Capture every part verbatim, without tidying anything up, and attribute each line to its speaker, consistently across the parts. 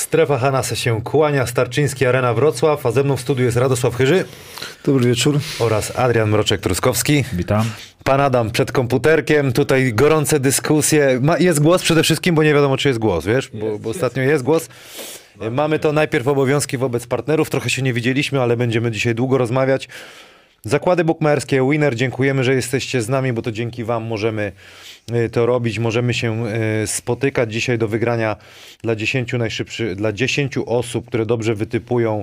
Speaker 1: Strefa Hanasa się kłania, Starczyński Arena Wrocław, a ze mną w studiu jest Radosław Chyży.
Speaker 2: Dobry wieczór.
Speaker 1: Oraz Adrian Mroczek-Truskowski.
Speaker 3: Witam.
Speaker 1: Pan Adam przed komputerkiem, tutaj gorące dyskusje. Ma, jest głos przede wszystkim, bo nie wiadomo, czy jest głos, wiesz, bo, jest, bo ostatnio jest głos. Mamy to najpierw obowiązki wobec partnerów, trochę się nie widzieliśmy, ale będziemy dzisiaj długo rozmawiać. Zakłady bukmacherskie, Winner, dziękujemy, że jesteście z nami, bo to dzięki wam możemy to robić, możemy się spotykać dzisiaj do wygrania dla dziesięciu najszybszych, dla dziesięciu osób, które dobrze wytypują,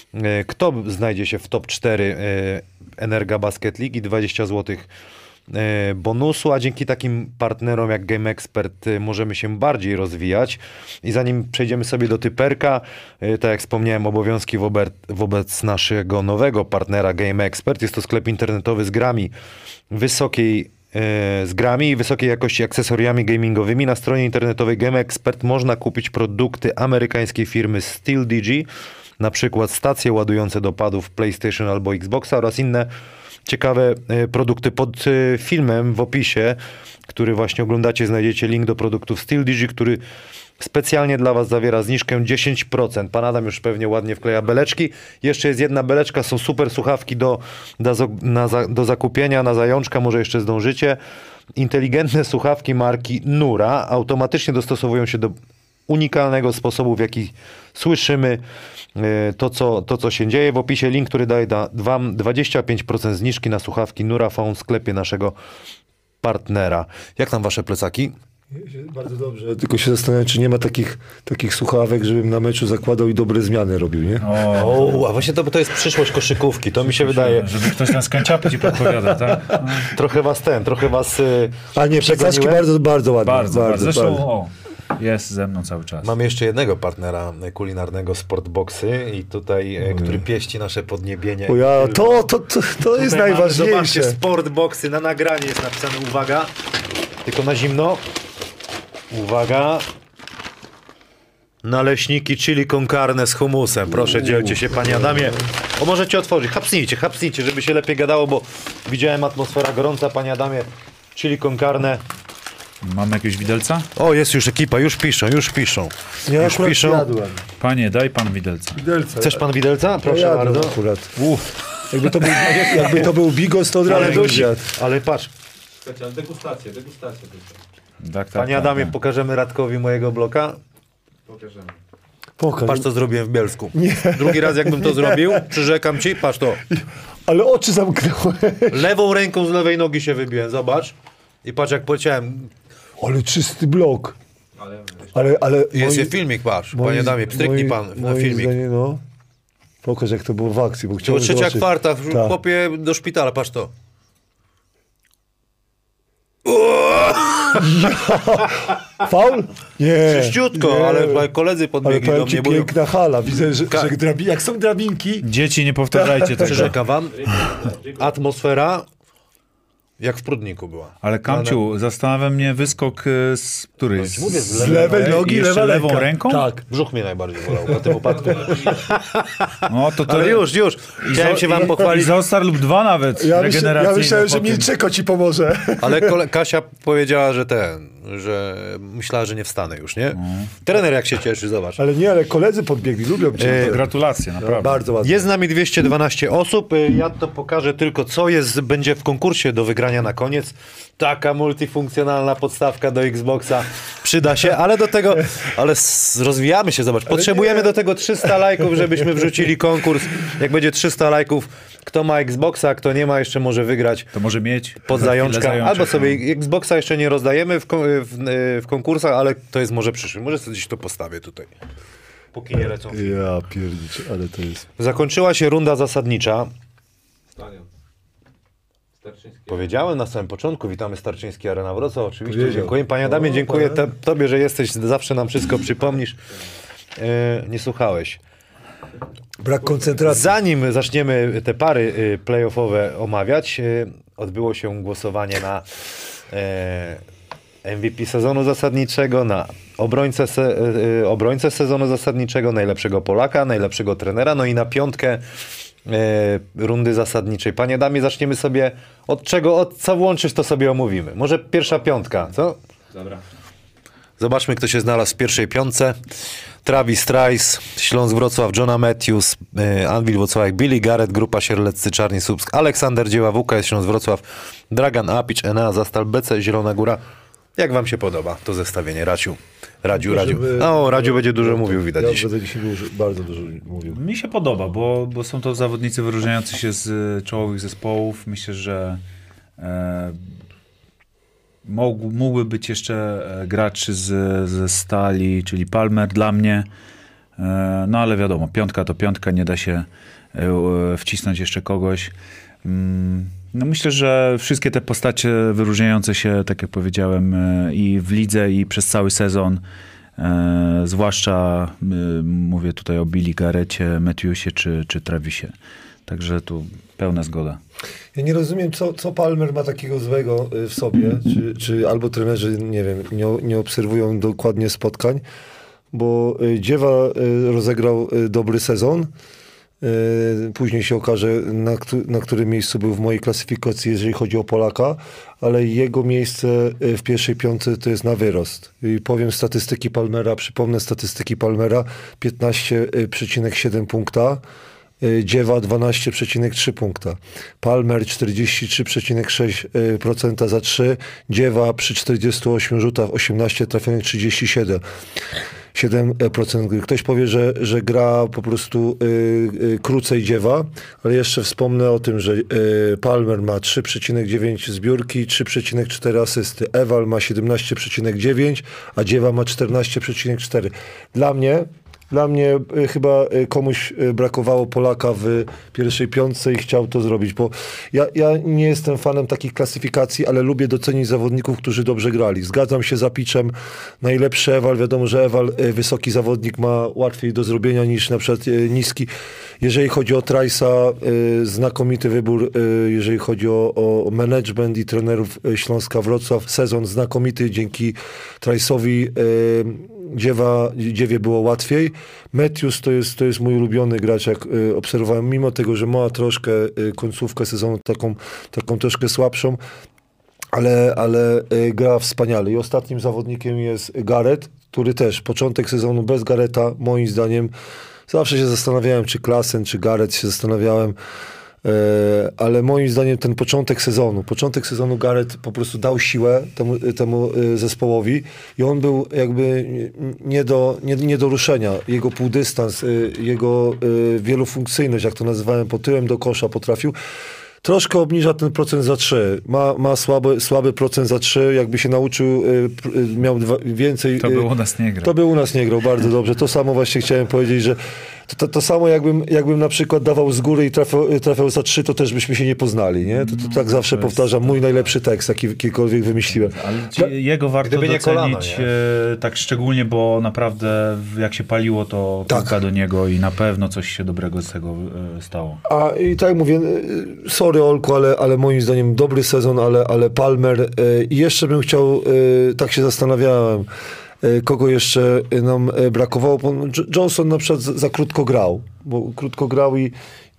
Speaker 1: kto znajdzie się w top cztery Energa Basket League i dwadzieścia złotych bonusu, a dzięki takim partnerom jak Game Expert możemy się bardziej rozwijać. I zanim przejdziemy sobie do typerka, tak jak wspomniałem, obowiązki wobec, wobec naszego nowego partnera Game Expert. Jest to sklep internetowy z grami wysokiej z grami i wysokiej jakości akcesoriami gamingowymi. Na stronie internetowej Game Expert można kupić produkty amerykańskiej firmy SteelDG, na przykład stacje ładujące do padów PlayStation albo Xboxa oraz inne ciekawe produkty. Pod filmem w opisie, który właśnie oglądacie, znajdziecie link do produktów SteelDG, który specjalnie dla was zawiera zniżkę dziesięć procent. Pan Adam już pewnie ładnie wkleja beleczki. Jeszcze jest jedna beleczka, są super słuchawki do, do, na, do zakupienia, na zajączka, może jeszcze zdążycie. Inteligentne słuchawki marki Nura automatycznie dostosowują się do unikalnego sposobu, w jaki słyszymy to co, to, co się dzieje. W opisie link, który daje da, wam dwadzieścia pięć procent zniżki na słuchawki Nura Phone w sklepie naszego partnera. Jak tam wasze plecaki?
Speaker 2: Bardzo dobrze, tylko się zastanawiam, czy nie ma takich, takich słuchawek, żebym na meczu zakładał i dobre zmiany robił, nie?
Speaker 1: O, a właśnie to, to jest przyszłość koszykówki, to mi się wydaje.
Speaker 3: Żeby ktoś na skanciapy ci podpowiada, tak?
Speaker 1: Trochę was ten, trochę was y,
Speaker 2: A nie, plecaki bardzo, bardzo ładne.
Speaker 3: Bardzo, bardzo. Zresztą
Speaker 2: bardzo.
Speaker 3: o, jest ze mną cały czas.
Speaker 1: Mamy jeszcze jednego partnera kulinarnego, Sportboxy, i tutaj, mm. który pieści nasze podniebienie.
Speaker 2: O ja, to, to, to, to jest
Speaker 1: mamy,
Speaker 2: najważniejsze.
Speaker 1: Zobaczcie, Sportboxy, na nagranie jest napisane, uwaga, tylko na zimno. Uwaga. Naleśniki chili con carne z humusem. Proszę, dzielcie się, panie Adamie. O, możecie otworzyć. Hapsnijcie, hapsnijcie, żeby się lepiej gadało, bo widziałem atmosfera gorąca, panie Adamie. Chili con carne.
Speaker 3: Mamy jakiegoś widelca?
Speaker 1: O, jest już ekipa, już piszą, już piszą.
Speaker 2: Ja
Speaker 1: już piszą.
Speaker 2: Jadłem.
Speaker 3: Panie, daj pan widelca.
Speaker 2: Widelce.
Speaker 1: Chcesz pan widelca? Proszę
Speaker 2: ja
Speaker 1: bardzo.
Speaker 2: Akurat. Uf. Jakby, to był, jakby to był bigos, to od razu
Speaker 1: Ale,
Speaker 2: zjadł.
Speaker 1: ale patrz.
Speaker 4: Specjalnie degustację, degustację.
Speaker 3: Tak, tak,
Speaker 1: Panie
Speaker 3: tak,
Speaker 1: Adamie,
Speaker 3: tak.
Speaker 1: pokażemy Radkowi mojego bloka.
Speaker 4: Pokażemy.
Speaker 2: Pokaż.
Speaker 1: Patrz, co zrobiłem w Bielsku. Nie. Drugi raz, jakbym to zrobił, przyrzekam ci, patrz to.
Speaker 2: Ale oczy zamknąłem.
Speaker 1: Lewą ręką z lewej nogi się wybiłem, zobacz. I patrz, jak poleciałem.
Speaker 2: Ale czysty blok.
Speaker 4: Ale
Speaker 2: Ale, ale
Speaker 1: Jest
Speaker 2: moi-
Speaker 1: filmik, patrz.
Speaker 2: moi-
Speaker 1: Panie Adamie, stryknij
Speaker 2: moi-
Speaker 1: pan na
Speaker 2: moim
Speaker 1: filmik.
Speaker 2: zdaniem, no. Pokaż, jak to było w akcji, bo
Speaker 1: To
Speaker 2: chciałem
Speaker 1: trzecia
Speaker 2: zobaczyć.
Speaker 1: kwarta,
Speaker 2: Tak.
Speaker 1: chłopie do szpitala, patrz to.
Speaker 2: Faul? Nie.
Speaker 1: Czyściutko,
Speaker 2: nie.
Speaker 1: ale koledzy
Speaker 2: Ale
Speaker 1: podbiegli do
Speaker 2: powiem ci,
Speaker 1: mnie, bo
Speaker 2: piękna hala. Widzę, że,
Speaker 1: Ka-
Speaker 2: że drabi... jak są drabinki.
Speaker 3: Dzieci, nie powtarzajcie tego.
Speaker 1: przyrzekam wam, atmosfera jak w Prudniku była.
Speaker 3: Ale Kamciu, zastanawia mnie wyskok y, z której?
Speaker 1: ci mówię, z
Speaker 2: Z lewej
Speaker 3: I
Speaker 2: nogi,
Speaker 3: jeszcze
Speaker 2: lewa
Speaker 3: lewą
Speaker 2: ręka.
Speaker 3: ręką?
Speaker 2: Tak.
Speaker 1: Brzuch mnie najbardziej bolał po tym upadku.
Speaker 3: No, to to
Speaker 1: Ale już, już. Chciałem się wam
Speaker 3: I
Speaker 1: pochwalić,
Speaker 3: Izostar lub dwa nawet.
Speaker 2: Ja, myślę,
Speaker 3: regeneracyjne
Speaker 2: ja myślałem,
Speaker 3: po
Speaker 2: że
Speaker 3: tym.
Speaker 2: Milczeko ci pomoże.
Speaker 1: ale kole- Kasia powiedziała, że ten, że myślała, że nie wstanę już, nie? Trener jak się cieszy, zobacz.
Speaker 2: Ale nie, ale koledzy podbiegli, lubią cię.
Speaker 1: E,
Speaker 3: Gratulacje, naprawdę.
Speaker 2: Bardzo ładnie.
Speaker 1: Jest z nami dwieście dwanaście osób. Y, Ja to pokażę tylko, co jest, będzie w konkursie do wygrania na koniec. Taka multifunkcjonalna podstawka do Xboxa przyda się, ale do tego, ale s- rozwijamy się, zobacz. Potrzebujemy
Speaker 2: nie.
Speaker 1: do tego trzysta lajków, żebyśmy wrzucili konkurs. Jak będzie trzysta lajków, kto ma Xboxa, kto nie ma, jeszcze może wygrać
Speaker 3: To może mieć
Speaker 1: pod
Speaker 3: za
Speaker 1: zajączka.
Speaker 3: chwilę zajączek,
Speaker 1: Albo sobie
Speaker 3: no.
Speaker 1: Xboxa jeszcze nie rozdajemy w, kon- w, w konkursach, ale to jest może przyszły. Może sobie gdzieś to postawię tutaj. Póki nie lecą.
Speaker 2: Ja pierdzicie, ale to jest...
Speaker 1: Zakończyła się runda zasadnicza.
Speaker 4: stadion. Starczyński.
Speaker 1: Powiedziałem na samym początku, witamy Starczyński Arena Wrocław, oczywiście,
Speaker 2: Powiedział.
Speaker 1: dziękuję. Panie Adamie,
Speaker 2: O,
Speaker 1: dziękuję
Speaker 2: pan.
Speaker 1: te, tobie, że jesteś, zawsze nam wszystko przypomnisz. E, nie słuchałeś.
Speaker 2: Brak koncentracji.
Speaker 1: Zanim zaczniemy te pary y, playoffowe omawiać, y, odbyło się głosowanie na e, M V P sezonu zasadniczego, na obrońcę, se, y, obrońcę sezonu zasadniczego, najlepszego Polaka, najlepszego trenera, no i na piątkę e, rundy zasadniczej. Panie Adamie, zaczniemy sobie od czego, od co włączysz, to sobie omówimy. Może pierwsza piątka, co?
Speaker 4: Dobra.
Speaker 1: Zobaczmy, kto się znalazł w pierwszej piątce. Travis Trice, Śląsk Wrocław, Johna Matthews, yy, Anwil Włocławek, Billy Garrett, Grupa Sierleccy, Czarni Słupsk, Aleksander Dzieła, W K S Śląsk Wrocław, Dragan Apic, Enea Zastal, B C Zielona Góra. Jak wam się podoba to zestawienie, Raciu? Radziu, Radziu. No, Radziu będzie dużo mówił, widać
Speaker 2: Ja
Speaker 1: dziś.
Speaker 2: będę dzisiaj dużo, bardzo dużo mówił.
Speaker 3: Mi się podoba, bo, bo są to zawodnicy wyróżniający się z y, czołowych zespołów. Myślę, że e, mógł, mógłby być jeszcze e, gracz z, ze Stali, czyli Palmer dla mnie. E, no ale wiadomo, piątka to piątka, nie da się e, wcisnąć jeszcze kogoś. Mm, no myślę, że wszystkie te postacie wyróżniające się, tak jak powiedziałem, e, i w lidze, i przez cały sezon, E, zwłaszcza e, mówię tutaj o Billy Garretcie, Matthewsie czy, czy Travisie. Także tu pełna zgoda.
Speaker 2: Ja nie rozumiem, co, co Palmer ma takiego złego y, w sobie, czy, czy albo trenerzy, nie wiem, nie, nie obserwują dokładnie spotkań, bo y, Dziewa y, rozegrał y, dobry sezon. Y, Później się okaże, na, któ- na którym miejscu był w mojej klasyfikacji, jeżeli chodzi o Polaka, ale jego miejsce y, w pierwszej piątce to jest na wyrost. I powiem statystyki Palmera, przypomnę statystyki Palmera, piętnaście przecinek siedem punkta, y, Dziewa dwanaście przecinek trzy punkta, Palmer czterdzieści trzy przecinek sześć procent za trzy, Dziewa przy czterdziestu ośmiu rzutach osiemnaście trafionych trzydzieści siedem. siedem procent gry. Ktoś powie, że, że gra po prostu y, y, krócej Dziewa, ale jeszcze wspomnę o tym, że y, Palmer ma trzy przecinek dziewięć zbiórki, trzy przecinek cztery asysty. Ewal ma siedemnaście przecinek dziewięć, a Dziewa ma czternaście przecinek cztery. Dla mnie Dla mnie y, chyba y, komuś y, brakowało Polaka w pierwszej piątce i chciał to zrobić, bo ja, ja nie jestem fanem takich klasyfikacji, ale lubię docenić zawodników, którzy dobrze grali. Zgadzam się z Apiczem, najlepszy Ewal, wiadomo, że Ewal, y, wysoki zawodnik, ma łatwiej do zrobienia niż na przykład y, niski. Jeżeli chodzi o Trice'a, y, znakomity wybór, y, jeżeli chodzi o, o management i trenerów y, Śląska Wrocław, sezon znakomity, dzięki Trice'owi y, Dziewa, Dziewie było łatwiej. Matthews to jest, to jest mój ulubiony gracz, jak y, obserwowałem, mimo tego, że ma troszkę y, końcówkę sezonu taką, taką troszkę słabszą, ale, ale y, gra wspaniale. I ostatnim zawodnikiem jest Garrett, który też początek sezonu bez Garretta, moim zdaniem, zawsze się zastanawiałem, czy Klassen, czy Garrett, się zastanawiałem, E, ale moim zdaniem ten początek sezonu, początek sezonu Garrett po prostu dał siłę temu, temu e, zespołowi i on był jakby nie do, nie, nie do ruszenia. Jego półdystans, e, jego e, wielofunkcyjność, jak to nazywałem, po tyłem do kosza potrafił. Troszkę obniża ten procent za trzy. Ma, ma słaby, słaby procent za trzy. Jakby się nauczył, y, y, miał dwa, więcej...
Speaker 3: To by u nas nie grał.
Speaker 2: To by u nas nie grał, bardzo dobrze. To samo właśnie chciałem powiedzieć, że to, to, to samo jakbym, jakbym na przykład dawał z góry i trafiał, trafiał za trzy, to też byśmy się nie poznali, nie? To, to tak zawsze
Speaker 3: to jest-
Speaker 2: powtarzam. Mój najlepszy tekst, jaki kiedykolwiek wymyśliłem.
Speaker 3: Ale ci- jego warto
Speaker 1: Gdyby nie
Speaker 3: docenić
Speaker 1: kolano, nie?
Speaker 3: e, tak szczególnie, bo naprawdę w- jak się paliło, to
Speaker 2: Tak.
Speaker 3: piłka do niego i na pewno coś się dobrego z tego e, stało.
Speaker 2: A i tak jak mówię, y, sorry Olku, ale, ale moim zdaniem dobry sezon, ale, ale Palmer. y, I jeszcze bym chciał, y, tak się zastanawiałem, y, kogo jeszcze y, nam y, brakowało. Bo J- Johnson na przykład za, za krótko grał, bo krótko grał i,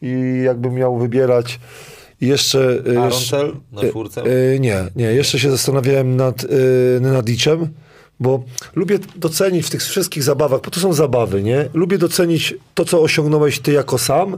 Speaker 2: i jakbym miał wybierać i jeszcze... y, jeszcze
Speaker 1: Aroncel na czwórce?
Speaker 2: y, nie, nie, jeszcze się zastanawiałem nad, y, nad Diciem, bo lubię docenić w tych wszystkich zabawach, bo to są zabawy, nie? Lubię docenić to, co osiągnąłeś ty jako sam,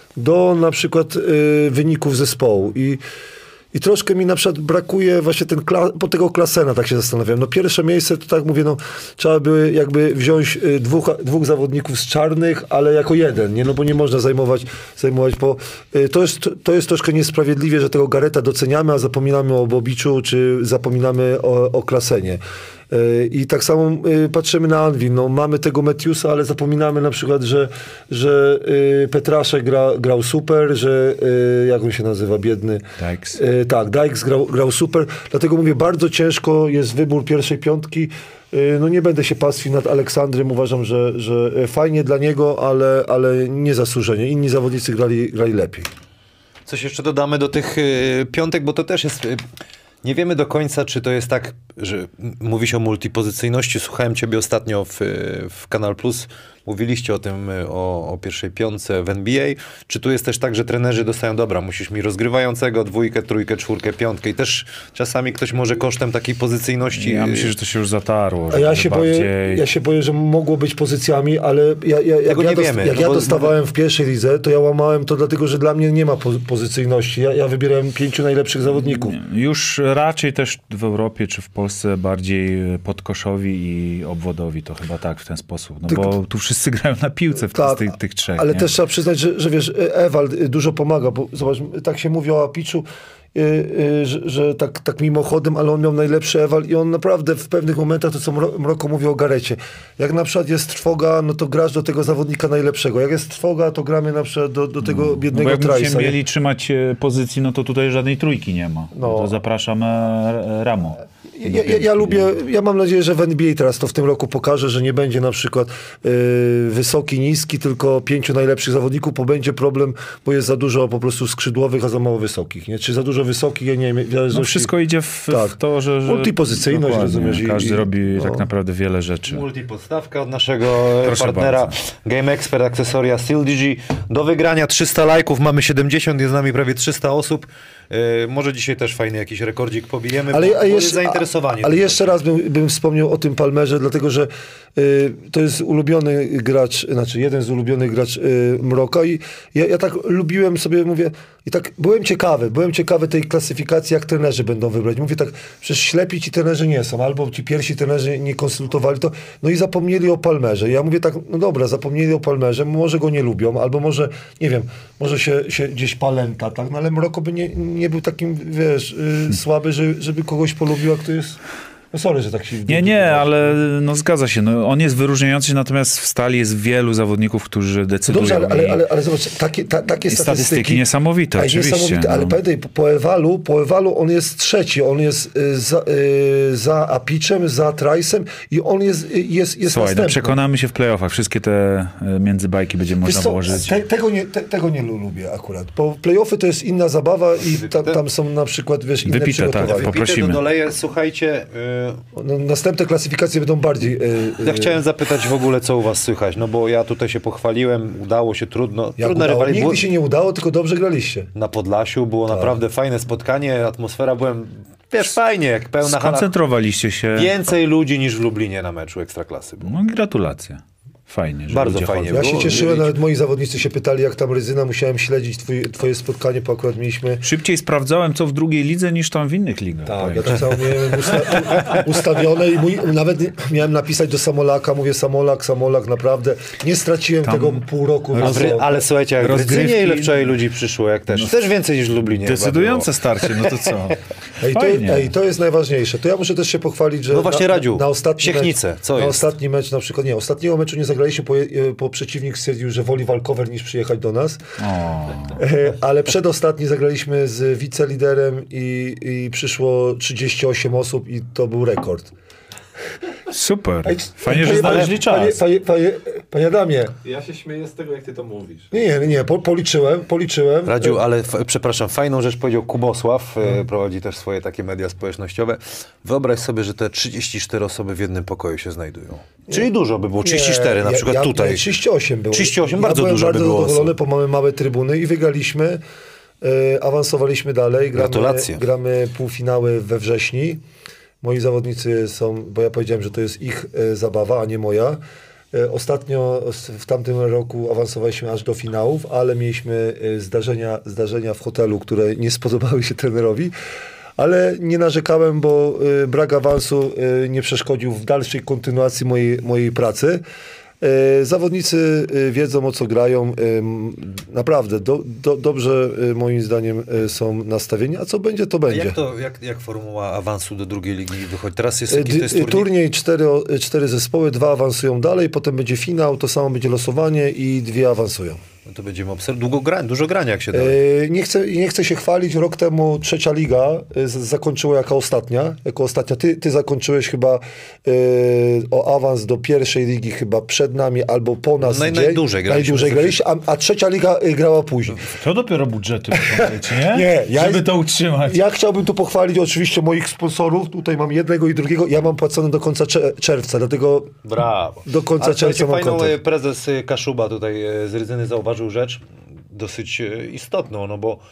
Speaker 2: do na przykład y, wyników zespołu. I, I troszkę mi na przykład brakuje właśnie ten kla- po tego Klassena, tak się zastanawiam. No pierwsze miejsce, to tak mówię, no trzeba by jakby wziąć y, dwóch, dwóch zawodników z czarnych, ale jako jeden, nie? No bo nie można zajmować, zajmować bo y, to, jest, to jest troszkę niesprawiedliwie, że tego Garretta doceniamy, a zapominamy o Bobiczu, czy zapominamy o, o Klassenie. Y, I tak samo y, patrzymy na Anwil. No, mamy tego Matthewsa, ale zapominamy na przykład, że, że y, Petraszek gra, grał super, że y, jak on się nazywa, biedny?
Speaker 3: Dykes.
Speaker 2: Y, tak, Dykes grał, grał super. Dlatego mówię, bardzo ciężko jest wybór pierwszej piątki. Y, no nie będę się pastwił nad Aleksandrem. Uważam, że, że fajnie dla niego, ale, ale nie zasłużenie. Inni zawodnicy grali, grali lepiej.
Speaker 1: Coś jeszcze dodamy do tych y, piątek, bo to też jest... Y, nie wiemy do końca, czy to jest tak, że m- mówi się o multipozycyjności. Słuchałem ciebie ostatnio w, y, w Kanal Plus Mówiliście o tym, y, o, o pierwszej piątce w N B A. Czy tu jest też tak, że trenerzy dostają, dobra, musisz mi rozgrywającego, dwójkę, trójkę, czwórkę, piątkę i też czasami ktoś może kosztem takiej pozycyjności...
Speaker 3: Ja myślę, że to się już zatarło.
Speaker 2: A ja
Speaker 3: że
Speaker 2: się,
Speaker 3: bardziej...
Speaker 2: boję, ja się boję, że mogło być pozycjami, ale ja, ja, jak,
Speaker 1: Tego
Speaker 2: ja,
Speaker 1: nie
Speaker 2: dost,
Speaker 1: wiemy,
Speaker 2: jak
Speaker 1: no
Speaker 2: ja
Speaker 1: bo-
Speaker 2: dostawałem w pierwszej lidze, to ja łamałem to dlatego, że dla mnie nie ma po, pozycyjności. Ja, ja wybierałem pięciu najlepszych zawodników.
Speaker 3: Już raczej też w Europie czy w Polsce bardziej podkoszowi i obwodowi, to chyba tak w ten sposób. No
Speaker 2: Tylko-
Speaker 3: bo tu wszyscy grają na piłce w
Speaker 2: Tak,
Speaker 3: z tych, tych trzech.
Speaker 2: ale
Speaker 3: nie?
Speaker 2: też trzeba przyznać, że, że wiesz, Ewald dużo pomaga, bo zobacz, tak się mówi o Apiczu, yy, yy, że, że tak, tak mimochodem, ale on miał najlepszy Ewald i on naprawdę w pewnych momentach, to co Mro- Mroko mówił o Garecie, jak na przykład jest trwoga, no to grasz do tego zawodnika najlepszego. Jak jest trwoga, to gramy na przykład do, do tego
Speaker 3: No bo
Speaker 2: biednego
Speaker 3: jakbyśmy
Speaker 2: Trajsa. nie?
Speaker 3: mieli trzymać e, pozycji, no to tutaj żadnej trójki nie ma.
Speaker 2: No.
Speaker 3: No. To zapraszam e, Ramo.
Speaker 2: Ja, ja, ja lubię, ja mam nadzieję, że w N B A teraz to w tym roku pokaże, że nie będzie na przykład yy, wysoki, niski, tylko pięciu najlepszych zawodników, bo będzie problem, bo jest za dużo po prostu skrzydłowych, a za mało wysokich. Nie? Czy za dużo wysokich, ja nie wiem.
Speaker 3: No wszystko idzie w,
Speaker 2: Tak.
Speaker 3: w to, że... że
Speaker 2: Multipozycyjność,
Speaker 3: dokładnie,
Speaker 2: rozumiesz, i-
Speaker 3: Każdy
Speaker 2: i-
Speaker 3: robi
Speaker 2: no.
Speaker 3: tak naprawdę wiele rzeczy.
Speaker 1: Multipodstawka od naszego
Speaker 3: Proszę
Speaker 1: partnera
Speaker 3: bardzo.
Speaker 1: Game Expert, akcesoria SteelDigi. Do wygrania trzysta lajków, mamy siedemdziesiąt, jest z nami prawie trzysta osób. Yy, może dzisiaj też fajny jakiś rekordzik pobijemy,
Speaker 2: Ale,
Speaker 1: bo,
Speaker 2: a
Speaker 1: bo jest
Speaker 2: jeszcze,
Speaker 1: zainteresowanie.
Speaker 2: a, ale jeszcze raz bym, bym wspomniał o tym Palmerze, dlatego że y, to jest ulubiony gracz, znaczy jeden z ulubionych gracz y, Mroka i ja, ja tak lubiłem sobie, mówię, i tak byłem ciekawy, byłem ciekawy tej klasyfikacji, jak trenerzy będą wybrać. Mówię tak, przecież ślepi ci trenerzy nie są, albo ci pierwsi trenerzy nie konsultowali to, no i zapomnieli o Palmerze. Ja mówię tak, no dobra, zapomnieli o Palmerze, może go nie lubią, albo może, nie wiem, może się, się gdzieś palęta, tak, no ale Mroko by nie, nie był takim, wiesz, y, słaby, że, żeby kogoś polubił, a kto jest... No sorry, że tak się...
Speaker 3: Nie, nie, ale no zgadza się. No, on jest wyróżniający się, natomiast w Stali jest wielu zawodników, którzy decydują.
Speaker 2: Dobrze, ale, ale,
Speaker 3: i-
Speaker 2: ale, ale zobacz, takie, ta, takie
Speaker 3: I statystyki
Speaker 2: statystyki...
Speaker 3: niesamowite,
Speaker 2: Ale
Speaker 3: oczywiście,
Speaker 2: niesamowite,
Speaker 3: no.
Speaker 2: ale pamiętaj, po, po Ewalu, po Ewalu on jest trzeci, on jest y, za, y, za Apiczem, za Trajsem i on jest, y, jest, jest
Speaker 3: Słuchaj, no
Speaker 2: następny.
Speaker 3: przekonamy się w playoffach. Wszystkie te e, międzybajki będzie
Speaker 2: Wiesz
Speaker 3: można
Speaker 2: co,
Speaker 3: położyć.
Speaker 2: te, tego, nie, te, tego nie lu- lubię akurat, bo playoffy to jest inna zabawa i ta, tam są na przykład, wiesz, inne
Speaker 3: Wypite, tak,
Speaker 2: przygotowania.
Speaker 3: po- poprosimy.
Speaker 1: Wypite, doleję, słuchajcie... Yy...
Speaker 2: No, następne klasyfikacje będą bardziej... y, y,
Speaker 1: Ja chciałem zapytać w ogóle, co u was słychać, no bo ja tutaj się pochwaliłem, udało się, trudno,
Speaker 2: jak
Speaker 1: trudne
Speaker 2: udało.
Speaker 1: rywali.
Speaker 2: Nigdy
Speaker 1: Było-
Speaker 2: się nie udało, tylko dobrze graliście.
Speaker 1: Na Podlasiu było naprawdę fajne spotkanie, atmosfera, byłem, wiesz, fajnie, jak pełna hala.
Speaker 3: Skoncentrowaliście się.
Speaker 1: Więcej ludzi niż w Lublinie na meczu Ekstraklasy było.
Speaker 3: No i gratulacje. Fajnie, że
Speaker 1: Bardzo
Speaker 3: ludzie
Speaker 1: fajnie
Speaker 3: chodzą.
Speaker 2: Ja się
Speaker 1: było.
Speaker 2: cieszyłem, nawet moi zawodnicy się pytali, jak tam Ryzyna, musiałem śledzić twój, twoje spotkanie, bo akurat mieliśmy...
Speaker 3: Szybciej sprawdzałem, co w drugiej lidze, niż tam w innych ligach.
Speaker 2: Tak,
Speaker 3: powiem
Speaker 2: ja
Speaker 3: ci.
Speaker 2: tak samo miałem usta ustawione i mój, nawet nie- miałem napisać do Samolaka, mówię Samolak, Samolak, naprawdę nie straciłem
Speaker 3: Tam
Speaker 2: tego pół roku.
Speaker 1: A w Ry- ale słuchajcie, jak w
Speaker 3: Rozgrywki-
Speaker 1: Rydzynie ile wczoraj ludzi przyszło, jak też. Też więcej niż w Lublinie. chyba
Speaker 3: Decydujące
Speaker 1: było.
Speaker 3: starcie, no to co?
Speaker 2: Ej, to,
Speaker 3: Fajnie.
Speaker 2: ej, to jest najważniejsze. To ja muszę też się pochwalić, że
Speaker 1: No właśnie,
Speaker 2: na,
Speaker 1: Radziu,
Speaker 2: na ostatni
Speaker 1: Siechnice,
Speaker 2: mecz,
Speaker 1: co
Speaker 2: na
Speaker 1: jest?
Speaker 2: ostatni mecz na przykład, nie, ostatniego meczu nie zagraliśmy, bo, e, bo przeciwnik stwierdził, że woli walkover niż przyjechać do nas.
Speaker 3: O,
Speaker 2: E, Ale przedostatni zagraliśmy z wiceliderem i, i przyszło trzydzieści osiem osób i to był rekord.
Speaker 3: super.
Speaker 2: Ej,
Speaker 3: Fajnie, że
Speaker 2: panie-
Speaker 3: znaleźli
Speaker 2: panie,
Speaker 3: czas.
Speaker 2: Panie, panie, panie Adamie,
Speaker 4: Ja się śmieję z tego, jak ty to mówisz.
Speaker 2: nie, nie, nie, po, policzyłem, policzyłem.
Speaker 1: Radziu, ale f- przepraszam, fajną rzecz powiedział Kubosław,
Speaker 2: Mhm.
Speaker 1: e, prowadzi też swoje takie media społecznościowe. Wyobraź sobie, że te trzydzieści cztery osoby w jednym pokoju się znajdują. Czyli dużo by było, trzydzieści cztery
Speaker 2: Nie,
Speaker 1: na
Speaker 2: ja-
Speaker 1: przykład
Speaker 2: ja,
Speaker 1: tutaj.
Speaker 2: Nie, trzydzieści osiem było.
Speaker 1: trzydzieści osiem,
Speaker 2: ja
Speaker 1: bardzo
Speaker 2: byłem
Speaker 1: dużo by
Speaker 2: bardzo
Speaker 1: było
Speaker 2: zadowolony,
Speaker 1: osób.
Speaker 2: bo mamy małe trybuny i wygraliśmy. E, awansowaliśmy dalej. Gramy,
Speaker 1: Gratulacje.
Speaker 2: gramy półfinały we wrześni. Moi zawodnicy są, bo ja powiedziałem, że to jest ich e, zabawa, a nie moja. E, Ostatnio s- w tamtym roku awansowaliśmy aż do finałów, ale mieliśmy e, zdarzenia, zdarzenia w hotelu, które nie spodobały się trenerowi. Ale nie narzekałem, bo y, brak awansu y, nie przeszkodził w dalszej kontynuacji mojej, mojej pracy. Y, zawodnicy y, wiedzą, o co grają. Y, m, naprawdę do, do, dobrze y, moim zdaniem y, są nastawieni. A co będzie, to
Speaker 1: A
Speaker 2: będzie.
Speaker 1: jak, to, jak, jak formuła awansu do drugiej ligi wychodzi? Teraz jest
Speaker 2: Y,
Speaker 1: jaki to
Speaker 2: dy-
Speaker 1: jest
Speaker 2: y,
Speaker 1: turniej?
Speaker 2: turniej, cztery, o- y, cztery zespoły, dwa awansują dalej, potem będzie finał, to samo będzie losowanie i dwie awansują.
Speaker 1: No to będziemy obserwować. Długo gra, dużo grania, jak się da.
Speaker 2: Yy, nie, chcę, nie chcę się chwalić, rok temu trzecia liga y, z- zakończyła jako ostatnia. Jako ostatnia. Ty, ty zakończyłeś chyba y, o awans do pierwszej ligi chyba przed nami albo po nas
Speaker 1: Naj-
Speaker 2: dzień.
Speaker 1: najdłużej graliśmy.
Speaker 2: Najdłużej graliście, a, a trzecia liga y, grała później.
Speaker 3: To dopiero budżety muszą być, nie?
Speaker 2: Nie, ja-
Speaker 3: Żeby to utrzymać.
Speaker 2: Ja chciałbym tu pochwalić oczywiście moich sponsorów. Tutaj mam jednego i drugiego. Ja mam płacone do końca cze- czerwca, dlatego
Speaker 1: Brawo.
Speaker 2: do końca
Speaker 1: Ale
Speaker 2: czerwca
Speaker 1: słuchajcie,
Speaker 2: mam
Speaker 1: fajną
Speaker 2: kontrakt.
Speaker 1: e, prezes e, Kaszuba tutaj e, z Rydzyny zauważył rzecz dosyć e, istotną, no bo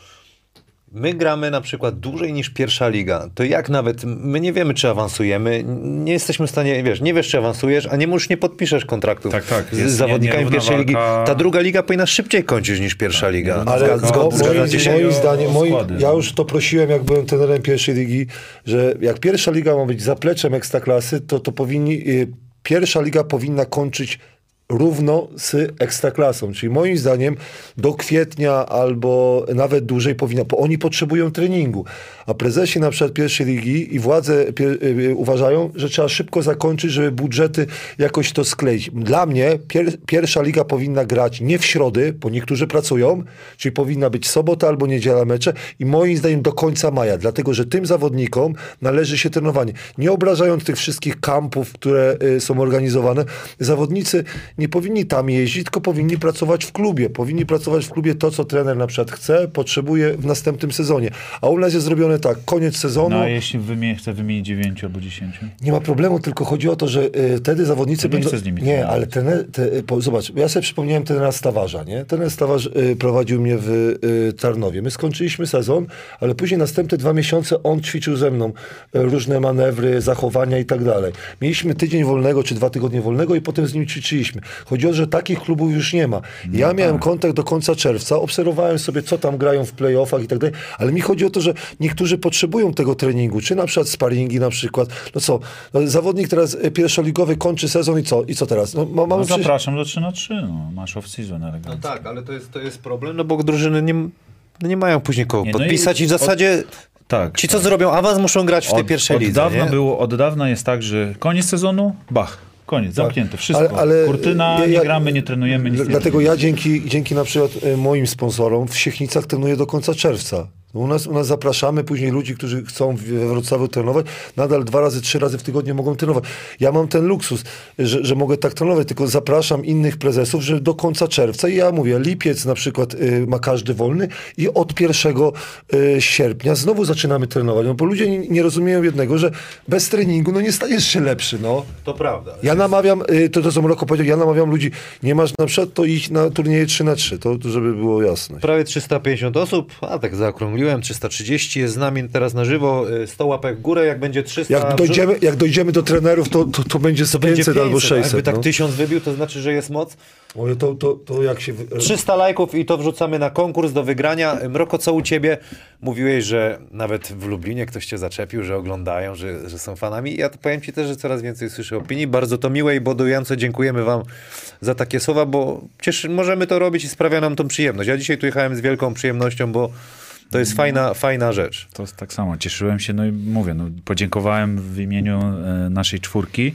Speaker 1: my gramy na przykład dłużej niż pierwsza liga. To jak nawet, my nie wiemy, czy awansujemy, nie jesteśmy w stanie, wiesz, nie wiesz, czy awansujesz, a nie możesz, nie podpiszesz kontraktów
Speaker 3: Tak, tak.
Speaker 1: z
Speaker 3: Jest
Speaker 1: zawodnikami
Speaker 3: nierówna
Speaker 1: pierwszej ligi.
Speaker 3: walka.
Speaker 1: Ta druga liga powinna szybciej kończyć niż pierwsza liga.
Speaker 3: nierówna
Speaker 2: Ale
Speaker 3: walka.
Speaker 1: Zgad-
Speaker 3: Zgod-
Speaker 2: mo-
Speaker 1: zgadzacie
Speaker 2: moim,
Speaker 1: się?
Speaker 2: moim
Speaker 3: o-
Speaker 2: zdaniem,
Speaker 3: o
Speaker 2: moim,
Speaker 3: składy,
Speaker 2: ja
Speaker 3: no.
Speaker 2: już to prosiłem, jak byłem trenerem pierwszej ligi, że jak pierwsza liga ma być zapleczem ekstraklasy, to, to powinni, y, pierwsza liga powinna kończyć równo z ekstraklasą. Czyli moim zdaniem do kwietnia albo nawet dłużej powinna, bo oni potrzebują treningu. A prezesi na przykład pierwszej ligi i władze pie, y, uważają, że trzeba szybko zakończyć, żeby budżety jakoś to skleić. Dla mnie pier, pierwsza liga powinna grać nie w środy, bo niektórzy pracują, czyli powinna być sobota albo niedziela mecze i moim zdaniem do końca maja, dlatego że tym zawodnikom należy się trenowanie. Nie obrażając tych wszystkich kampów, które y, są organizowane, zawodnicy nie powinni tam jeździć, tylko powinni pracować w klubie. Powinni pracować w klubie to, co trener na przykład chce, potrzebuje w następnym sezonie. A u nas jest zrobione tak, koniec sezonu,
Speaker 3: No a jeśli wymienię, chcę wymienić dziewięciu albo dziesięciu?
Speaker 2: nie ma problemu, tylko chodzi o to, że y, wtedy zawodnicy
Speaker 3: To nie
Speaker 2: będą...
Speaker 3: chcę z nimi
Speaker 2: nie,
Speaker 3: trenować.
Speaker 2: ale trener, te, y, po, zobacz, ja sobie przypomniałem trenera Stawarza, nie? Trener Stawarz y, prowadził mnie w y, Tarnowie. My skończyliśmy sezon, ale później następne dwa miesiące on ćwiczył ze mną y, różne manewry, zachowania i tak dalej. Mieliśmy tydzień wolnego, czy dwa tygodnie wolnego i potem z nim ćwiczyliśmy. Chodzi o to, że takich klubów już nie ma. Ja
Speaker 3: No
Speaker 2: miałem
Speaker 3: tak.
Speaker 2: kontakt do końca czerwca, obserwowałem sobie, co tam grają w playoffach i tak dalej, ale mi chodzi o to, że niektórzy potrzebują tego treningu, czy na przykład sparingi na przykład. No co, no, zawodnik teraz y, pierwszoligowy kończy sezon i co? I co teraz? No, ma, mamy
Speaker 3: No
Speaker 2: przecież...
Speaker 3: zapraszam do trzy na trzy, no. Masz off-season
Speaker 1: No
Speaker 3: elegancko.
Speaker 1: tak, ale to jest, to jest problem, no bo drużyny nie, no nie mają później kogo
Speaker 3: Nie, no i
Speaker 1: podpisać i w zasadzie
Speaker 3: Tak.
Speaker 1: ci, co zrobią awans, muszą grać w tej
Speaker 3: Od,
Speaker 1: pierwszej
Speaker 3: od
Speaker 1: lidze,
Speaker 3: dawna
Speaker 1: nie?
Speaker 3: było, od dawna jest tak, że koniec sezonu, bach, koniec, zamknięte, wszystko.
Speaker 2: Ale- ale
Speaker 3: Kurtyna,
Speaker 2: ja-
Speaker 3: nie
Speaker 2: ja-
Speaker 3: gramy, nie trenujemy, nic nie
Speaker 2: Dlatego
Speaker 3: robimy.
Speaker 2: ja dzięki, dzięki na przykład y, moim sponsorom w Siechnicach trenuję do końca czerwca. U nas, u nas zapraszamy później ludzi, którzy chcą w- we Wrocławiu trenować, nadal dwa razy, trzy razy w tygodniu mogą trenować. Ja mam ten luksus, że, że mogę tak trenować, tylko zapraszam innych prezesów, że do końca czerwca i ja mówię, lipiec na przykład y, ma każdy wolny i od pierwszego y, sierpnia znowu zaczynamy trenować, no bo ludzie nie, nie rozumieją jednego, że bez treningu no nie stajesz się lepszy, no.
Speaker 1: To prawda.
Speaker 2: Ja namawiam, y, to to co Mroko powiedział, ja namawiam ludzi, nie masz na przykład, to iść na turnieje trzy na trzy, to, to żeby było jasne.
Speaker 1: Prawie trzysta pięćdziesiąt osób, a tak zaokrągliłem, trzysta trzydzieści jest z nami teraz na żywo, y, sto łapek w górę, jak będzie trzysta...
Speaker 2: Jak dojdziemy, jak dojdziemy do trenerów, to, to, to będzie z
Speaker 1: to będzie
Speaker 2: pięćset albo
Speaker 1: a
Speaker 2: sześćset.
Speaker 1: Jakby tak
Speaker 2: no.
Speaker 1: tysiąc wybił, to znaczy, że jest moc.
Speaker 2: Oj, to, to, to jak się... wy-
Speaker 1: trzysta lajków i to wrzucamy na konkurs do wygrania. Mroko, co u ciebie? Mówiłeś, że nawet w Lublinie ktoś cię zaczepił, że oglądają, że, że są fanami. Ja to powiem ci też, że coraz więcej słyszę opinii. Bardzo to miłe i budujące. Dziękujemy wam za takie słowa, bo cieszy, możemy to robić i sprawia nam tą przyjemność. Ja dzisiaj tu jechałem z wielką przyjemnością, bo to jest fajna, fajna rzecz.
Speaker 3: To jest tak samo, cieszyłem się, no i mówię, no, podziękowałem w imieniu e, naszej czwórki.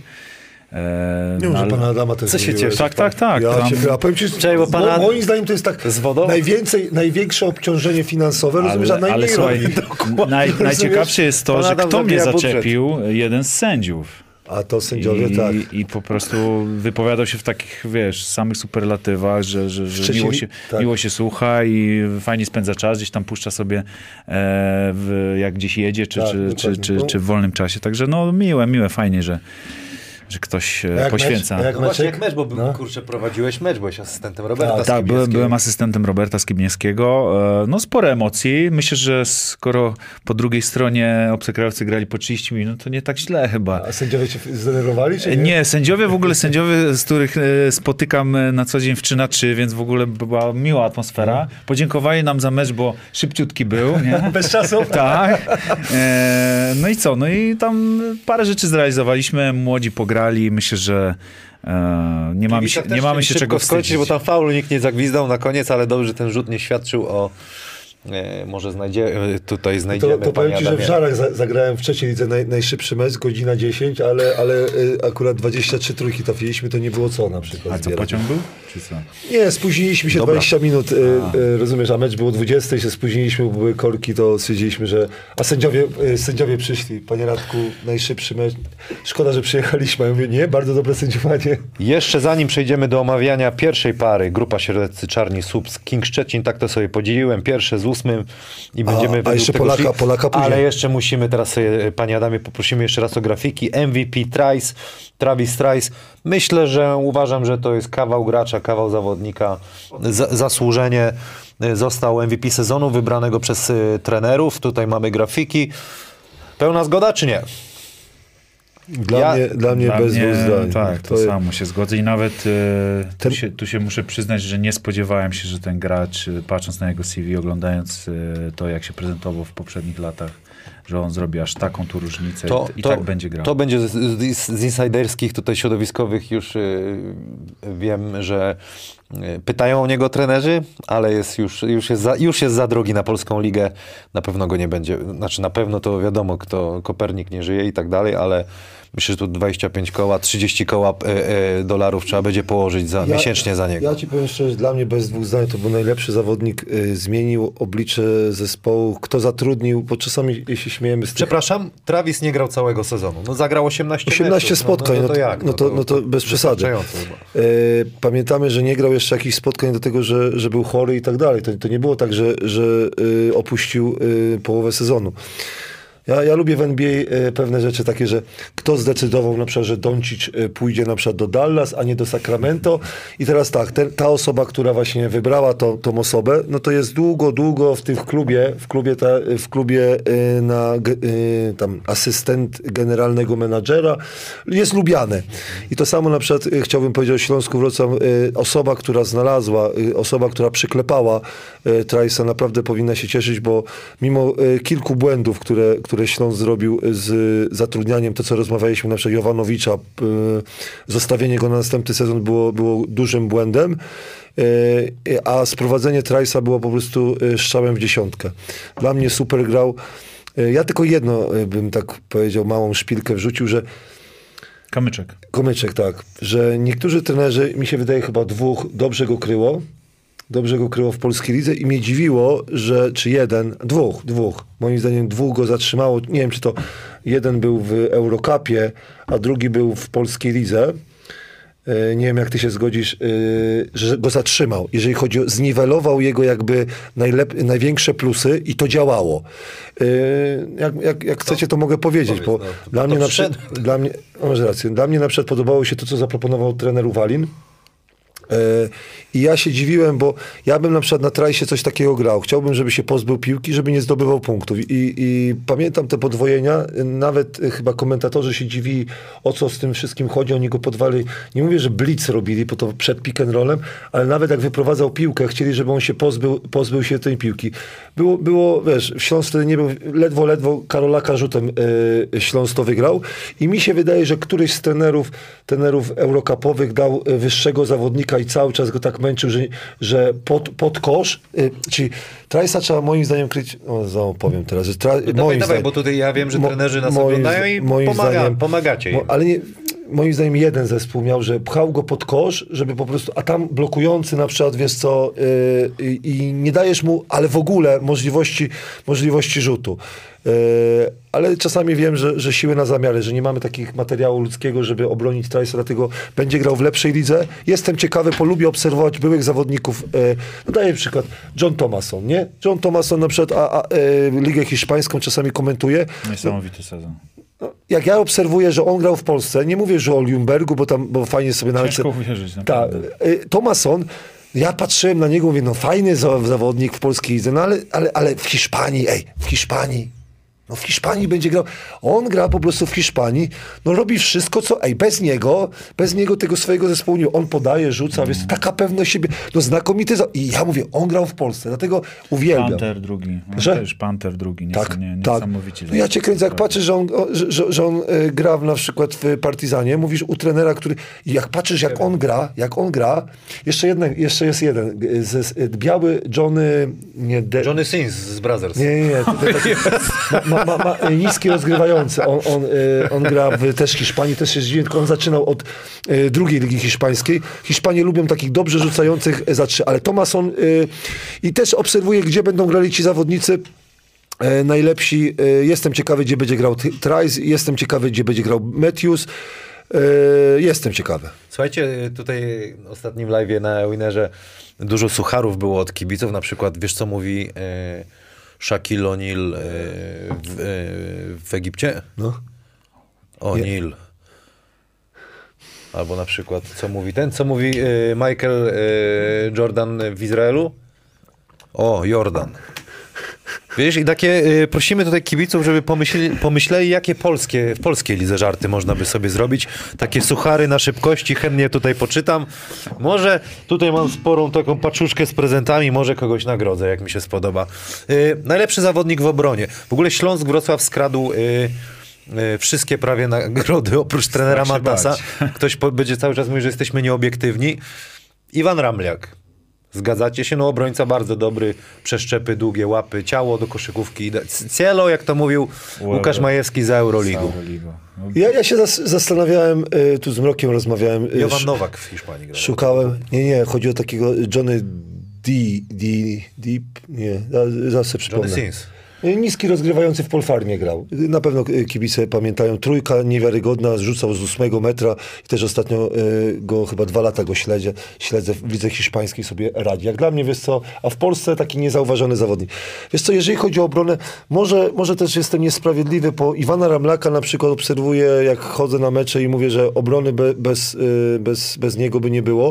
Speaker 3: E,
Speaker 2: Nie
Speaker 3: no,
Speaker 2: może
Speaker 3: ale-
Speaker 2: pana Adama też
Speaker 1: Co się
Speaker 2: mówiłeś.
Speaker 1: cieszy?
Speaker 3: Tak, tak, tak.
Speaker 2: Ja
Speaker 3: tam-
Speaker 2: się, ja powiem ci,
Speaker 1: Czekaj, bo pana-
Speaker 2: mo, moim zdaniem to jest tak
Speaker 1: Z wodą?
Speaker 2: najwięcej, największe obciążenie finansowe, rozumiesz, a
Speaker 3: ale, ale
Speaker 2: najmniej
Speaker 3: słuchaj,
Speaker 2: robi.
Speaker 3: naj,
Speaker 2: Rozumiesz?
Speaker 3: najciekawsze jest to,
Speaker 1: Pan
Speaker 3: że
Speaker 1: Adam
Speaker 3: kto mnie
Speaker 1: zabija budżet.
Speaker 3: zaczepił? Jeden z sędziów.
Speaker 2: A to sędziowie,
Speaker 3: I,
Speaker 2: tak.
Speaker 3: I po prostu wypowiadał się w takich, wiesz, samych superlatywach, że, że, że
Speaker 2: Szczecin-
Speaker 3: miło, się,
Speaker 2: tak.
Speaker 3: miło się słucha i fajnie spędza czas, gdzieś tam puszcza sobie, e, w, jak gdzieś jedzie, czy,
Speaker 2: Tak,
Speaker 3: czy, czy,
Speaker 2: dokładnie.
Speaker 3: czy,
Speaker 2: No.
Speaker 3: czy w wolnym czasie. Także no miłe, miłe, fajnie, że, że ktoś e,
Speaker 2: A jak
Speaker 3: poświęca.
Speaker 2: mecz? A jak
Speaker 1: No właśnie,
Speaker 2: Maciek?
Speaker 1: jak mecz, bo był,
Speaker 2: No.
Speaker 1: kurczę, prowadziłeś mecz, byłeś asystentem Roberta
Speaker 3: Tak, byłem,
Speaker 1: Skibniewskiego.
Speaker 3: byłem asystentem Roberta Skibniewskiego. E, No sporo emocji. Myślę, że skoro po drugiej stronie obcokrajowcy grali po trzydzieści minut, to nie tak źle chyba.
Speaker 2: A sędziowie cię zdenerwowali, czy nie?
Speaker 3: Nie, sędziowie w ogóle, sędziowie, z których e, spotykam e, na co dzień w trzy na trzy, więc w ogóle była miła atmosfera. Podziękowali nam za mecz, bo szybciutki był, nie?
Speaker 2: Bez czasu?
Speaker 3: Tak. E, no i co? No i tam parę rzeczy zrealizowaliśmy, młodzi pograli. Myślę, że e, nie mamy się,
Speaker 1: Kibica
Speaker 3: nie
Speaker 1: też
Speaker 3: mamy
Speaker 1: chcieli
Speaker 3: się
Speaker 1: szybko
Speaker 3: czego
Speaker 1: skończyć,
Speaker 3: wstydzić.
Speaker 1: bo tam faulu nikt nie zagwizdał na koniec, ale dobrze, ten rzut nie świadczył o, e, może znajdzie, e, tutaj znajdziemy
Speaker 2: To, to powiem
Speaker 1: panie
Speaker 2: ci, że w
Speaker 1: Adamie.
Speaker 2: Żarach za, zagrałem w trzeciej lidze naj, najszybszy mecz, godzina dziesięć, ale, ale y, akurat dwadzieścia trzy trójki trafiliśmy, to nie było co na przykład.
Speaker 3: A co,
Speaker 2: zbierać.
Speaker 3: pociąg był? Czy co?
Speaker 2: Nie, spóźniliśmy się
Speaker 1: Dobra.
Speaker 2: dwadzieścia minut, y, y, rozumiesz, a mecz było dwudziestej, się spóźniliśmy, bo były korki, to stwierdziliśmy, że... A sędziowie, y, sędziowie przyszli, panie Radku, najszybszy mecz. Szkoda, że przyjechaliśmy. Ja mówię, nie, bardzo dobre sędziowanie.
Speaker 1: Jeszcze zanim przejdziemy do omawiania pierwszej pary, grupa Sierleccy Czarni Subs King Szczecin, tak to sobie podzieliłem, pierwsze z ósmym i będziemy
Speaker 2: a
Speaker 1: według
Speaker 2: jeszcze
Speaker 1: tego
Speaker 2: Polaka-
Speaker 1: szli.
Speaker 2: Polaka później.
Speaker 1: Ale jeszcze musimy teraz sobie, panie Adamie, poprosimy jeszcze raz o grafiki. M V P Trice, Travis Trice. Myślę, że uważam, że to jest kawał gracza, kawał zawodnika. Z, zasłużenie został M V P sezonu wybranego przez y, trenerów. Tutaj mamy grafiki. Pełna zgoda czy nie?
Speaker 2: Dla
Speaker 1: Ja-
Speaker 2: mnie, dla mnie
Speaker 3: Dla
Speaker 2: bez
Speaker 3: mnie,
Speaker 2: dwóch zdań.
Speaker 3: tak, to,
Speaker 2: To-
Speaker 3: samo się zgodzę i nawet e,
Speaker 2: Ten-
Speaker 3: tu, się, tu się muszę przyznać, że nie spodziewałem się, że ten gracz, e, patrząc na jego C V, oglądając e, to, jak się prezentował w poprzednich latach, że on zrobi aż taką tu różnicę
Speaker 1: To,
Speaker 3: i, i
Speaker 1: to,
Speaker 3: tak będzie grał.
Speaker 1: To będzie z, z, z insiderskich, tutaj środowiskowych już y, wiem, że y, pytają o niego trenerzy, ale jest już, już, jest za, już jest za drogi na polską ligę. Na pewno go nie będzie. Znaczy na pewno to wiadomo, kto Kopernik nie żyje i tak dalej, ale myślę, że tu dwadzieścia pięć koła, trzydzieści koła y, y, dolarów trzeba będzie położyć za, miesięcznie za niego.
Speaker 2: Ja ci powiem szczerze, dla mnie bez dwóch zdań to był najlepszy zawodnik. Y, zmienił oblicze zespołu, kto zatrudnił, bo czasami się śmiejemy z tych...
Speaker 1: Przepraszam, Travis nie grał całego sezonu. No zagrał osiemnaście
Speaker 2: osiemnaście
Speaker 1: meczów.
Speaker 2: spotkań,
Speaker 1: no, no, to jak?
Speaker 2: no to, no to bez przesady.
Speaker 1: wystarczająco chyba.
Speaker 2: Y, pamiętamy, że nie grał jeszcze jakichś spotkań do tego, że, że był chory i tak dalej. To, to nie było tak, że, że y, opuścił y, połowę sezonu. Ja, ja lubię w N B A e, pewne rzeczy takie, że kto zdecydował na przykład, że Doncic e, pójdzie na przykład do Dallas, a nie do Sacramento. I teraz tak, ten, ta osoba, która właśnie wybrała to, tą osobę, no to jest długo, długo w tym klubie, w klubie, ta, w klubie e, na e, tam asystent generalnego menadżera, jest lubiane. I to samo na przykład e, chciałbym powiedzieć o Śląsku Wrocław, e, osoba, która znalazła, e, osoba, która przyklepała e, Trice'a, naprawdę powinna się cieszyć, bo mimo e, kilku błędów, które, które Śląsk zrobił z zatrudnianiem, to co rozmawialiśmy na przykład Jovanowicza, y, zostawienie go na następny sezon było, było dużym błędem, y, a sprowadzenie Trice'a było po prostu y, strzałem w dziesiątkę. Dla mnie super grał. Y, ja tylko jedno y, bym tak powiedział, małą szpilkę wrzucił, że
Speaker 3: Kamyczek.
Speaker 2: Komyczek, tak, że niektórzy trenerzy, mi się wydaje chyba dwóch, dobrze go kryło, dobrze go kryło w polskiej lidze i mnie dziwiło, że czy jeden, dwóch, dwóch, moim zdaniem dwóch go zatrzymało, nie wiem czy to jeden był w Eurocupie, a drugi był w polskiej lidze. E, Nie wiem, jak ty się zgodzisz, e, że go zatrzymał. Jeżeli chodzi o, zniwelował jego jakby najlep- największe plusy i to działało. E, Jak, jak, jak chcecie, to mogę powiedzieć, bo
Speaker 1: Powiedz, no.
Speaker 2: dla
Speaker 1: To
Speaker 2: mnie, na
Speaker 1: przyszedł.
Speaker 2: przykład, dla mnie, no, masz rację, dla mnie na przykład podobało się to, co zaproponował trener Uwalin. E, I ja się dziwiłem, bo ja bym na przykład na Trice'ie coś takiego grał. Chciałbym, żeby się pozbył piłki, żeby nie zdobywał punktów. I, i pamiętam te podwojenia, nawet e, chyba komentatorzy się dziwili, o co z tym wszystkim chodzi. Oni go podwali, nie mówię, że blitz robili, bo to przed pick and rollem, ale nawet jak wyprowadzał piłkę, chcieli, żeby on się pozbył, pozbył się tej piłki. Było, było wiesz, Śląsk wtedy nie był, ledwo, ledwo Karolaka rzutem e, Śląsk to wygrał. I mi się wydaje, że któryś z trenerów, trenerów eurocupowych dał e, wyższego zawodnika i cały czas go tak męczył, że, że pod, pod kosz, y, czyli Trice'a trzeba moim zdaniem kryć, o, znowu powiem teraz, że tra,
Speaker 1: No
Speaker 2: moim
Speaker 1: dawaj, dawaj,
Speaker 2: zdaniem,
Speaker 1: bo tutaj ja wiem, że
Speaker 2: mo-
Speaker 1: trenerzy nas
Speaker 2: moim
Speaker 1: oglądają
Speaker 2: zda-
Speaker 1: i
Speaker 2: moim
Speaker 1: pomaga,
Speaker 2: zdaniem-
Speaker 1: pomagacie im.
Speaker 2: mo, ale nie, moim zdaniem jeden zespół miał, że pchał go pod kosz, żeby po prostu, a tam blokujący na przykład, wiesz co, y, y, i nie dajesz mu, ale w ogóle możliwości, możliwości rzutu. Y, ale czasami wiem, że, że siły na zamiary, że nie mamy takich materiału ludzkiego, żeby obronić Trice'a, dlatego będzie grał w lepszej lidze. Jestem ciekawy, polubię obserwować byłych zawodników. Y, no daję przykład John Thomason, nie? John Thomason na przykład, a, a y, Ligę Hiszpańską czasami komentuje.
Speaker 3: Niesamowity sezon.
Speaker 2: No, jak ja obserwuję, że on grał w Polsce, nie mówię, że o Ljungbergu, bo tam bo fajnie sobie nawet...
Speaker 3: Ciężko uwierzyć,
Speaker 2: Tak.
Speaker 3: naprawdę.
Speaker 2: Thomason, ja patrzyłem na niego, mówię, no fajny za- zawodnik w polskiej lidze, no ale, ale, ale w Hiszpanii, ej, w Hiszpanii No w Hiszpanii będzie grał. On gra po prostu w Hiszpanii. No robi wszystko, co... Ej, bez niego, bez niego tego swojego zespołu nie... On podaje, rzuca, mm. wiesz, taka pewność siebie. No znakomity... Za... I ja mówię, on grał w Polsce, dlatego uwielbiam.
Speaker 3: Panther drugi. On
Speaker 2: że?
Speaker 3: też Panther drugi. Nie,
Speaker 2: tak,
Speaker 3: nie,
Speaker 2: tak.
Speaker 3: Niesamowicie.
Speaker 2: No ja cię kręcę, jak patrzysz, że on, o, że, że, że on y, gra w, na przykład w Partizanie, mówisz u trenera, który... I jak patrzysz, jak on gra, jak on gra... Jeszcze, jeden, jeszcze jest jeden. Z, z, biały Johnny... Nie, de...
Speaker 1: Johnny Sins z Brothers.
Speaker 2: Nie, nie, nie. To, to, to, ma, ma, ma niski rozgrywający. On, on, y, on gra w też Hiszpanii, też jest dziwny, tylko on zaczynał od y, drugiej ligi hiszpańskiej. Hiszpanie lubią takich dobrze rzucających za trzy, ale Thomason y, i też obserwuję, gdzie będą grali ci zawodnicy y, najlepsi. Y, jestem ciekawy, gdzie będzie grał Trice, jestem ciekawy, gdzie będzie grał Matthews. Y, jestem ciekawy.
Speaker 1: Słuchajcie, tutaj w ostatnim live'ie na Winnerze dużo sucharów było od kibiców, na przykład, wiesz co mówi e, Shaquille O'Neal e, w, e, w Egipcie?
Speaker 2: No.
Speaker 1: O'Neal. Albo na przykład, co mówi ten, co mówi e, Michael e, Jordan w Izraelu? O, Jordan. Wiesz, i takie y, prosimy tutaj kibiców, żeby pomyśleli, pomyśleli, jakie polskie, w polskiej lidze żarty można by sobie zrobić. Takie suchary na szybkości, chętnie tutaj poczytam. Może tutaj mam sporą taką paczuszkę z prezentami, może kogoś nagrodzę, jak mi się spodoba. Y, najlepszy zawodnik w obronie. W ogóle Śląsk Wrocław skradł y, y, wszystkie prawie nagrody, oprócz trenera Matasa. Ktoś po, będzie cały czas mówił, że jesteśmy nieobiektywni. Iwan Ramliak. Zgadzacie się? No obrońca bardzo dobry, przeszczepy, długie łapy, ciało do koszykówki. Cielo, jak to mówił Łukasz Majewski za Euroligą.
Speaker 2: Ja, ja się zas zastanawiałem, y, tu z Mrokiem rozmawiałem. Y,
Speaker 1: Jovan Nowak w Hiszpanii grał.
Speaker 2: Szukałem, nie, nie, chodzi o takiego Johnny D, D, Deep, nie, zawsze przypomnę.
Speaker 1: Johnny Sins.
Speaker 2: Niski rozgrywający w Polfarmie grał. Na pewno kibice pamiętają. Trójka niewiarygodna, rzucał z ósmego metra i też ostatnio y, go, chyba dwa lata go śledzę, śledzę w lidze hiszpańskiej sobie radzi. Jak dla mnie, wiesz co, a w Polsce taki niezauważony zawodnik. Wiesz co, jeżeli chodzi o obronę, może, może też jestem niesprawiedliwy, bo Iwana Ramlaka na przykład obserwuję, jak chodzę na mecze i mówię, że obrony be, bez, y, bez, bez niego by nie było.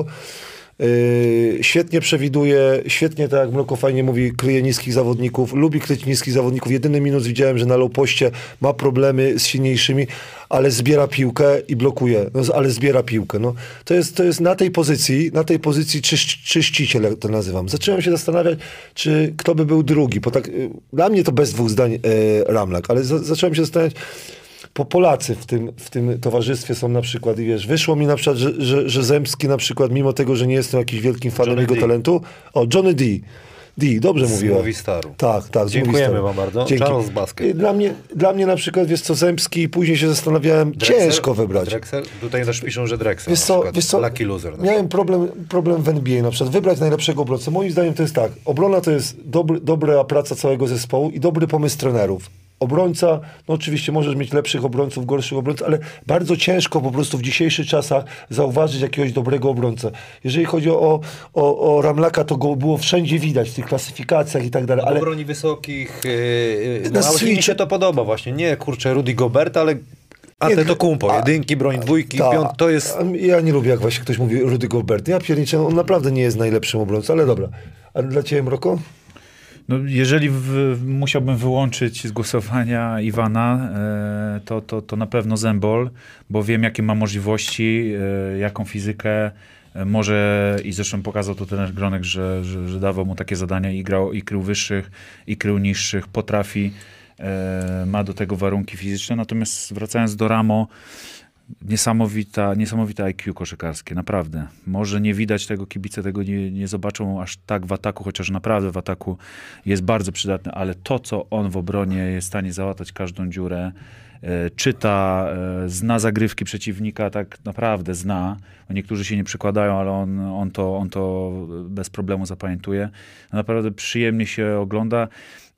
Speaker 2: Yy, świetnie przewiduje, świetnie, tak jak Mroko fajnie mówi, kryje niskich zawodników, lubi kryć niskich zawodników. Jedyny minus widziałem, że na low poście ma problemy z silniejszymi, ale zbiera piłkę i blokuje, no, ale zbiera piłkę. No. To, jest, to jest na tej pozycji, na tej pozycji czyś, czyściciel, jak to nazywam. Zacząłem się zastanawiać, czy kto by był drugi, bo tak, yy, dla mnie to bez dwóch zdań yy, Ramlak, ale za, zacząłem się zastanawiać, po Polacy w tym, w tym towarzystwie są na przykład, i wiesz, wyszło mi na przykład, że, że, że Zemski na przykład, mimo tego, że nie jestem jakimś wielkim fanem
Speaker 1: Johnny
Speaker 2: jego
Speaker 1: D.
Speaker 2: talentu, o, Johnny D. D, dobrze mówiła.
Speaker 1: Z Movistaru.
Speaker 2: Tak, tak.
Speaker 1: Dziękujemy wam bardzo.
Speaker 2: Dzięki.
Speaker 1: Charles Basket.
Speaker 2: Dla mnie, dla mnie na przykład, wiesz co, Zemski, i później się zastanawiałem,
Speaker 1: Drexler?
Speaker 2: ciężko wybrać.
Speaker 1: Drexler? Tutaj też piszą, że Drexler.
Speaker 2: Wiesz co, wiesz co,
Speaker 1: Lucky loser.
Speaker 2: miałem problem, problem w N B A na przykład, wybrać najlepszego obrońcę. Moim zdaniem to jest tak, obrona to jest dobry, dobra praca całego zespołu i dobry pomysł trenerów. Obrońca, no oczywiście możesz mieć lepszych obrońców, gorszych obrońców, ale bardzo ciężko po prostu w dzisiejszych czasach zauważyć jakiegoś dobrego obrońcę. Jeżeli chodzi o, o, o Ramlaka, to go było wszędzie widać, w tych klasyfikacjach i tak dalej.
Speaker 1: Ale...
Speaker 2: Ale
Speaker 1: Obroni wysokich, yy,
Speaker 2: Na
Speaker 1: no, ale mi
Speaker 2: switch-
Speaker 1: się to podoba właśnie. Nie, kurczę, Rudy Gobert, ale Antetokounmpo,
Speaker 2: a-
Speaker 1: jedynki, broń dwójki,
Speaker 2: Ta,
Speaker 1: piąt, to jest...
Speaker 2: a Ja nie lubię, jak właśnie ktoś mówi Rudy Gobert. Ja pierniczę, on naprawdę nie jest najlepszym obrońcą, ale dobra. A dla ciebie, Mroko?
Speaker 3: No, jeżeli w, musiałbym wyłączyć z głosowania Iwana, e, to, to, to na pewno Zembol, bo wiem, jakie ma możliwości, e, jaką fizykę e, może, i zresztą pokazał to trener Gronek, że, że, że dawał mu takie zadania i grał i krył wyższych, i krył niższych, potrafi, e, ma do tego warunki fizyczne. Natomiast wracając do Ramo, Niesamowita, niesamowite I Q koszykarskie, naprawdę. Może nie widać tego, kibice tego nie, nie zobaczą aż tak w ataku, chociaż naprawdę w ataku jest bardzo przydatny, ale to, co on w obronie jest w stanie załatać każdą dziurę, e, czyta, e, zna zagrywki przeciwnika, tak naprawdę zna. Niektórzy się nie przykładają, ale on, on, to, on to bez problemu zapamiętuje. Naprawdę przyjemnie się ogląda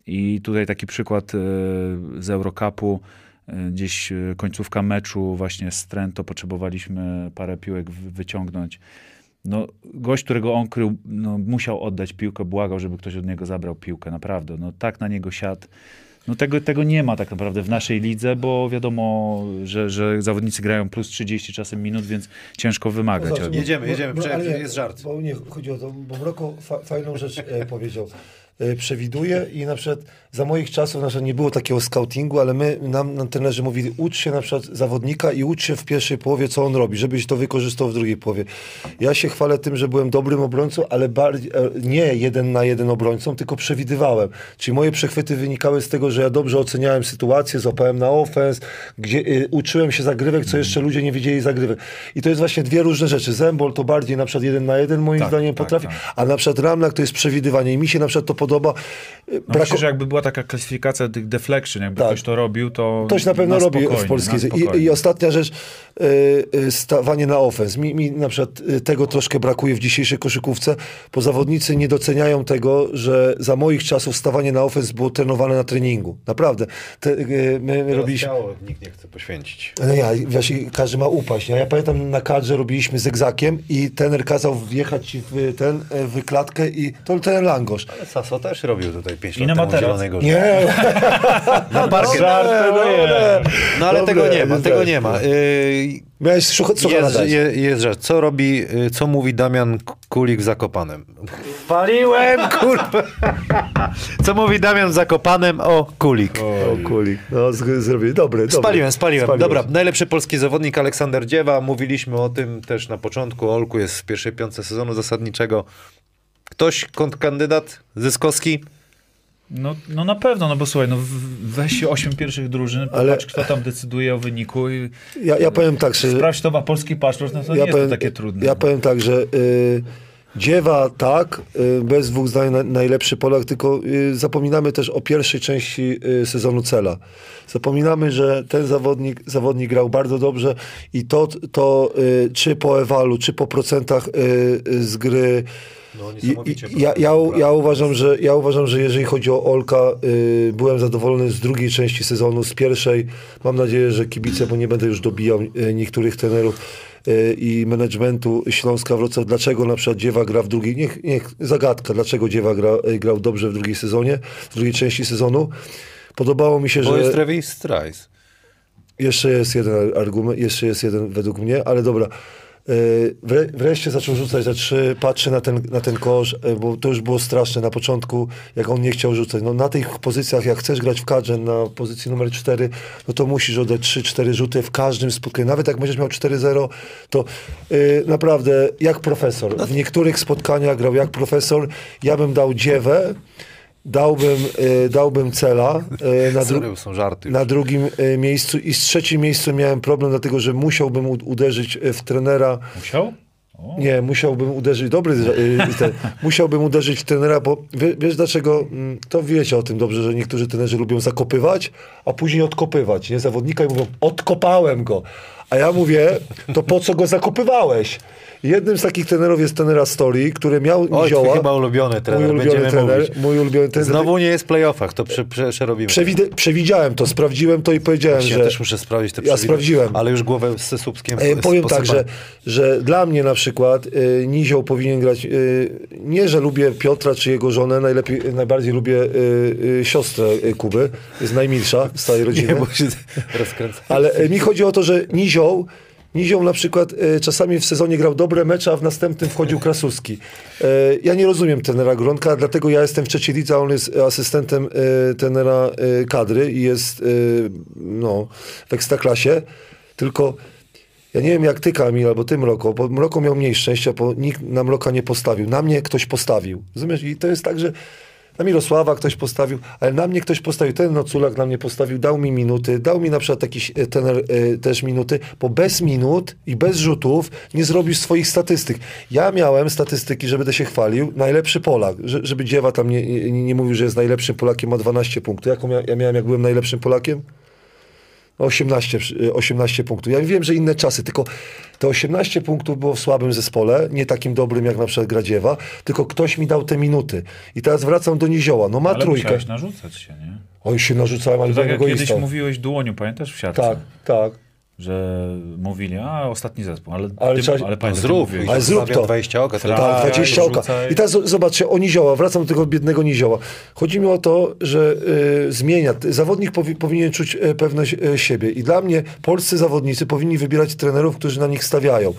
Speaker 3: i tutaj taki przykład e, z Eurocupu. Gdzieś końcówka meczu właśnie z Trento potrzebowaliśmy parę piłek wyciągnąć. No, gość, którego on krył, no, musiał oddać piłkę, błagał, żeby ktoś od niego zabrał piłkę, naprawdę. No, tak na niego siadł. No, tego, tego nie ma tak naprawdę w naszej lidze, bo wiadomo, że, że zawodnicy grają plus trzydzieści czasem minut, więc ciężko wymagać.
Speaker 2: No zobacz,
Speaker 1: Jedziemy, jedziemy,
Speaker 2: bo,
Speaker 1: prze-
Speaker 2: ale
Speaker 1: jest żart.
Speaker 2: Bo nie, chodzi o to, bo Mroko fa fajną rzecz e, powiedział. y, przewiduje i na przykład za moich czasów na przykład nie było takiego scoutingu, ale my, nam, nam trenerzy mówili, ucz się na przykład zawodnika i ucz się w pierwszej połowie, co on robi, żebyś to wykorzystał w drugiej połowie. Ja się chwalę tym, że byłem dobrym obrońcą, ale bardziej, nie jeden na jeden obrońcą, tylko przewidywałem. Czyli moje przechwyty wynikały z tego, że ja dobrze oceniałem sytuację, złapałem na ofens, gdzie y, uczyłem się zagrywek, co jeszcze ludzie nie wiedzieli zagrywek. I to jest właśnie dwie różne rzeczy. Zembol to bardziej na przykład jeden na jeden moim
Speaker 3: Tak,
Speaker 2: zdaniem
Speaker 3: tak,
Speaker 2: potrafi,
Speaker 3: tak.
Speaker 2: a na przykład Ramlak to jest przewidywanie i mi się na przykład to podoba.
Speaker 3: No
Speaker 2: Brako-
Speaker 3: myślę, że jakby była taka klasyfikacja tych deflection, jakby
Speaker 2: Tak.
Speaker 3: ktoś to robił, to
Speaker 2: Ktoś na pewno robi
Speaker 3: spokojnie,
Speaker 2: w polskiej.
Speaker 3: na spokojnie.
Speaker 2: I, I ostatnia rzecz, y, y, stawanie na ofens. Mi, mi na przykład y, tego troszkę brakuje w dzisiejszej koszykówce, bo zawodnicy nie doceniają tego, że za moich czasów stawanie na ofens było trenowane na treningu. Naprawdę. Te, y, my my robiliśmy...
Speaker 1: Ciało nikt nie chce poświęcić.
Speaker 2: No ja, właśnie każdy ma upaść. Ja pamiętam na kadrze robiliśmy zegzakiem i trener kazał wjechać ci w ten, w wykładkę i to ten langosz.
Speaker 1: Ale Saso też robił tutaj pięć
Speaker 3: I
Speaker 1: lat
Speaker 3: na
Speaker 1: temu
Speaker 3: materac.
Speaker 1: Zielonego.
Speaker 2: Nie,
Speaker 1: Na parkiet.
Speaker 2: dobre.
Speaker 1: No ale
Speaker 2: Dobre,
Speaker 1: tego nie ma,
Speaker 2: jest
Speaker 1: tego
Speaker 2: tak.
Speaker 1: nie ma. Yy,
Speaker 2: Miałeś słuchać, co
Speaker 1: jest,
Speaker 2: gadać.
Speaker 1: je, jest rzecz. Co robi, y, co mówi Damian Kulik w Zakopanem? Paliłem, kurwa. Co mówi Damian w Zakopanem o Kulik?
Speaker 2: O, kulik. No, z- zrobię. Dobry, dobry.
Speaker 1: Spaliłem, spaliłem.
Speaker 2: Spaliłeś.
Speaker 1: Dobra, najlepszy polski zawodnik Aleksander Dziewa. Mówiliśmy o tym też na początku. Olku jest w pierwszej piątce sezonu zasadniczego. Ktoś, kontrkandydat Zyskowski?
Speaker 3: No, no na pewno, no bo słuchaj, no w- weź się osiem pierwszych drużyn,
Speaker 2: Ale-
Speaker 3: popatrz, kto tam decyduje o wyniku i
Speaker 2: Ja, ja powiem tak, że...
Speaker 3: sprawdź, kto ma polski paszport, no to
Speaker 2: ja
Speaker 3: nie
Speaker 2: powiem,
Speaker 3: jest to takie trudne.
Speaker 2: Ja powiem tak, że y, Dziewa tak, y, bez dwóch zdań na, najlepszy Polak, tylko y, zapominamy też o pierwszej części y, sezonu Cela. Zapominamy, że ten zawodnik, zawodnik grał bardzo dobrze i to, to y, czy po ewalu, czy po procentach y, y, z gry.
Speaker 1: No,
Speaker 2: I, i, ja, ja, ja, uważam, że, ja uważam, że jeżeli chodzi o Olka, y, byłem zadowolony z drugiej części sezonu, z pierwszej. Mam nadzieję, że kibice, bo nie będę już dobijał y, niektórych trenerów y, i managementu Śląska Wrocław, dlaczego na przykład Dziewa gra w drugiej, niech, niech zagadka, dlaczego Dziewa gra, y, grał dobrze w drugiej sezonie, w drugiej części sezonu. Podobało mi się,
Speaker 1: Bo
Speaker 2: że...
Speaker 1: jest Travis Strice.
Speaker 2: Jeszcze jest jeden argument, jeszcze jest jeden według mnie, ale dobra. Yy, wre- Wreszcie zaczął rzucać za trzy, patrzy na ten, na ten kosz, yy, bo to już było straszne na początku, jak on nie chciał rzucać. No, na tych pozycjach, jak chcesz grać w kadrze na pozycji numer cztery, no to musisz oddać trzy cztery rzuty w każdym spotkaniu. Nawet jak będziesz miał cztery zero, to yy, naprawdę jak profesor. W niektórych spotkaniach grał jak profesor. Ja bym dał Dziewę, dałbym, yy, dałbym Cela yy, na, dru-
Speaker 1: Sorry, są żarty.
Speaker 2: na drugim y, miejscu i z trzecim miejscu miałem problem, dlatego że musiałbym u- uderzyć y, w trenera.
Speaker 3: Musiał? O.
Speaker 2: Nie, musiałbym uderzyć, dobry, y, ten, musiałbym uderzyć w trenera, bo wie, wiesz dlaczego, mm, to wiecie o tym dobrze, że niektórzy trenerzy lubią zakopywać, a później odkopywać, nie, zawodnika i mówią, odkopałem go, a ja mówię, to po co go zakopywałeś? Jednym z takich trenerów jest trenera Story, który miał
Speaker 1: Oj, twój
Speaker 2: Nizioła.
Speaker 1: chyba ulubiony trener,
Speaker 2: Mój ulubiony
Speaker 1: będziemy
Speaker 2: trener,
Speaker 1: mówić.
Speaker 2: mój ulubiony trener.
Speaker 1: Znowu nie jest w playoffach, to prze, prze, przerobimy.
Speaker 2: Przewidy- przewidziałem to, sprawdziłem to i powiedziałem,
Speaker 1: Właśnie,
Speaker 2: że...
Speaker 1: ja też muszę sprawdzić te
Speaker 2: Ja
Speaker 1: przewidy,
Speaker 2: sprawdziłem.
Speaker 1: Ale już głowę z Słupskiem
Speaker 2: E, powiem tak,
Speaker 1: posypałem.
Speaker 2: że, że dla mnie na przykład y, Nizioł powinien grać, y, nie, że lubię Piotra czy jego żonę, najlepiej, najbardziej lubię y, y, siostrę y, Kuby, jest najmilsza z całej rodziny,
Speaker 1: Nie, bo się rozkręca.
Speaker 2: ale y, mi chodzi o to, że Nizioł Nizioł na przykład y, czasami w sezonie grał dobre mecze, a w następnym wchodził Krasuski. Y, ja nie rozumiem trenera Gronka, dlatego ja jestem w trzeciej lidze, a on jest asystentem y, trenera y, kadry i jest y, no, w Ekstraklasie. Tylko ja nie wiem jak ty, Kamil, albo ty, Mroko, bo Mroko miał mniej szczęścia, bo nikt na Mroka nie postawił. Na mnie ktoś postawił. Rozumiesz? I to jest tak, że na Mirosława ktoś postawił, ale na mnie ktoś postawił. Ten Noculak na mnie postawił, dał mi minuty, dał mi na przykład jakiś e, tener e, też minuty, bo bez minut i bez rzutów nie zrobisz swoich statystyk. Ja miałem statystyki, że będę się chwalił, najlepszy Polak, że, żeby Dziewa tam nie, nie, nie mówił, że jest najlepszym Polakiem, ma dwanaście punktów. Jaką ja, ja miałem, jak byłem najlepszym Polakiem? osiemnaście, osiemnaście punktów. Ja wiem, że inne czasy, tylko te osiemnaście punktów było w słabym zespole, nie takim dobrym jak na przykład Gradziewa, tylko ktoś mi dał te minuty. I teraz wracam do Nizioła. No ma
Speaker 3: Ale
Speaker 2: trójkę.
Speaker 3: musiałeś narzucać się, nie?
Speaker 2: Oj, się narzucałem, ale
Speaker 3: To tak
Speaker 2: byłem
Speaker 3: jak kiedyś
Speaker 2: egoistą.
Speaker 3: mówiłeś Dłoniu, pamiętasz w siatce?
Speaker 2: Tak, tak.
Speaker 3: Że mówili, a ostatni zespół, ale,
Speaker 2: Ale
Speaker 3: ty,
Speaker 2: trzeba-
Speaker 3: ale pamiętaj,
Speaker 1: Zrób,
Speaker 3: ty mówiłeś,
Speaker 2: Ale zrób
Speaker 1: Zostawiam
Speaker 2: to.
Speaker 1: dwadzieścia oka. To
Speaker 3: Tak.
Speaker 2: Tak,
Speaker 3: Daj,
Speaker 2: dwadzieścia oka.
Speaker 3: rzucaj.
Speaker 2: I teraz z- zobaczcie, o Nizioła, wracam do tego biednego Nizioła. Chodzi mi o to, że y, zmienia. Zawodnik powi powinien czuć y, pewność y, siebie. I dla mnie polscy zawodnicy powinni wybierać trenerów, którzy na nich stawiają.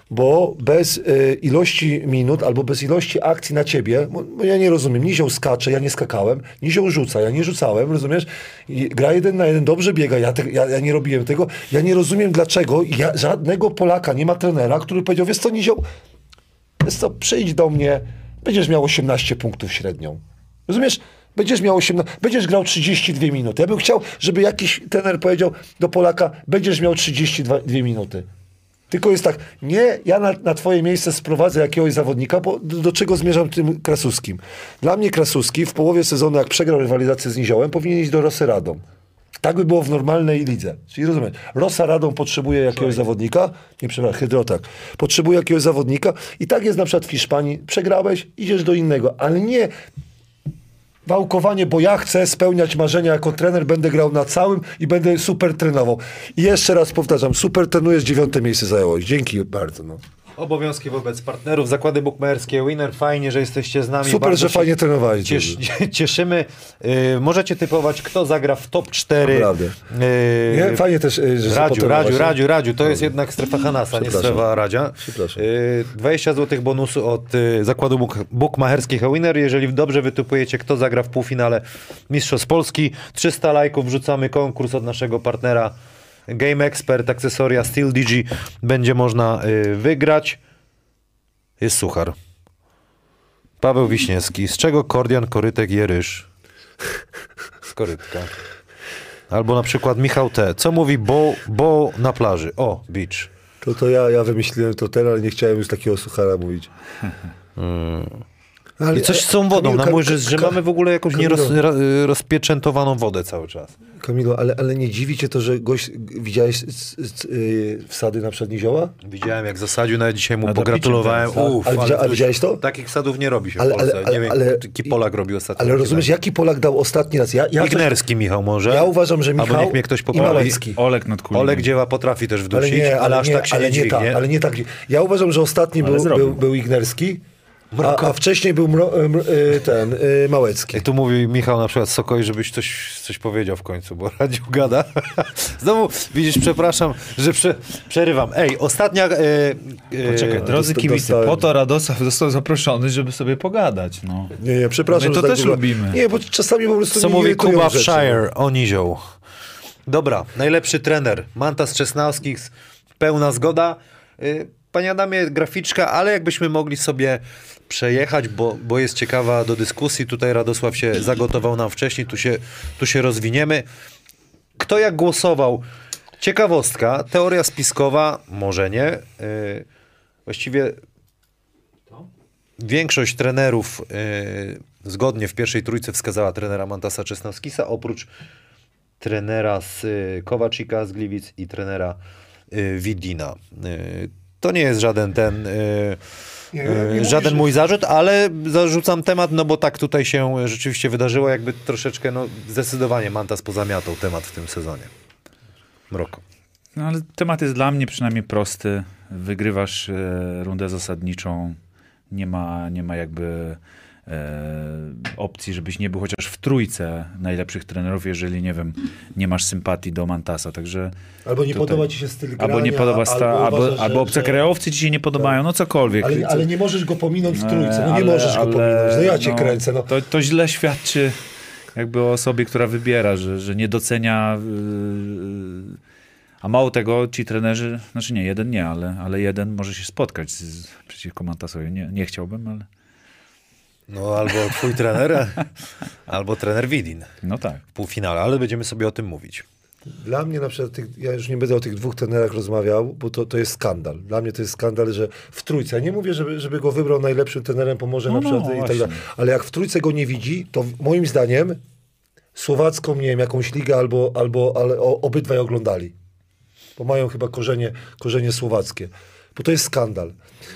Speaker 2: bo bez y, ilości minut albo bez ilości akcji na ciebie, bo, bo ja nie rozumiem, Nizioł skacze, ja nie skakałem, Nizioł rzuca, ja nie rzucałem, rozumiesz? I gra jeden na jeden, dobrze biega, ja, te, ja, ja nie robiłem tego, ja nie rozumiem dlaczego ja, żadnego Polaka, nie ma trenera, który powiedział, wiesz co Nizioł, wiesz co, przyjdź do mnie, będziesz miał osiemnaście punktów średnią, rozumiesz? Będziesz miał osiemnaście, będziesz grał trzydzieści dwie minuty. Ja bym chciał, żeby jakiś trener powiedział do Polaka, będziesz miał trzydzieści dwie minuty. Tylko jest tak, nie, ja na, na twoje miejsce sprowadzę jakiegoś zawodnika, bo do, do czego zmierzam tym Krasuskim? Dla mnie Krasuski w połowie sezonu, jak przegrał rywalizację z Niziołem, powinien iść do Rosy Radom. Tak by było w normalnej lidze. Czyli rozumiesz, Rosa Radom potrzebuje jakiegoś zawodnika, nie przepraszam, Hydrotak, potrzebuje jakiegoś zawodnika i tak jest na przykład w Hiszpanii, przegrałeś, idziesz do innego, ale nie wałkowanie, bo ja chcę spełniać marzenia jako trener, będę grał na całym i będę super trenował. I jeszcze raz powtarzam, super trenujesz, dziewiąte miejsce zająłeś. Dzięki bardzo. No.
Speaker 1: Obowiązki wobec partnerów, zakłady bukmacherskie, Winner, fajnie, że jesteście z nami.
Speaker 2: Super,
Speaker 1: Bardzo
Speaker 2: że
Speaker 1: się
Speaker 2: fajnie trenowałeś.
Speaker 1: Ciesz, cieszymy. Yy, możecie typować, kto zagra w top cztery.
Speaker 2: Naprawdę.
Speaker 1: Yy,
Speaker 2: Nie? Fajnie też, y, że
Speaker 1: Radziu,
Speaker 2: potem
Speaker 1: Radziu,
Speaker 2: właśnie-
Speaker 1: Radziu, Radziu, to jest jednak strefa Hanasa, nie
Speaker 2: Przepraszam.
Speaker 1: strefa Radzia.
Speaker 2: Przepraszam.
Speaker 1: Yy, dwadzieścia złotych bonusu od y, zakładu buk bukmacherskiego Winner. Jeżeli dobrze wytypujecie, kto zagra w półfinale Mistrzostw Polski, trzysta lajków, wrzucamy konkurs od naszego partnera Game Expert, akcesoria Steel D G. Będzie można y, wygrać. Jest suchar. Paweł Wiśniewski. Z czego Kordian, Korytek je ryż? Z korytka. Albo na przykład Michał T. Co mówi Bo, bo na plaży? O, beach.
Speaker 2: To, to ja, ja wymyśliłem to ten, ale nie chciałem już takiego suchara mówić. Ale,
Speaker 1: I coś z tą wodą.
Speaker 2: Kamil,
Speaker 1: Na mój,
Speaker 2: Ka-
Speaker 1: że, że
Speaker 2: Ka-
Speaker 1: mamy w ogóle jakąś
Speaker 2: Kamilu.
Speaker 1: nieroz, ra- rozpieczętowaną wodę cały czas.
Speaker 2: Kamilo, ale, ale nie dziwi cię to, że gość, widziałeś c- c- y, wsady na przykład Nizioła?
Speaker 1: Widziałem, jak zasadził, nawet dzisiaj mu
Speaker 3: A to
Speaker 1: pogratulowałem.
Speaker 3: picie teraz,
Speaker 1: Uff,
Speaker 2: ale widzia- a
Speaker 1: coś-
Speaker 2: widziałeś to?
Speaker 1: Takich wsadów nie robi się
Speaker 2: Ale-
Speaker 1: w Polsce.
Speaker 2: ale- ale-
Speaker 1: nie wiem,
Speaker 2: ale-
Speaker 1: jaki Polak robi ostatnio.
Speaker 2: Ale
Speaker 1: takie
Speaker 2: rozumiesz,
Speaker 1: danie.
Speaker 2: jaki Polak dał ostatni raz? Ja, ja, coś,
Speaker 1: Ignerski Michał może?
Speaker 2: ja uważam, że
Speaker 1: Albo
Speaker 2: Michał
Speaker 1: niech mnie ktoś
Speaker 2: i
Speaker 1: poprawi.
Speaker 2: Małecki.
Speaker 3: Olek nad Kulinem.
Speaker 1: Olek Dzieła potrafi też
Speaker 2: Ale
Speaker 1: wdusić,
Speaker 2: nie,
Speaker 1: ale,
Speaker 2: ale
Speaker 1: aż
Speaker 2: nie,
Speaker 1: tak się
Speaker 2: ale
Speaker 1: nie
Speaker 2: nie,
Speaker 1: dźwignie.
Speaker 2: tak, ale nie tak. Ja uważam, że ostatni
Speaker 3: Ale
Speaker 2: był,
Speaker 3: zrobił.
Speaker 2: był, był Ignerski, a, a wcześniej był mro, m, y, ten y, Małecki.
Speaker 1: Jak tu mówi Michał na przykład Sokoi, żebyś coś, coś powiedział w końcu, bo Radziu gada. Znowu, widzisz, przepraszam, że prze, przerywam. Ej, ostatnia... E, e,
Speaker 3: Poczekaj, drodzy
Speaker 2: dosta-
Speaker 3: kibice,
Speaker 2: dostałem.
Speaker 3: po to Radosław został zaproszony, żeby sobie pogadać. No.
Speaker 2: Nie, nie, przepraszam,
Speaker 3: My to
Speaker 2: że
Speaker 3: też
Speaker 2: tak było.
Speaker 3: lubimy.
Speaker 2: Nie, bo czasami po prostu
Speaker 1: Co
Speaker 2: mnie
Speaker 1: mówi
Speaker 2: irytują
Speaker 1: Kuba w
Speaker 2: rzeczy,
Speaker 1: Shire o Nizioł? Dobra, najlepszy trener. Mantas Czesnawski, pełna zgoda. Y, Panie Adamie, graficzka, ale jakbyśmy mogli sobie przejechać, bo, bo jest ciekawa do dyskusji. Tutaj Radosław się zagotował nam wcześniej, tu się, tu się rozwiniemy. Kto jak głosował? Ciekawostka, teoria spiskowa, może nie. Y, Właściwie większość trenerów y, zgodnie w pierwszej trójce wskazała trenera Mantasa Czesnawskisa, oprócz trenera z y, Kowaczyka z Gliwic i trenera y, Widina. Y, to nie jest żaden ten... Y,
Speaker 2: Nie, nie
Speaker 1: y,
Speaker 2: mówisz,
Speaker 1: żaden
Speaker 2: że-
Speaker 1: mój zarzut, ale zarzucam temat, no bo tak tutaj się rzeczywiście wydarzyło, jakby troszeczkę, no zdecydowanie Mantas pozamiatał temat w tym sezonie. Mroko.
Speaker 3: No ale temat jest dla mnie przynajmniej prosty. Wygrywasz e, rundę zasadniczą. Nie ma, nie ma jakby e, opcji, żebyś nie był chociaż w trójce najlepszych trenerów, jeżeli, nie wiem, nie masz sympatii do Mantasa. Także
Speaker 2: Albo nie
Speaker 3: tutaj-
Speaker 2: podoba ci się styl grania,
Speaker 3: albo nie podoba sta, albo,
Speaker 2: uważasz,
Speaker 3: albo
Speaker 2: że-
Speaker 3: obcokrajowcy ci się nie podobają, no cokolwiek.
Speaker 2: Ale, ale nie możesz go pominąć w trójce. No nie
Speaker 3: Ale-
Speaker 2: możesz go
Speaker 3: ale,
Speaker 2: pominąć. No ja cię kręcę. No.
Speaker 3: To, to źle świadczy jakby o osobie, która wybiera, że, że nie docenia. Yy, a mało tego, ci trenerzy, znaczy nie, jeden nie, ale, ale jeden może się spotkać z, z, przeciwko Mantasowi. Nie, nie chciałbym, ale
Speaker 1: No albo twój trener, albo trener Widin
Speaker 3: no tak.
Speaker 1: w półfinale, ale będziemy sobie o tym mówić.
Speaker 2: Dla mnie na przykład, tych, ja już nie będę o tych dwóch trenerach rozmawiał, bo to, to jest skandal. Dla mnie to jest skandal, że w trójce, ja nie mówię, żeby, żeby go wybrał najlepszym trenerem, pomoże
Speaker 3: No,
Speaker 2: na przykład
Speaker 3: no,
Speaker 2: i tak
Speaker 3: właśnie.
Speaker 2: dalej, ale jak w trójce go nie widzi, to w- moim zdaniem słowacką, nie wiem, jakąś ligę albo, albo ale o, obydwaj oglądali. Bo mają chyba korzenie, korzenie słowackie. Bo to jest skandal.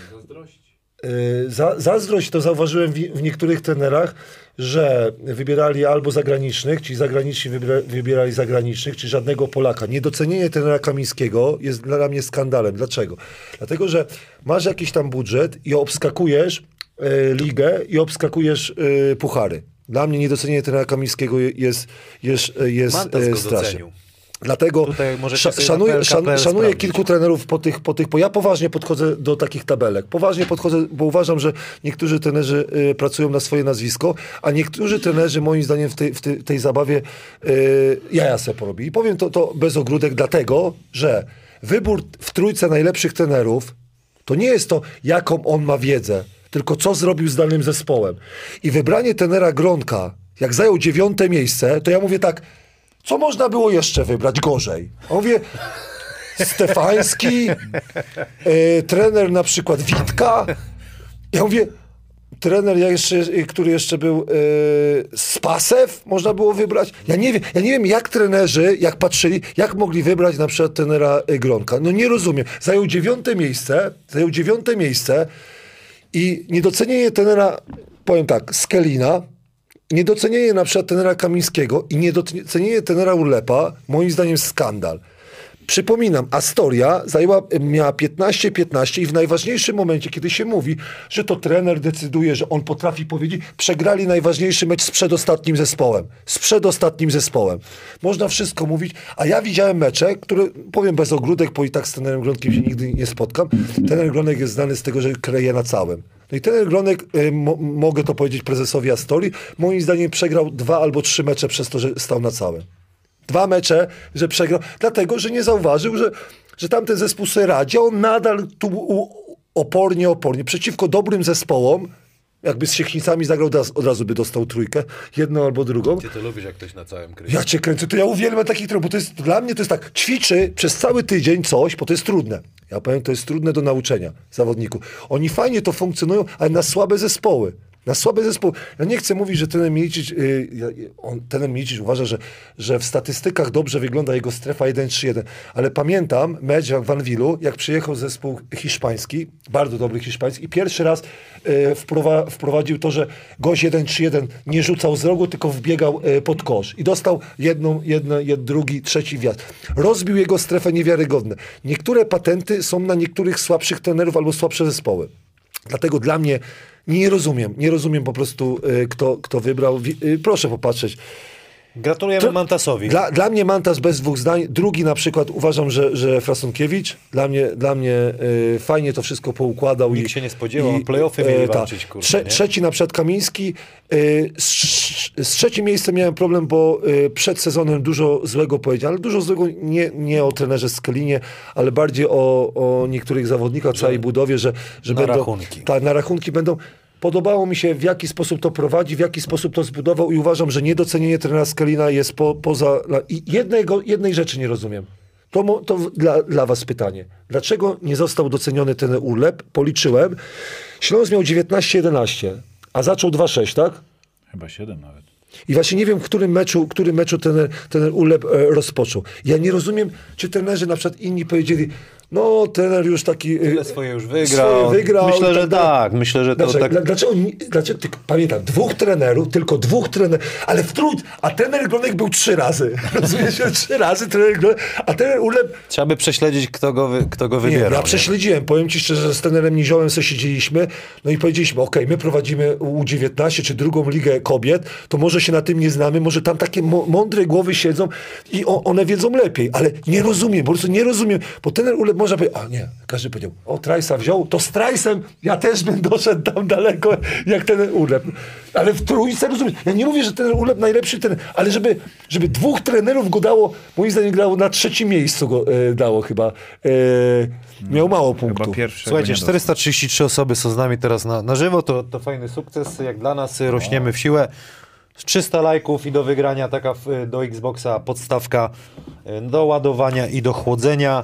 Speaker 2: Yy, za, zazdrość to zauważyłem w, w niektórych trenerach, że wybierali albo zagranicznych, czyli zagraniczni wybiera, wybierali zagranicznych, czy żadnego Polaka. Niedocenienie trenera Kamińskiego jest dla mnie skandalem. Dlaczego? Dlatego, że masz jakiś tam budżet i obskakujesz yy, ligę i obskakujesz yy, puchary. Dla mnie niedocenienie trenera Kamińskiego jest, jest, jest
Speaker 1: Mantas
Speaker 2: yy,
Speaker 1: go
Speaker 2: straszne.
Speaker 1: docenił.
Speaker 2: Dlatego
Speaker 1: Tutaj możecie
Speaker 2: sza,
Speaker 1: sobie
Speaker 2: szanuję,
Speaker 1: na
Speaker 2: szan,
Speaker 1: P L K
Speaker 2: szanuję
Speaker 1: sprawdzić.
Speaker 2: kilku trenerów po tych, po tych, bo ja poważnie podchodzę do takich tabelek. Poważnie podchodzę, bo uważam, że niektórzy trenerzy y, pracują na swoje nazwisko, a niektórzy trenerzy moim zdaniem w tej, w tej, tej zabawie y, jaja se porobi. I powiem to, to bez ogródek, dlatego, że wybór w trójce najlepszych trenerów to nie jest to, jaką on ma wiedzę, tylko co zrobił z danym zespołem. I wybranie trenera Gronka, jak zajął dziewiąte miejsce, to ja mówię tak, co można było jeszcze wybrać gorzej? A mówię, Stefański, e, trener na przykład Witka. Ja mówię, trener ja jeszcze, który jeszcze był e, Spasew, można było wybrać. Ja nie wiem, ja nie wiem, jak trenerzy, jak patrzyli, jak mogli wybrać na przykład trenera e, Gronka. No nie rozumiem. Zajął dziewiąte miejsce, zajął dziewiąte miejsce i niedocenienie trenera, powiem tak, Skelina, niedocenienie na przykład trenera Kamińskiego i niedocenienie trenera Urlepa, moim zdaniem skandal. Przypominam, Astoria zajęła, miała piętnaście piętnaście i w najważniejszym momencie, kiedy się mówi, że to trener decyduje, że on potrafi powiedzieć, przegrali najważniejszy mecz z przedostatnim zespołem. Z przedostatnim zespołem. Można wszystko mówić, a ja widziałem mecze, które, powiem bez ogródek, bo i tak z trenerem Gronkiem się nigdy nie spotkam. Trener Gronek jest znany z tego, że kreje na całym. No i trener Gronek, y, mo, mogę to powiedzieć prezesowi Astorii, moim zdaniem przegrał dwa albo trzy mecze przez to, że stał na całym. Dwa mecze, że przegrał, dlatego, że nie zauważył, że, że tamten zespół sobie radzi, a on nadal tu u, opornie, opornie, przeciwko dobrym zespołom, jakby z Siechnicami zagrał, od razu by dostał trójkę, jedną albo drugą.
Speaker 1: Ty to lubisz, jak ktoś na całym kryje.
Speaker 2: Ja cię kręcę, to ja uwielbiam takich trenerów, bo to jest, dla mnie to jest tak, ćwiczy przez cały tydzień coś, bo to jest trudne. Ja powiem, to jest trudne do nauczenia zawodników. Oni fajnie to funkcjonują, ale na słabe zespoły. Na słabe zespoły. Ja nie chcę mówić, że trener Milicic, yy, on, trener Milicic uważa, że, że w statystykach dobrze wygląda jego strefa jeden trzy jeden, ale pamiętam mecz w Vanwillu, jak przyjechał zespół hiszpański, bardzo dobry hiszpański i pierwszy raz yy, wprowa, wprowadził to, że gość jeden trzy jeden nie rzucał z rogu, tylko wbiegał yy, pod kosz i dostał jedną, jedno, jed, drugi, trzeci wjazd. Rozbił jego strefę niewiarygodne. Niektóre patenty są na niektórych słabszych trenerów albo słabsze zespoły. Dlatego dla mnie nie rozumiem, nie rozumiem po prostu, y, kto, kto wybrał. Y, proszę popatrzeć.
Speaker 1: Gratulujemy
Speaker 2: To-
Speaker 1: Mantasowi.
Speaker 2: Dla, dla mnie Mantas bez dwóch zdań. Drugi na przykład uważam, że, że Frasunkiewicz. Dla mnie, dla mnie y, fajnie to wszystko poukładał.
Speaker 1: Nikt
Speaker 2: i,
Speaker 1: się nie spodziewał, on playoffy mieli
Speaker 2: tak.
Speaker 1: walczyć, kurczę,
Speaker 2: Trze,
Speaker 1: nie?
Speaker 2: Trzeci na przykład Kamiński. Y, z, z trzecim miejscem miałem problem, bo y, przed sezonem dużo złego powiedziałem, ale dużo złego nie, nie o trenerze Skelinie, ale bardziej o, o niektórych zawodnikach, całej budowie, że, że
Speaker 1: Na
Speaker 2: będą...
Speaker 1: rachunki.
Speaker 2: Tak, na rachunki będą... Podobało mi się, w jaki sposób to prowadzi, w jaki sposób to zbudował i uważam, że niedocenienie trenera Skelina jest po, poza... I jednego, jednej rzeczy nie rozumiem. To, mo- to w- dla, dla was pytanie. Dlaczego nie został doceniony ten Urlep? Policzyłem. Śląsk miał dziewiętnaście jedenaście, a zaczął dwa sześć, tak?
Speaker 3: Chyba siedem nawet.
Speaker 2: I właśnie nie wiem, w którym meczu, którym meczu ten, ten Urlep e, rozpoczął. Ja nie rozumiem, czy trenerzy na przykład inni powiedzieli, no trener już taki... e,
Speaker 1: Tyle swoje już wygrał.
Speaker 2: Swoje wygrał
Speaker 1: Myślę,
Speaker 2: i
Speaker 1: że
Speaker 2: tak dalej.
Speaker 1: tak. Myślę, że to
Speaker 2: Dlaczego,
Speaker 1: tak...
Speaker 2: Dla- dlaczego, nie- dlaczego ty, pamiętam, dwóch trenerów, tylko dwóch trenerów, ale w trój, a trener Gronek był trzy razy. Rozumiesz, trzy razy trener Gronek, a trener Urlep...
Speaker 1: Trzeba by prześledzić, kto go, wy, kto go
Speaker 2: Nie,
Speaker 1: wybierał.
Speaker 2: ja
Speaker 1: nie?
Speaker 2: prześledziłem, powiem ci szczerze, że z trenerem Niziołem sobie siedzieliśmy, no i powiedzieliśmy, okej, my prowadzimy U dziewiętnaście czy drugą ligę kobiet, to może się na tym nie znamy, może tam takie mo- mądre głowy siedzą i o, one wiedzą lepiej, ale nie rozumiem, po prostu nie rozumiem, bo trener Urlep może powiedzieć, a nie, każdy powiedział, o Trajsa wziął, to z Trajsem ja też bym doszedł tam daleko, jak ten Urlep. Ale w trójce rozumiem, ja nie mówię, że ten Urlep najlepszy trener, ale żeby, żeby dwóch trenerów go dało, moim zdaniem grało na trzecim miejscu go e, dało chyba. E, miał mało punktów.
Speaker 3: Chyba pierwszy.
Speaker 1: Słuchajcie, czterysta trzydzieści trzy osoby są z nami teraz na, na żywo, to, to fajny sukces, jak dla nas, rośniemy w siłę. trzysta lajków i do wygrania taka w- do Xboxa podstawka y, do ładowania i do chłodzenia.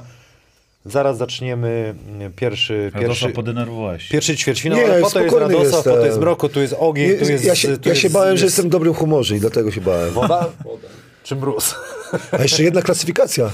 Speaker 1: Zaraz zaczniemy y, pierwszy,
Speaker 3: Pierwszy...
Speaker 1: pierwszy,
Speaker 3: podenerwowałeś.
Speaker 1: pierwszy ćwierćfinał,
Speaker 2: Nie,
Speaker 1: ale po to jest
Speaker 2: spokojny
Speaker 1: Radosa, po to
Speaker 2: jestem.
Speaker 1: jest Mroko, tu jest ogień,
Speaker 2: Nie,
Speaker 1: tu jest...
Speaker 2: ja się,
Speaker 1: tu
Speaker 2: ja się
Speaker 1: jest,
Speaker 2: bałem,
Speaker 1: jest
Speaker 2: że jestem w dobrym humorze i dlatego się bałem.
Speaker 1: Woda? Czy mróz?
Speaker 2: A jeszcze jedna klasyfikacja.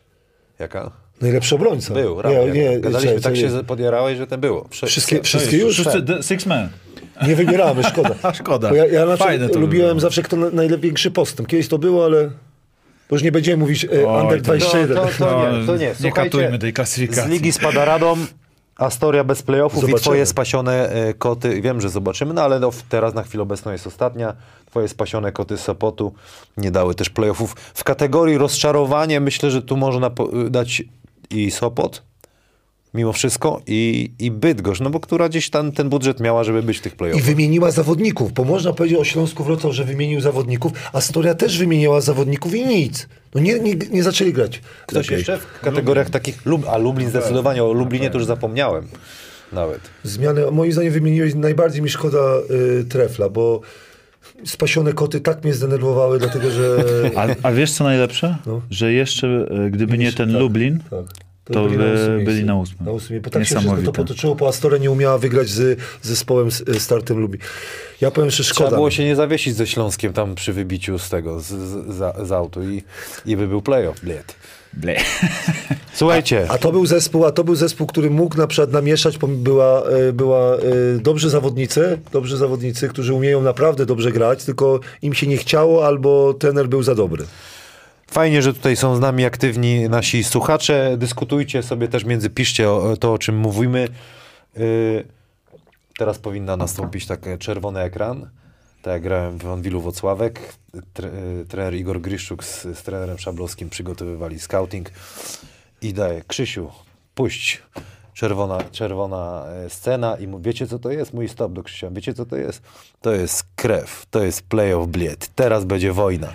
Speaker 1: Jaka?
Speaker 2: Najlepszy obrońca.
Speaker 1: Był, Rafał.
Speaker 2: nie, nie,
Speaker 1: Gadaliśmy,
Speaker 2: czekaj,
Speaker 1: tak
Speaker 2: czekaj.
Speaker 1: się podjarałeś, że ten było. Prze-
Speaker 2: Wszystkie,
Speaker 1: co-
Speaker 2: wszystkie
Speaker 1: co
Speaker 2: już?
Speaker 3: Wszyscy, the Six Men.
Speaker 2: Nie wybieramy, szkoda.
Speaker 3: A szkoda.
Speaker 2: Bo ja, ja na
Speaker 3: Fajne
Speaker 2: przykład
Speaker 3: to
Speaker 2: lubiłem
Speaker 3: było.
Speaker 2: zawsze, kto na, największy postęp. Kiedyś to było, ale... Bo już nie będziemy mówić e,
Speaker 3: Oj,
Speaker 2: Under
Speaker 3: to-
Speaker 2: dwadzieścia jeden.
Speaker 1: To, to, to nie, to nie.
Speaker 3: Nie
Speaker 1: Słuchajcie,
Speaker 3: katujmy tej
Speaker 1: z
Speaker 3: klasyfikacji.
Speaker 1: ligi spada Radom. Astoria bez playoffów
Speaker 2: Zobaczymy.
Speaker 1: i twoje spasione e, koty, wiem, że zobaczymy, no ale no, teraz na chwilę obecną jest ostatnia. Twoje spasione koty z Sopotu nie dały też playoffów. W kategorii rozczarowanie myślę, że tu można po, dać i Sopot, mimo wszystko, i, i Bydgoszcz, no bo która gdzieś tam ten budżet miała, żeby być w tych
Speaker 2: I
Speaker 1: playoffach.
Speaker 2: wymieniła zawodników, bo można powiedzieć o Śląsku Wrocław, że wymienił zawodników, a Astoria też wymieniła zawodników i nic. No nie, nie, nie zaczęli grać.
Speaker 1: Ktoś
Speaker 2: lepiej.
Speaker 1: jeszcze w kategoriach takich, Lub, a Lublin zdecydowanie, o Lublinie to już zapomniałem nawet.
Speaker 2: Zmiany, moim zdaniem wymieniłeś, najbardziej mi szkoda y, Trefla, bo spasione koty tak mnie zdenerwowały, dlatego że...
Speaker 3: A, a wiesz co najlepsze?
Speaker 2: No.
Speaker 3: Że jeszcze, e, gdyby nie ten
Speaker 2: tak,
Speaker 3: Lublin,
Speaker 2: tak.
Speaker 3: to
Speaker 2: byli na
Speaker 3: by
Speaker 2: ósmym
Speaker 3: byli
Speaker 2: miejscu.
Speaker 3: na ósmym.
Speaker 2: Na ósmym. Bo tak się wszystko
Speaker 3: Niesamowite.
Speaker 2: to potoczyło, bo Astoria nie umiała wygrać z, z zespołem z, z Startem Lublin. Ja powiem, że
Speaker 1: Trzeba
Speaker 2: szkoda.
Speaker 1: było się nie zawiesić ze Śląskiem tam przy wybiciu z tego, z, z, z, z autu i, i by był playoff, bled.
Speaker 3: Ble.
Speaker 1: Słuchajcie,
Speaker 2: A to był zespół, a to był zespół, który mógł na przykład namieszać, bo była, e, była e, dobrzy zawodnicy, dobrzy zawodnicy, którzy umieją naprawdę dobrze grać, tylko im się nie chciało, albo trener był za dobry.
Speaker 1: fajnie, że tutaj są z nami aktywni nasi słuchacze. Dyskutujcie sobie też między, piszcie o, to, o czym mówimy. Yy, teraz powinna nastąpić taki czerwony ekran. Tak jak grałem w Anwilu Włocławek. Tre, trener Igor Griszczuk z, z trenerem Szablowskim przygotowywali scouting. I daje, Krzysiu, puść. Czerwona, czerwona scena i mu, wiecie co to jest? Mój stop do Krzysia. Wiecie co to jest? To jest krew. To jest playoff bliet. Teraz będzie wojna.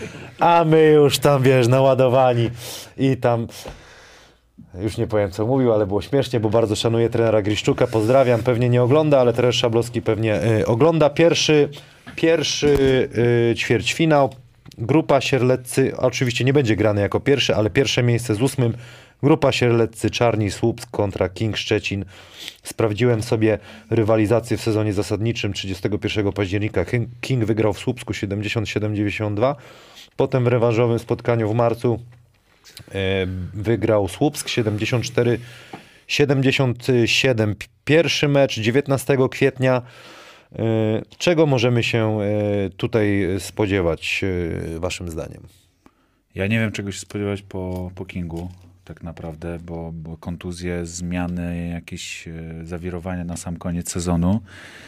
Speaker 1: A my już tam, wiesz, naładowani i tam... Już nie powiem, co mówił, ale było śmiesznie, bo bardzo szanuję trenera Griszczuka. Pozdrawiam. Pewnie nie ogląda, ale trener Szablowski pewnie y, ogląda. Pierwszy, pierwszy y, ćwierćfinał. Grupa Sierleccy, oczywiście nie będzie grany jako pierwszy, ale pierwsze miejsce z ósmym. Grupa Sierleccy, Czarni, Słupsk kontra King Szczecin. Sprawdziłem sobie rywalizację w sezonie zasadniczym trzydziestego pierwszego października. King wygrał w Słupsku siedemdziesiąt siedem dziewięćdziesiąt dwa. Potem w rewanżowym spotkaniu w marcu e, wygrał Słupsk siedemdziesiąt cztery siedemdziesiąt siedem. Pierwszy mecz dziewiętnastego kwietnia. E, czego możemy się e, tutaj spodziewać e, waszym zdaniem?
Speaker 3: Ja nie wiem, czego się spodziewać po, po Kingu, tak naprawdę, bo, bo kontuzje, zmiany, jakieś e, zawirowania na sam koniec sezonu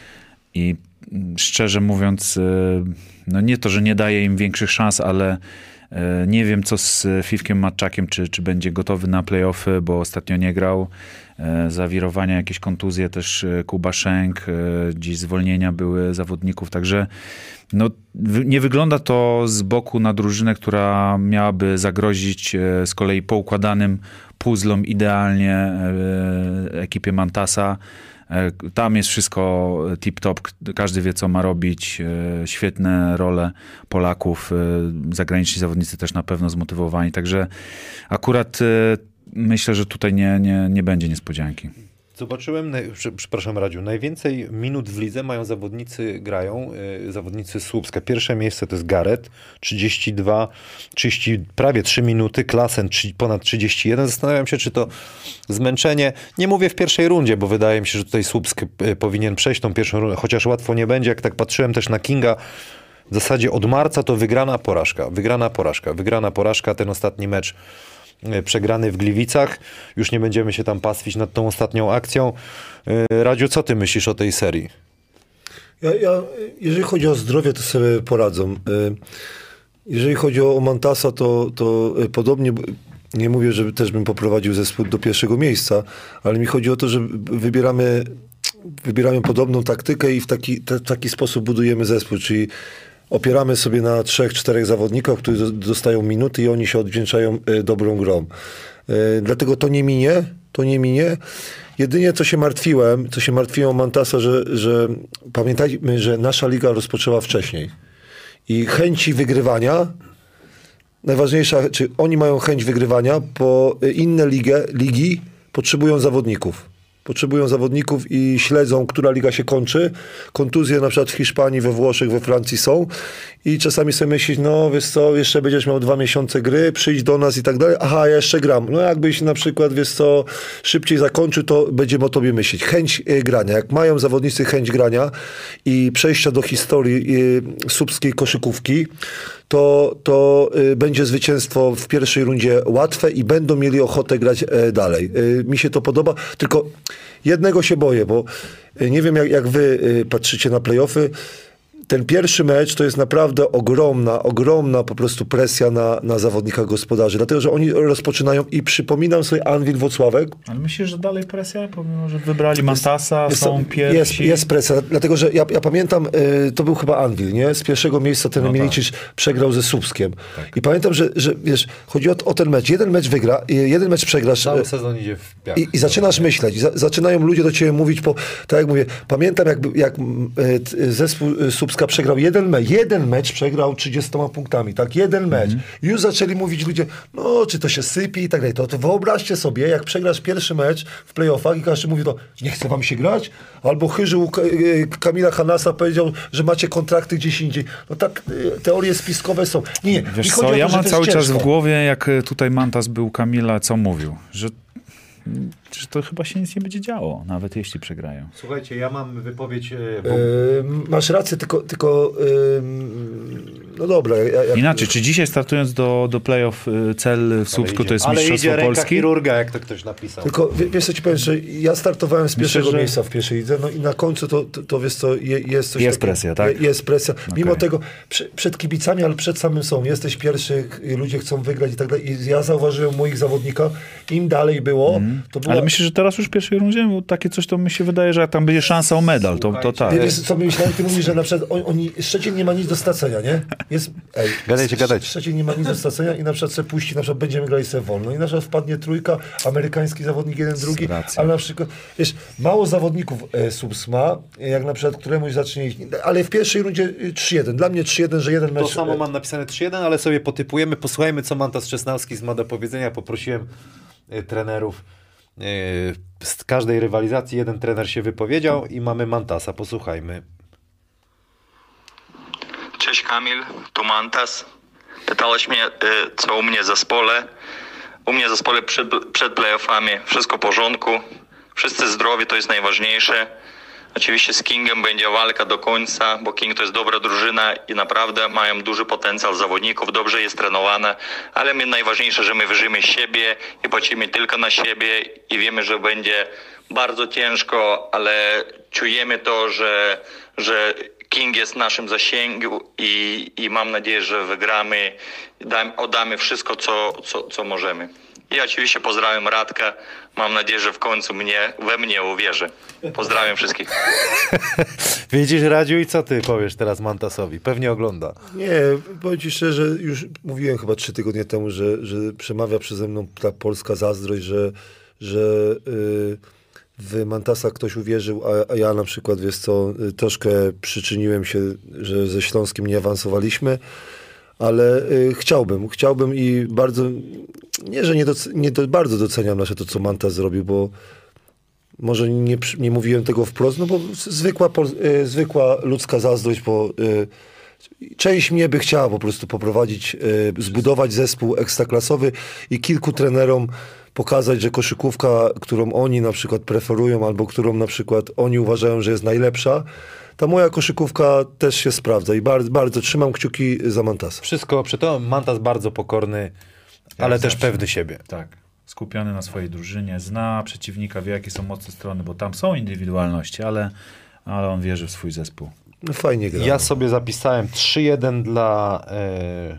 Speaker 3: i m, szczerze mówiąc, e, no nie to, że nie daje im większych szans, ale e, nie wiem, co z Fifkiem Matczakiem, czy, czy będzie gotowy na play-offy, bo ostatnio nie grał. E, zawirowania, jakieś kontuzje, też e, Kuba Szenk, e, gdzieś zwolnienia były zawodników, także no, w, nie wygląda to z boku na drużynę, która miałaby zagrozić e, z kolei poukładanym puzzlom idealnie e, ekipie Mantasa. E, tam jest wszystko tip-top, k- każdy wie, co ma robić. E, świetne role Polaków, e, zagraniczni zawodnicy też na pewno zmotywowani, także akurat e, myślę, że tutaj nie, nie, nie będzie niespodzianki.
Speaker 1: Zobaczyłem, naj- prze- przepraszam Radziu, najwięcej minut w lidze mają zawodnicy, grają y, zawodnicy z Słupska. Pierwsze miejsce to jest Gareth, trzydzieści dwa, trzydzieści, prawie trzy minuty, Klasen trzy, ponad trzydzieści jeden. Zastanawiam się, czy to zmęczenie, nie mówię w pierwszej rundzie, bo wydaje mi się, że tutaj Słupsk y, powinien przejść tą pierwszą rundę, chociaż łatwo nie będzie. Jak tak patrzyłem też na Kinga, w zasadzie od marca to wygrana porażka, wygrana porażka, wygrana porażka, ten ostatni mecz przegrany w Gliwicach. Już nie będziemy się tam pastwić nad tą ostatnią akcją. Radziu, co ty myślisz o tej serii?
Speaker 2: Ja, ja, jeżeli chodzi o zdrowie, to sobie poradzą. Jeżeli chodzi o Mantasa, to, to podobnie, nie mówię, że też bym poprowadził zespół do pierwszego miejsca, ale mi chodzi o to, że wybieramy, wybieramy podobną taktykę i w taki, te, taki sposób budujemy zespół, czyli opieramy sobie na trzech, czterech zawodnikach, którzy dostają minuty i oni się odwdzięczają y, dobrą grą. Y, dlatego to nie minie, to nie minie. Jedynie co się martwiłem, co się martwiłem o Mantasa, że, że pamiętajmy, że nasza liga rozpoczęła wcześniej. I chęci wygrywania, najważniejsza, czy oni mają chęć wygrywania, bo inne ligę, ligi potrzebują zawodników. Potrzebują zawodników i śledzą, która liga się kończy. Kontuzje na przykład w Hiszpanii, we Włoszech, we Francji są. I czasami sobie myślisz, no wiesz co, jeszcze będziesz miał dwa miesiące gry, przyjdź do nas i tak dalej. Aha, ja jeszcze gram. No jakbyś na przykład, wiesz co, szybciej zakończył, to będziemy o tobie myśleć. Chęć y, grania. Jak mają zawodnicy chęć grania i przejścia do historii y, słupskiej koszykówki, to, to y, będzie zwycięstwo w pierwszej rundzie łatwe i będą mieli ochotę grać e, dalej. Y, mi się to podoba, tylko jednego się boję, bo y, nie wiem jak, jak wy y, patrzycie na play-offy. Ten pierwszy mecz to jest naprawdę ogromna, ogromna po prostu presja na, na zawodnikach gospodarzy, dlatego, że oni rozpoczynają i przypominam sobie Anwil Włocławek.
Speaker 3: Ale myślisz, że dalej presja, pomimo, że wybrali Mantasa,
Speaker 2: jest,
Speaker 3: są pierwsi?
Speaker 2: Jest, jest presja, dlatego, że ja, ja pamiętam, y, to był chyba Anwil, nie? Z pierwszego miejsca ten
Speaker 3: No
Speaker 2: Milicic
Speaker 3: tak.
Speaker 2: przegrał ze Słupskiem.
Speaker 3: Tak.
Speaker 2: I pamiętam, że, że wiesz, chodzi o, o ten mecz. Jeden mecz wygra, y, jeden mecz przegrasz.
Speaker 1: Cały
Speaker 2: y,
Speaker 1: sezon idzie w piach.
Speaker 2: I, I zaczynasz myśleć, za, zaczynają ludzie do ciebie mówić, po, tak jak mówię, pamiętam jak, jak y, zespół y, Słupska przegrał jeden mecz, jeden mecz przegrał trzydziestoma punktami, tak, jeden mecz. Mm. Już zaczęli mówić ludzie, no, czy to się sypie i tak dalej. To, to wyobraźcie sobie, jak przegrasz pierwszy mecz w playoffach i każdy mówi, to nie chce wam się grać? Albo chyżył K- Kamila Hanasa powiedział, że macie kontrakty gdzieś indziej. No tak, y, teorie spiskowe są. Nie, nie.
Speaker 3: Wiesz
Speaker 2: mi
Speaker 3: co,
Speaker 2: chodzi o
Speaker 3: ja
Speaker 2: to, że
Speaker 3: mam
Speaker 2: to
Speaker 3: cały
Speaker 2: jest
Speaker 3: czas
Speaker 2: ciężko.
Speaker 3: w głowie, jak tutaj Mantas był Kamila, co mówił, że, że to chyba się nic nie będzie działo, nawet jeśli przegrają.
Speaker 1: Słuchajcie, ja mam wypowiedź... e, Bo...
Speaker 2: Yy, masz rację, tylko, tylko yy, no dobra. Ja, ja,
Speaker 3: Inaczej, czy dzisiaj startując do, do playoff y, cel w Słupsku to jest
Speaker 1: ale
Speaker 3: Mistrzostwo
Speaker 1: idzie ręka
Speaker 3: Polski?
Speaker 1: chirurga, jak to ktoś napisał.
Speaker 2: Tylko wie- wiesz co ci powiem, że ja startowałem z
Speaker 3: Myślę,
Speaker 2: pierwszego
Speaker 3: że-
Speaker 2: miejsca w pierwszej lidze, no i na końcu to, to, to wiesz co, je, jest coś
Speaker 3: Jest
Speaker 2: takiego-
Speaker 3: presja, tak?
Speaker 2: Je, jest presja. Mimo
Speaker 3: Okej.
Speaker 2: tego przy, przed kibicami, ale przed samym sobą. Jesteś pierwszy, i ludzie chcą wygrać i tak dalej. I ja zauważyłem moich zawodnikach, im dalej było,
Speaker 3: Mm.
Speaker 2: to była...
Speaker 3: Ale myślę, że teraz już w pierwszej rundzie, bo takie coś to mi się wydaje, że jak tam będzie szansa o medal, to, to tak.
Speaker 2: Wie- Wiesz co myślałem? Ty mówisz, że na przykład on, oni, Szczecin nie ma nic do stracenia, nie? Jest, ej,
Speaker 1: Gadajcie, gadajcie.
Speaker 2: Szczecin nie ma nic do stracenia i na przykład se puści, na przykład będziemy grali sobie wolno i na przykład wpadnie trójka, amerykański zawodnik jeden, drugi,
Speaker 3: racją.
Speaker 2: ale na przykład, wiesz, mało zawodników e, Subs ma, jak na przykład któremuś zacznie iść, ale w pierwszej rundzie y, trzy jeden, dla mnie trzy jeden, że jeden mecz...
Speaker 1: To samo mam napisane trzy jeden, ale sobie potypujemy, posłuchajmy, co Mantas Czesnawski ma do powiedzenia. Poprosiłem y, trenerów y, z każdej rywalizacji, jeden trener się wypowiedział i mamy Mantasa, posłuchajmy.
Speaker 5: Cześć Kamil, tu Mantas. Pytałeś mnie, y, co u mnie w zespole. U mnie w zespole przed, przed playoffami wszystko w porządku. Wszyscy zdrowi, to jest najważniejsze. Oczywiście z Kingiem będzie walka do końca, bo King to jest dobra drużyna i naprawdę mają duży potencjał zawodników, dobrze jest trenowana, ale my najważniejsze, że my wierzymy w siebie i patrzymy tylko na siebie i wiemy, że będzie bardzo ciężko, ale czujemy to, że, że King jest w naszym zasięgu i, i mam nadzieję, że wygramy i dam, oddamy wszystko, co, co, co możemy. I oczywiście pozdrawiam Radka. Mam nadzieję, że w końcu mnie, we mnie uwierzy. Pozdrawiam wszystkich.
Speaker 1: Widzisz, Radziu, i co ty powiesz teraz Mantasowi? Pewnie ogląda.
Speaker 2: Nie, powiem ci szczerze, już mówiłem chyba trzy tygodnie temu, że, że przemawia przeze mną ta polska zazdrość, że, że yy, w Mantasa ktoś uwierzył, a, a ja na przykład, wiesz co, y, troszkę przyczyniłem się, że ze Śląskiem nie awansowaliśmy, ale y, chciałbym, chciałbym i bardzo, nie, że nie, doc- nie do, bardzo doceniam nasze to, co Mantas zrobił, bo może nie, przy- nie mówiłem tego wprost, no bo zwykła, pol- y, zwykła ludzka zazdrość, bo y, część mnie by chciała po prostu poprowadzić, y, zbudować zespół ekstraklasowy i kilku trenerom pokazać, że koszykówka, którą oni na przykład preferują, albo którą na przykład oni uważają, że jest najlepsza, ta moja koszykówka też się sprawdza i bardzo, bardzo trzymam kciuki za Mantasa.
Speaker 1: Wszystko przy to, Mantas bardzo pokorny, ale też
Speaker 3: zawsze.
Speaker 1: pewny siebie.
Speaker 3: Tak. Skupiony na swojej drużynie, zna przeciwnika, wie jakie są mocne strony, bo tam są indywidualności, ale, ale on wierzy w swój zespół.
Speaker 2: No fajnie gra.
Speaker 1: Ja sobie zapisałem trzy jeden dla e,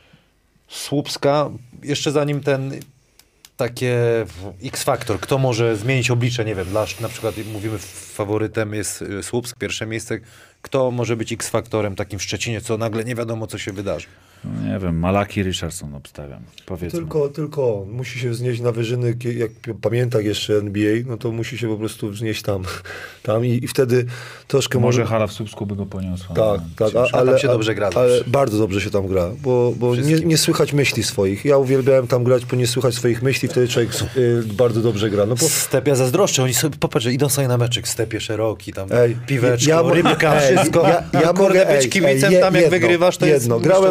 Speaker 1: Słupska. Jeszcze zanim ten takie X-Factor, kto może zmienić oblicze, nie wiem, dla, na przykład mówimy faworytem jest y, Słupsk, pierwsze miejsce. Kto może być X-Faktorem takim w Szczecinie, co nagle nie wiadomo, co się wydarzy?
Speaker 3: No, nie wiem, Malaki Richardson obstawiam, powiedzmy.
Speaker 2: Tylko, tylko on musi się wznieść na wyżyny, kie- jak pamięta jeszcze N B A, no to musi się po prostu wznieść tam. tam i, i wtedy troszkę
Speaker 3: Może
Speaker 2: może...
Speaker 3: hala w Słupsku by go poniosła.
Speaker 2: Tak,
Speaker 3: No,
Speaker 2: tak, a,
Speaker 1: tam
Speaker 2: ale,
Speaker 1: się dobrze gra
Speaker 2: ale
Speaker 1: zawsze.
Speaker 2: bardzo dobrze się tam gra, bo, bo nie,
Speaker 1: Wszystkim.
Speaker 2: nie słychać myśli swoich. Ja uwielbiałem tam grać, bo nie słychać swoich myśli, wtedy człowiek y, bardzo dobrze gra. No bo,
Speaker 1: Step, ja zazdroszczę, oni sobie, popatrz, idą sobie na meczek, Stepie szeroki, tam
Speaker 2: Ej,
Speaker 1: piweczko,
Speaker 2: ja mo-
Speaker 1: rybka,
Speaker 2: ej,
Speaker 1: wszystko.
Speaker 2: ja- ja
Speaker 1: No kurde,
Speaker 2: mogę-
Speaker 1: być
Speaker 2: ej,
Speaker 1: kibicem
Speaker 2: ej,
Speaker 1: tam, jak
Speaker 2: jedno,
Speaker 1: wygrywasz, to jest...
Speaker 2: jedno. Grałem w Słupsku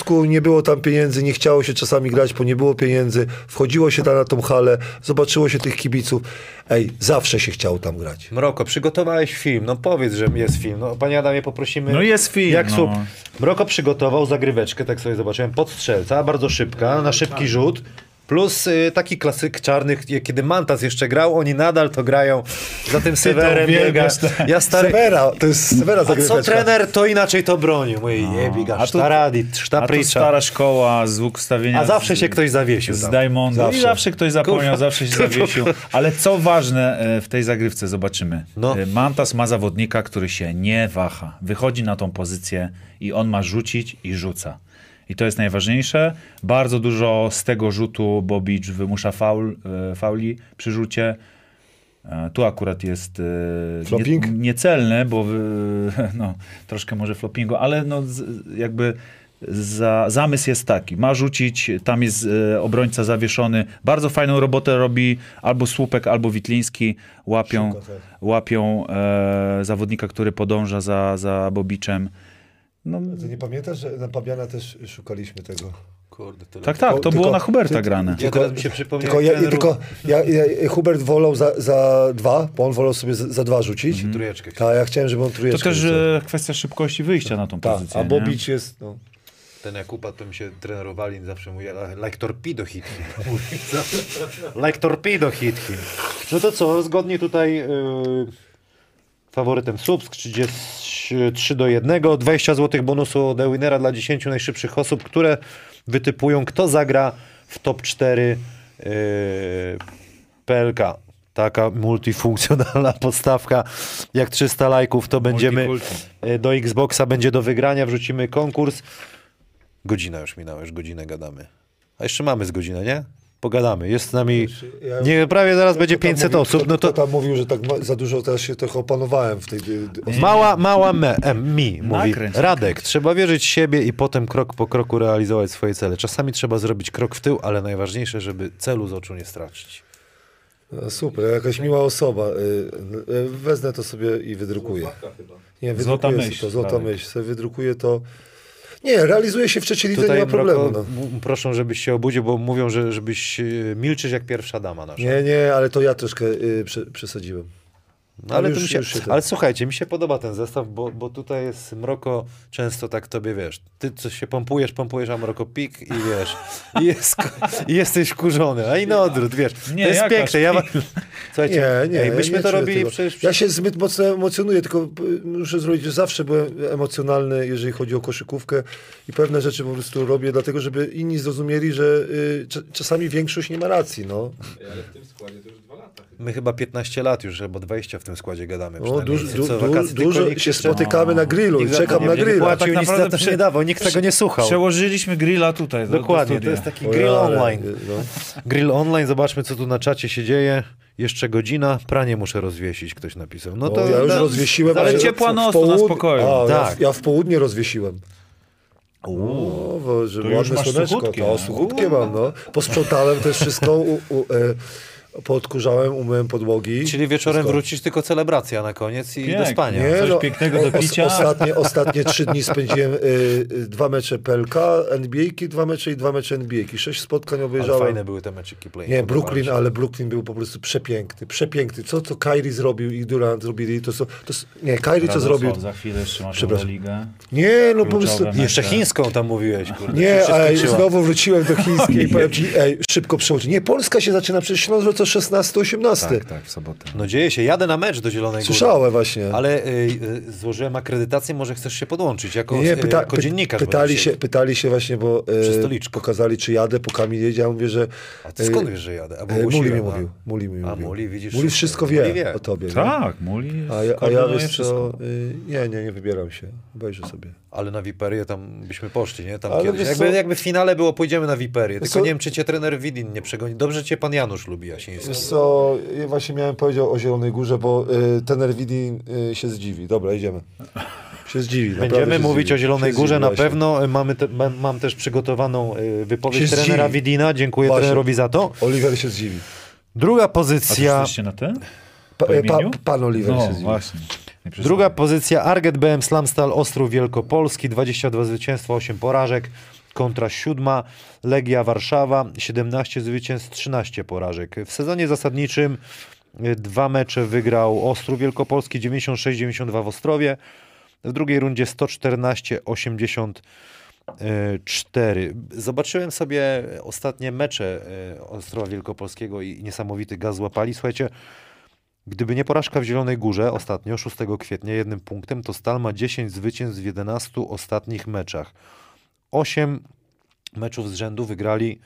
Speaker 2: Śląsku nie było tam pieniędzy, nie chciało się czasami grać, bo nie było pieniędzy. Wchodziło się tam na tą halę, zobaczyło się tych kibiców. Ej, zawsze się chciało tam grać.
Speaker 1: Mroko, przygotowałeś film, no powiedz, że jest film. No, panie Adamie, poprosimy...
Speaker 3: No jest film,
Speaker 1: Jak
Speaker 3: no.
Speaker 1: słup. Mroko przygotował zagryweczkę, tak sobie zobaczyłem, podstrzelca, bardzo szybka, na szybki rzut. Plus y, taki klasyk czarnych, kiedy Mantas jeszcze grał, oni nadal to grają. Za tym Sewerem biega.
Speaker 3: uwielbiasz, tak.
Speaker 1: Ja stary...
Speaker 2: Severa, to jest Severa
Speaker 1: A
Speaker 2: zagryweczka.
Speaker 1: co trener, to inaczej to bronił. Mój jebiga,
Speaker 3: A tu-
Speaker 1: sztaradit,
Speaker 3: A to
Speaker 1: sztapricza.
Speaker 3: stara szkoła, zwuk wstawienia
Speaker 1: A zawsze
Speaker 3: z,
Speaker 1: się ktoś zawiesił
Speaker 3: z
Speaker 1: tam.
Speaker 3: Diamondu.
Speaker 2: Zawsze.
Speaker 3: I zawsze ktoś zapomniał,
Speaker 1: Kurwa.
Speaker 3: zawsze się zawiesił. Ale co ważne e, w tej zagrywce, zobaczymy.
Speaker 1: No.
Speaker 3: E, Mantas ma zawodnika, który się nie waha. Wychodzi na tą pozycję i on ma rzucić i rzuca. I to jest najważniejsze. Bardzo dużo z tego rzutu Bobic wymusza faul, e, fauli przy rzucie. E, Tu akurat jest e,
Speaker 2: Flopping?
Speaker 3: nie, niecelne, bo wy, no, troszkę może floppingu, ale no, z, jakby za, zamysł jest taki. Ma rzucić, tam jest e, obrońca zawieszony. Bardzo fajną robotę robi albo Słupek, albo Witliński. Łapią,
Speaker 2: Szuka, tak.
Speaker 3: łapią e, zawodnika, który podąża za, za Bobiczem. No,
Speaker 2: Ty nie pamiętasz, że na Pabiana też szukaliśmy tego?
Speaker 1: Kurde, tyle.
Speaker 3: tak, tak, to
Speaker 2: Tylko-
Speaker 3: było na Huberta
Speaker 2: ty-
Speaker 3: grane.
Speaker 1: Ja teraz mi się przypomniał...
Speaker 2: Tylko, ja,
Speaker 1: trener-
Speaker 2: tylko ja, ja, Hubert wolał za, za dwa, bo on wolał sobie za, za dwa rzucić.
Speaker 1: Trójeczkę.
Speaker 2: Tak, ja chciałem, żeby on
Speaker 3: To
Speaker 2: trójeczkę
Speaker 3: też
Speaker 2: rzucał.
Speaker 3: e, kwestia szybkości wyjścia na tą
Speaker 2: Tak,
Speaker 3: pozycję.
Speaker 2: a
Speaker 3: nie?
Speaker 2: Bobic jest... No.
Speaker 1: Ten jak upadł, to mi się trenerowali, zawsze mówię, like torpedo hit him. Like torpedo hit him. No to co, zgodnie tutaj yy, faworytem Słupsk, trzydzieści trzy do jednego, dwadzieścia złotych bonusu od Ewinera dla dziesięciu najszybszych osób, które wytypują, kto zagra w top cztery yy, P L K. Taka multifunkcjonalna podstawka, jak trzysta lajków, to będziemy
Speaker 3: Multikulti.
Speaker 1: yy, do Xboxa, będzie do wygrania, wrzucimy konkurs. Godzina już minęła, już godzinę gadamy. A jeszcze mamy z godzinę, nie? Pogadamy. Jest z nami...
Speaker 2: Ja-
Speaker 1: Nie, prawie zaraz będzie
Speaker 2: Kto tam
Speaker 1: pięćset
Speaker 2: mówił-
Speaker 1: osób.
Speaker 2: kto-
Speaker 1: No to
Speaker 2: Kto tam mówił, że tak ma, za dużo, teraz się trochę opanowałem w tej...
Speaker 1: mała, mała me, em, mi, mówi
Speaker 3: Nakręć,
Speaker 1: Radek. Trzeba wierzyć w siebie i potem krok po kroku realizować swoje cele. Czasami trzeba zrobić krok w tył, ale najważniejsze, żeby celu z oczu nie stracić.
Speaker 2: No, super, jakaś miła osoba. Y, y, Wezmę to sobie i wydrukuję.
Speaker 4: Złotawka chyba.
Speaker 2: Nie,
Speaker 3: Złota
Speaker 2: wydrukuję
Speaker 3: myśl,
Speaker 2: to, złota
Speaker 3: Radek.
Speaker 2: myśl. Sobie wydrukuję to. Nie, realizuje się w trzeciej lidze, nie
Speaker 1: Tutaj
Speaker 2: ma problemu.
Speaker 1: Mroko,
Speaker 2: No.
Speaker 1: m- proszą, żebyś się obudził, bo mówią, że żebyś e, milczysz jak pierwsza dama nasza.
Speaker 2: Nie, nie, ale to ja troszkę y, prze, przesadziłem.
Speaker 1: No, ale,
Speaker 2: ale
Speaker 1: to
Speaker 2: już-
Speaker 1: mi się,
Speaker 2: już się ten-
Speaker 1: ale słuchajcie, mi się podoba ten zestaw, bo, bo tutaj jest Mroko często tak tobie, wiesz, ty coś się pompujesz, pompujesz, a Mroko pik i wiesz, i, jest, i jesteś wkurzony, a i na odwrót, wiesz,
Speaker 3: Nie,
Speaker 1: to jest
Speaker 3: jakaś
Speaker 1: piękne. Ja, wa- słuchajcie,
Speaker 2: Nie, nie,
Speaker 1: ej, myśmy
Speaker 2: nie
Speaker 1: to
Speaker 2: czuję
Speaker 1: robili
Speaker 2: tego.
Speaker 1: przecież...
Speaker 2: Ja się zbyt mocno emocjonuję, tylko y, muszę zrobić, że zawsze byłem emocjonalny, jeżeli chodzi o koszykówkę i pewne rzeczy po prostu robię, dlatego żeby inni zrozumieli, że y, cza- czasami większość nie ma racji, no.
Speaker 4: Ej, ale w tym składzie to już dwa lata chyba.
Speaker 1: My chyba piętnaście lat już, albo dwadzieścia w tym składzie gadamy.
Speaker 2: No,
Speaker 1: przynajmniej.
Speaker 2: duż,
Speaker 1: Co,
Speaker 2: du, du,
Speaker 1: wakacje, tylko
Speaker 2: dużo
Speaker 1: nikt
Speaker 2: się
Speaker 1: jeszcze-
Speaker 2: spotykamy na grillu i
Speaker 1: Nikt za to
Speaker 2: czekam
Speaker 1: nie-
Speaker 2: na
Speaker 1: nie
Speaker 2: grilla.
Speaker 1: płacił,
Speaker 3: Tak
Speaker 1: nic
Speaker 3: naprawdę
Speaker 1: za to
Speaker 3: przy-
Speaker 1: nie dawał, nikt tego nie słuchał.
Speaker 3: Przełożyliśmy grilla tutaj. Do,
Speaker 1: Dokładnie,
Speaker 3: do
Speaker 1: to jest
Speaker 3: studia.
Speaker 1: taki grill
Speaker 2: O, ale,
Speaker 1: online.
Speaker 2: no.
Speaker 1: Grill online, zobaczmy co tu na czacie się dzieje. Jeszcze godzina, pranie muszę rozwiesić, ktoś napisał. No to
Speaker 2: O, ja już
Speaker 1: no,
Speaker 2: rozwiesiłem.
Speaker 3: ale
Speaker 2: że
Speaker 3: ciepła
Speaker 2: w
Speaker 3: noc, to na
Speaker 2: połud-
Speaker 3: spokoju.
Speaker 2: A,
Speaker 1: Tak.
Speaker 2: ja, ja w południe rozwiesiłem. O, bo, że
Speaker 3: To już
Speaker 2: ładne
Speaker 3: masz
Speaker 2: słoneczko.
Speaker 3: suchutkie,
Speaker 2: To,
Speaker 3: no.
Speaker 2: suchutkie mam, no. Posprzątałem też wszystko, u, u, e, poodkurzałem, umyłem podłogi.
Speaker 1: Czyli wieczorem
Speaker 2: Wszystko.
Speaker 1: wrócisz, tylko celebracja na koniec i
Speaker 3: Pięknie.
Speaker 1: do spania.
Speaker 3: Coś pięknego do
Speaker 2: os-
Speaker 3: picia.
Speaker 2: Ostatnie, ostatnie trzy dni spędziłem y, y, dwa mecze P L K, N B A-ki, dwa mecze i dwa mecze N B A-ki. Sześć spotkań
Speaker 1: Ale
Speaker 2: obejrzałem.
Speaker 1: fajne były te meczyki play.
Speaker 2: Nie,
Speaker 1: Podobały
Speaker 2: Brooklyn,
Speaker 1: się.
Speaker 2: ale Brooklyn był po prostu przepiękny, przepiękny. Co to Kyrie zrobił i Durant zrobili, to są, to są, nie, Kyrie co
Speaker 3: Radosław,
Speaker 2: zrobił,
Speaker 3: Za chwilę jeszcze masz
Speaker 2: Przepraszam.
Speaker 3: ligę.
Speaker 2: nie, no po
Speaker 3: Kluczowe
Speaker 2: prostu,
Speaker 3: mecze.
Speaker 1: Jeszcze chińską tam mówiłeś, kurde.
Speaker 2: nie,
Speaker 1: się
Speaker 2: ej,
Speaker 1: skończyła.
Speaker 2: znowu wróciłem do chińskiej i powiem ci, ej, szybko przełączyć. Nie, Polska się zaczyna, przecież Śląsk wraca szesnasty osiemnasty.
Speaker 3: Tak, tak, w sobotę.
Speaker 1: No dzieje się, jadę na mecz do Zielonej Góry.
Speaker 2: Słyszałem właśnie.
Speaker 1: Ale y, y, złożyłem akredytację, może chcesz się podłączyć jako,
Speaker 2: Nie,
Speaker 1: y,
Speaker 2: pyta,
Speaker 1: jako
Speaker 2: py-
Speaker 1: dziennikarz.
Speaker 2: pytali,
Speaker 1: będę
Speaker 2: się, pytali się właśnie, bo
Speaker 1: Przy
Speaker 2: e,
Speaker 1: stoliczku.
Speaker 2: pokazali, czy jadę, po Kamil jedzie, ja mówię, że...
Speaker 1: A ty skąd wiesz, że jadę? Albo
Speaker 2: E, Muli
Speaker 1: ogłosiłem,
Speaker 2: mi
Speaker 1: a?
Speaker 2: mówił. Muli mi
Speaker 1: A,
Speaker 2: mówił.
Speaker 1: Muli, widzisz,
Speaker 2: Muli
Speaker 1: wszystko.
Speaker 2: wszystko wie,
Speaker 1: Muli wie.
Speaker 2: o tobie. nie?
Speaker 3: Tak, Muli
Speaker 2: A ja, a ja
Speaker 3: koordynuje
Speaker 2: wiesz
Speaker 3: wszystko.
Speaker 2: co, y, nie, nie, nie wybieram się. Obejrzę sobie.
Speaker 1: Ale na Wiperię tam byśmy poszli, nie? Tam
Speaker 2: Ale
Speaker 1: kiedyś.
Speaker 2: wiesz
Speaker 1: Jakby,
Speaker 2: co?
Speaker 1: jakby w finale było, pójdziemy na Wiperię. Tylko
Speaker 2: co?
Speaker 1: nie wiem, czy cię trener Widin nie przegoni. Dobrze cię pan Janusz lubi, Jasiński.
Speaker 2: Wiesz co, ja właśnie miałem powiedzieć o Zielonej Górze, bo y, ten Widin y, się zdziwi. Dobra, idziemy. Się zdziwi. naprawdę
Speaker 1: Będziemy
Speaker 2: się
Speaker 1: mówić
Speaker 2: zdziwi.
Speaker 1: o Zielonej
Speaker 2: Się
Speaker 1: Górze
Speaker 2: zdziwi
Speaker 1: na
Speaker 2: właśnie.
Speaker 1: pewno. Mamy te, mam, mam też przygotowaną y, wypowiedź
Speaker 2: Się
Speaker 1: trenera
Speaker 2: zdziwi.
Speaker 1: Widina. Dziękuję
Speaker 2: Właśnie.
Speaker 1: trenerowi za to.
Speaker 2: Oliver się zdziwi.
Speaker 1: Druga
Speaker 3: A
Speaker 1: pozycja.
Speaker 3: jesteście na ten?
Speaker 2: Pa,
Speaker 3: Po
Speaker 2: e, pa,
Speaker 3: imieniu?
Speaker 2: pan Oliver
Speaker 3: No
Speaker 2: się zdziwi.
Speaker 3: właśnie. Nie przeszkadzaj.
Speaker 1: Druga pozycja Arget B M Slamstal Ostrów Wielkopolski. dwadzieścia dwa zwycięstwa, osiem porażek. kontra siódma Legia Warszawa, siedemnaście zwycięstw, trzynaście porażek. W sezonie zasadniczym dwa mecze wygrał Ostrów Wielkopolski, dziewięćdziesiąt sześć dziewięćdziesiąt dwa w Ostrowie. W drugiej rundzie sto czternaście osiemdziesiąt cztery. Zobaczyłem sobie ostatnie mecze Ostrowa Wielkopolskiego i niesamowity gaz złapali. Słuchajcie, gdyby nie porażka w Zielonej Górze ostatnio, szóstego kwietnia, jednym punktem, to Stal ma dziesięć zwycięstw w jedenastu ostatnich meczach. osiem meczów z rzędu wygrali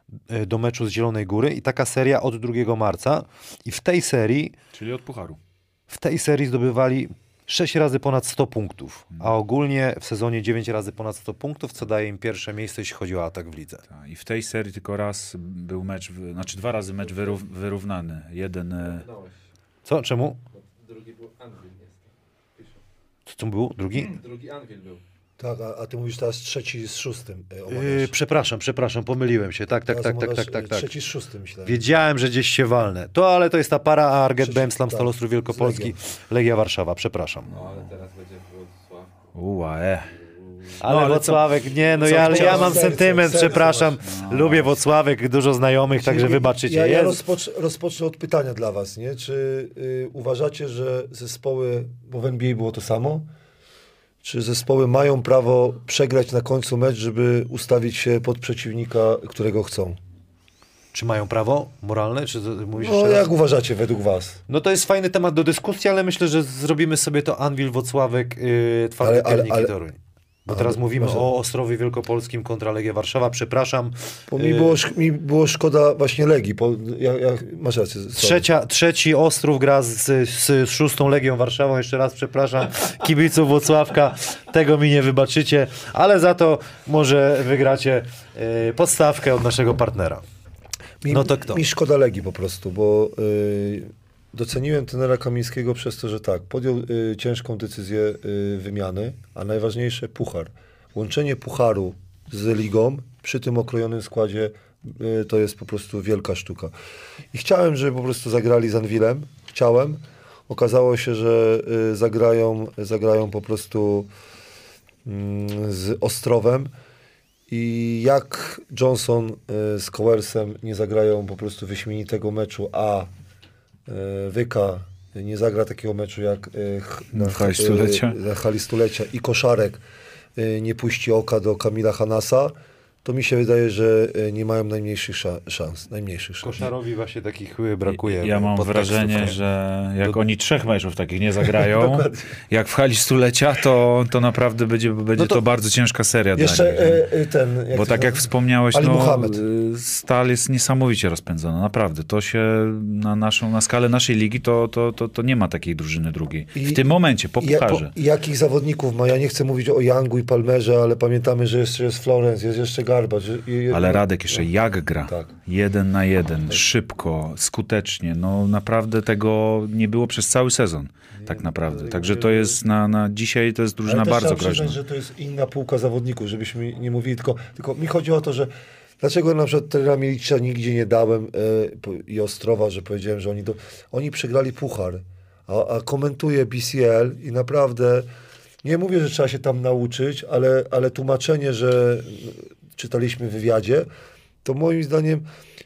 Speaker 1: do meczu z Zielonej Góry i taka seria od drugiego marca. I w tej serii...
Speaker 3: Czyli od pucharu.
Speaker 1: W tej serii zdobywali sześć razy ponad sto punktów, a ogólnie w sezonie dziewięć razy ponad sto punktów, co daje im pierwsze miejsce, jeśli chodzi o atak w lidze.
Speaker 3: Ta, I w tej serii tylko raz był mecz, w- znaczy dwa razy mecz wyrów, wyrównany. Jeden... e,
Speaker 4: Dałeś.
Speaker 1: Co? Czemu?
Speaker 4: Drugi był Anvil, niestety. Piszą.
Speaker 1: Co to był? Drugi?
Speaker 4: Drugi Anvil był.
Speaker 2: Tak, a, a ty mówisz teraz trzeci z szóstym. e,
Speaker 1: Yy,
Speaker 2: omawiasz.
Speaker 1: przepraszam, przepraszam, pomyliłem się. Tak, tak,
Speaker 2: Teraz
Speaker 1: tak, tak,
Speaker 2: omawiasz,
Speaker 1: tak, tak,
Speaker 2: e,
Speaker 1: tak.
Speaker 2: Trzeci z szóstym, myślałem.
Speaker 1: Wiedziałem, że gdzieś się walnę. To, ale to jest ta para, a Arget
Speaker 2: Przecież-
Speaker 1: B M Slam
Speaker 2: tak,
Speaker 1: Stal Ostrów
Speaker 2: z
Speaker 1: Wielkopolski,
Speaker 2: Legią.
Speaker 1: Legia Warszawa, przepraszam.
Speaker 4: No ale teraz będzie Włocław.
Speaker 3: Uła, e.
Speaker 1: Ale,
Speaker 3: ale
Speaker 1: Włocławek, nie, no
Speaker 3: co
Speaker 1: ja, ale ja
Speaker 2: chciałeś?
Speaker 1: mam
Speaker 2: Serce,
Speaker 1: sentyment,
Speaker 2: serce
Speaker 1: przepraszam.
Speaker 3: masz.
Speaker 1: Lubię Włocławek, dużo znajomych, także
Speaker 2: Czyli
Speaker 1: wybaczycie.
Speaker 2: Ja, ja
Speaker 1: Jest-
Speaker 2: rozpocz, rozpocznę od pytania dla was, nie? Czy y, uważacie, że zespoły, bo w N B A było to samo, czy zespoły mają prawo przegrać na końcu mecz, żeby ustawić się pod przeciwnika, którego chcą?
Speaker 1: Czy mają prawo moralne? Czy z- mówisz
Speaker 2: No
Speaker 1: jeszcze raz?
Speaker 2: jak uważacie według was?
Speaker 1: No to jest fajny temat do dyskusji, ale myślę, że zrobimy sobie to Anwil, Włocławek, yy, Twardy
Speaker 2: Ale- ale-
Speaker 1: Pierniki,
Speaker 2: ale-
Speaker 1: Toruń. Bo
Speaker 2: Ale
Speaker 1: teraz mówimy
Speaker 2: może-
Speaker 1: o Ostrowie Wielkopolskim kontra Legia Warszawa. Przepraszam.
Speaker 2: Bo mi
Speaker 1: Yy,
Speaker 2: było, sz- mi było szkoda właśnie Legii, bo ja, ja, masz rację. sorry.
Speaker 1: Trzecia, trzeci Ostrów gra z, z, z szóstą Legią Warszawą. Jeszcze raz przepraszam kibiców Włocławka. Tego mi nie wybaczycie, ale za to może wygracie yy, podstawkę od naszego partnera.
Speaker 2: Mi,
Speaker 1: No to kto?
Speaker 2: Mi szkoda Legii po prostu, bo y, doceniłem trenera Kamińskiego przez to, że tak, podjął y, ciężką decyzję y, wymiany, a najważniejsze puchar. Łączenie pucharu z ligą przy tym okrojonym składzie y, to jest po prostu wielka sztuka. I chciałem, żeby po prostu zagrali z Anwilem. Chciałem. Okazało się, że y, zagrają, zagrają po prostu mm, z Ostrowem. I jak Johnson y, z Coersem nie zagrają po prostu wyśmienitego meczu, a y, Wyka nie zagra takiego meczu jak y, ch-
Speaker 3: W hali stulecia.
Speaker 2: y, na hali stulecia i Koszarek y, nie puści oka do Kamila Hanasa, to mi się wydaje, że y, nie mają najmniejszych sza- szans. Najmniejszych szans.
Speaker 1: Koszarowi właśnie takich yy, brakuje.
Speaker 3: Ja mam
Speaker 1: podtekstów.
Speaker 3: wrażenie, że jak
Speaker 1: Do-
Speaker 3: oni trzech meczów takich nie zagrają, jak w hali stulecia, to, to naprawdę będzie, będzie
Speaker 1: No to-
Speaker 3: to bardzo ciężka seria
Speaker 2: Jeszcze
Speaker 3: dla nich.
Speaker 2: y, y, ten...
Speaker 3: Bo
Speaker 2: to
Speaker 3: tak
Speaker 2: się
Speaker 3: jak
Speaker 2: nazywa?
Speaker 3: wspomniałeś,
Speaker 2: Ali
Speaker 3: no,
Speaker 2: Muhammad.
Speaker 3: y, Stal jest niesamowicie rozpędzona, naprawdę. To się na, naszą, na skalę naszej ligi to, to, to, to nie ma takiej drużyny drugiej.
Speaker 2: I-
Speaker 3: W tym momencie, po
Speaker 2: I ja-
Speaker 3: pucharze.
Speaker 2: I jakich zawodników ma? Ja nie chcę mówić o Youngu i Palmerze, ale pamiętamy, że jeszcze jest Florence, jest jeszcze Garba. Że, i,
Speaker 3: Ale Radek jeszcze jak gra.
Speaker 2: Tak.
Speaker 3: Jeden na jeden, szybko, skutecznie. No naprawdę tego nie było przez cały sezon. Tak naprawdę. Także to jest na, na dzisiaj to jest drużyna
Speaker 2: Ale też
Speaker 3: bardzo
Speaker 2: trzeba
Speaker 3: groźna.
Speaker 2: przyznać, że to jest inna półka zawodników, żebyśmy nie mówili, tylko, tylko mi chodzi o to, że dlaczego na przykład trenera Milicza nigdzie nie dałem e, po- i Ostrowa, że powiedziałem, że oni, do, oni przegrali puchar, a, a komentuję B C L i naprawdę nie mówię, że trzeba się tam nauczyć, ale, ale tłumaczenie, że czytaliśmy w wywiadzie, to moim zdaniem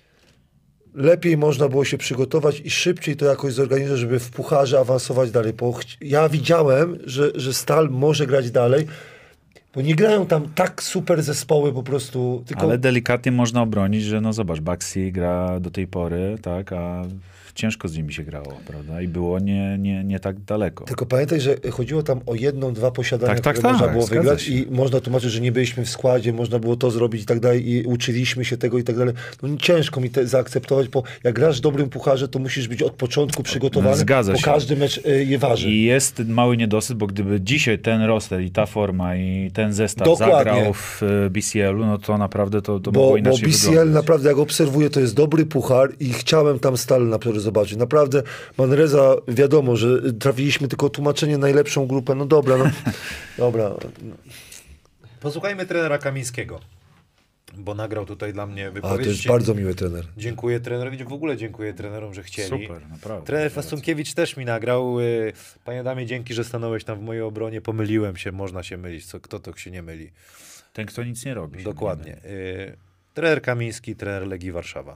Speaker 2: lepiej można było się przygotować i szybciej to jakoś zorganizować, żeby w pucharze awansować dalej. Bo chci- ja widziałem, że, że Stal może grać dalej, bo nie grają tam tak super zespoły po prostu. Tylko,
Speaker 3: Ale delikatnie można obronić, że no zobacz, Baxi gra do tej pory, tak, a ciężko z nimi się grało, prawda? I było nie, nie, nie tak daleko.
Speaker 2: tylko pamiętaj, że chodziło tam o jedną, dwa posiadania,
Speaker 3: Tak, tak,
Speaker 2: które można
Speaker 3: tak,
Speaker 2: było
Speaker 3: zgadza
Speaker 2: wygrać
Speaker 3: się.
Speaker 2: i można tłumaczyć, że nie byliśmy w składzie, można było to zrobić i tak dalej i uczyliśmy się tego i tak dalej. No ciężko mi to zaakceptować, bo jak grasz w dobrym pucharze, to musisz być od początku przygotowany,
Speaker 3: Zgadza
Speaker 2: bo
Speaker 3: się.
Speaker 2: każdy mecz y, je waży.
Speaker 3: I jest mały niedosyt, bo gdyby dzisiaj ten roster i ta forma i ten zestaw
Speaker 2: Dokładnie.
Speaker 3: zagrał w e, B C L-u, no to naprawdę to, to mogło
Speaker 2: Bo, bo
Speaker 3: inaczej
Speaker 2: B C L
Speaker 3: wyglądać.
Speaker 2: naprawdę, jak obserwuję, to jest dobry puchar i chciałem tam Stal naprawdę zobaczyć. Naprawdę Manresa, wiadomo, że trafiliśmy tylko tłumaczenie najlepszą grupę. No dobra, no dobra.
Speaker 1: Posłuchajmy trenera Kamińskiego, bo nagrał tutaj dla mnie
Speaker 2: A
Speaker 1: wypowiedź.
Speaker 2: to jest bardzo miły trener.
Speaker 1: Dziękuję trenerowi, w ogóle dziękuję trenerom, że chcieli.
Speaker 3: Super, naprawdę.
Speaker 1: Trener Fastunkiewicz też mi nagrał. y, Panie Adamie, dzięki, że stanąłeś tam w mojej obronie. Pomyliłem się, można się mylić. Co, kto to się nie myli?
Speaker 3: Ten, kto nic nie robi.
Speaker 1: Dokładnie. Y, trener Kamiński, trener Legii Warszawa.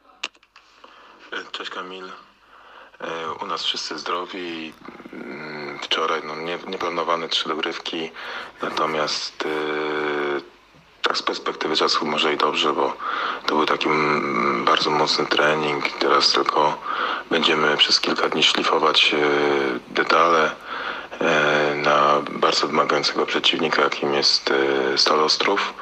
Speaker 6: Cześć Kamil. U nas wszyscy zdrowi. Wczoraj no, nie, nieplanowane trzy dogrywki, natomiast yy, tak z perspektywy czasu może i dobrze, bo to był taki mm, bardzo mocny trening. Teraz tylko będziemy przez kilka dni szlifować yy, detale yy, na bardzo wymagającego przeciwnika, jakim jest yy, Stal Ostrów.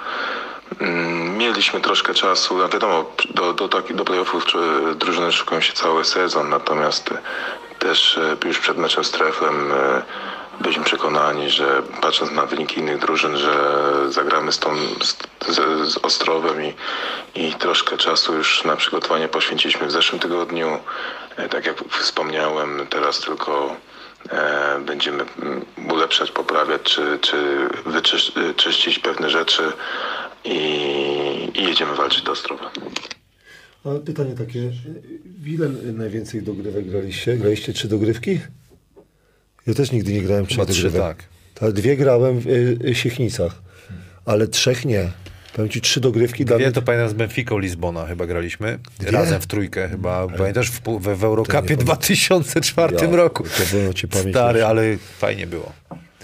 Speaker 6: Mieliśmy troszkę czasu, no wiadomo, do, do, do playoffów drużyny szukają się cały sezon, natomiast też już przed meczem z Treflem byliśmy przekonani, że patrząc na wyniki innych drużyn, że zagramy z, tą, z, z Ostrowem i, i troszkę czasu już na przygotowanie poświęciliśmy w zeszłym tygodniu. Tak jak wspomniałem, teraz tylko e, będziemy ulepszać, poprawiać czy, czy wyczyścić pewne rzeczy. I, I jedziemy walczyć do Ostrowa.
Speaker 2: A pytanie takie, ile najwięcej dogrywek graliście? Graliście trzy dogrywki? Ja też nigdy nie grałem trzech
Speaker 1: trzy,
Speaker 2: dogrywek.
Speaker 1: tak.
Speaker 2: Tak, dwie grałem w y, Siechnicach, ale trzech nie. Powiem ci, trzy dogrywki.
Speaker 1: Dwie
Speaker 2: Dawid...
Speaker 1: to pamiętam z Benficą Lizbona chyba graliśmy.
Speaker 2: Dwie?
Speaker 1: Razem w trójkę chyba. Ale... Pamiętasz w, w, w Eurocupie
Speaker 2: nie
Speaker 1: w dwa tysiące czwartym
Speaker 2: ja,
Speaker 1: roku.
Speaker 2: To było ci pamięć.
Speaker 1: Stary, ale fajnie było.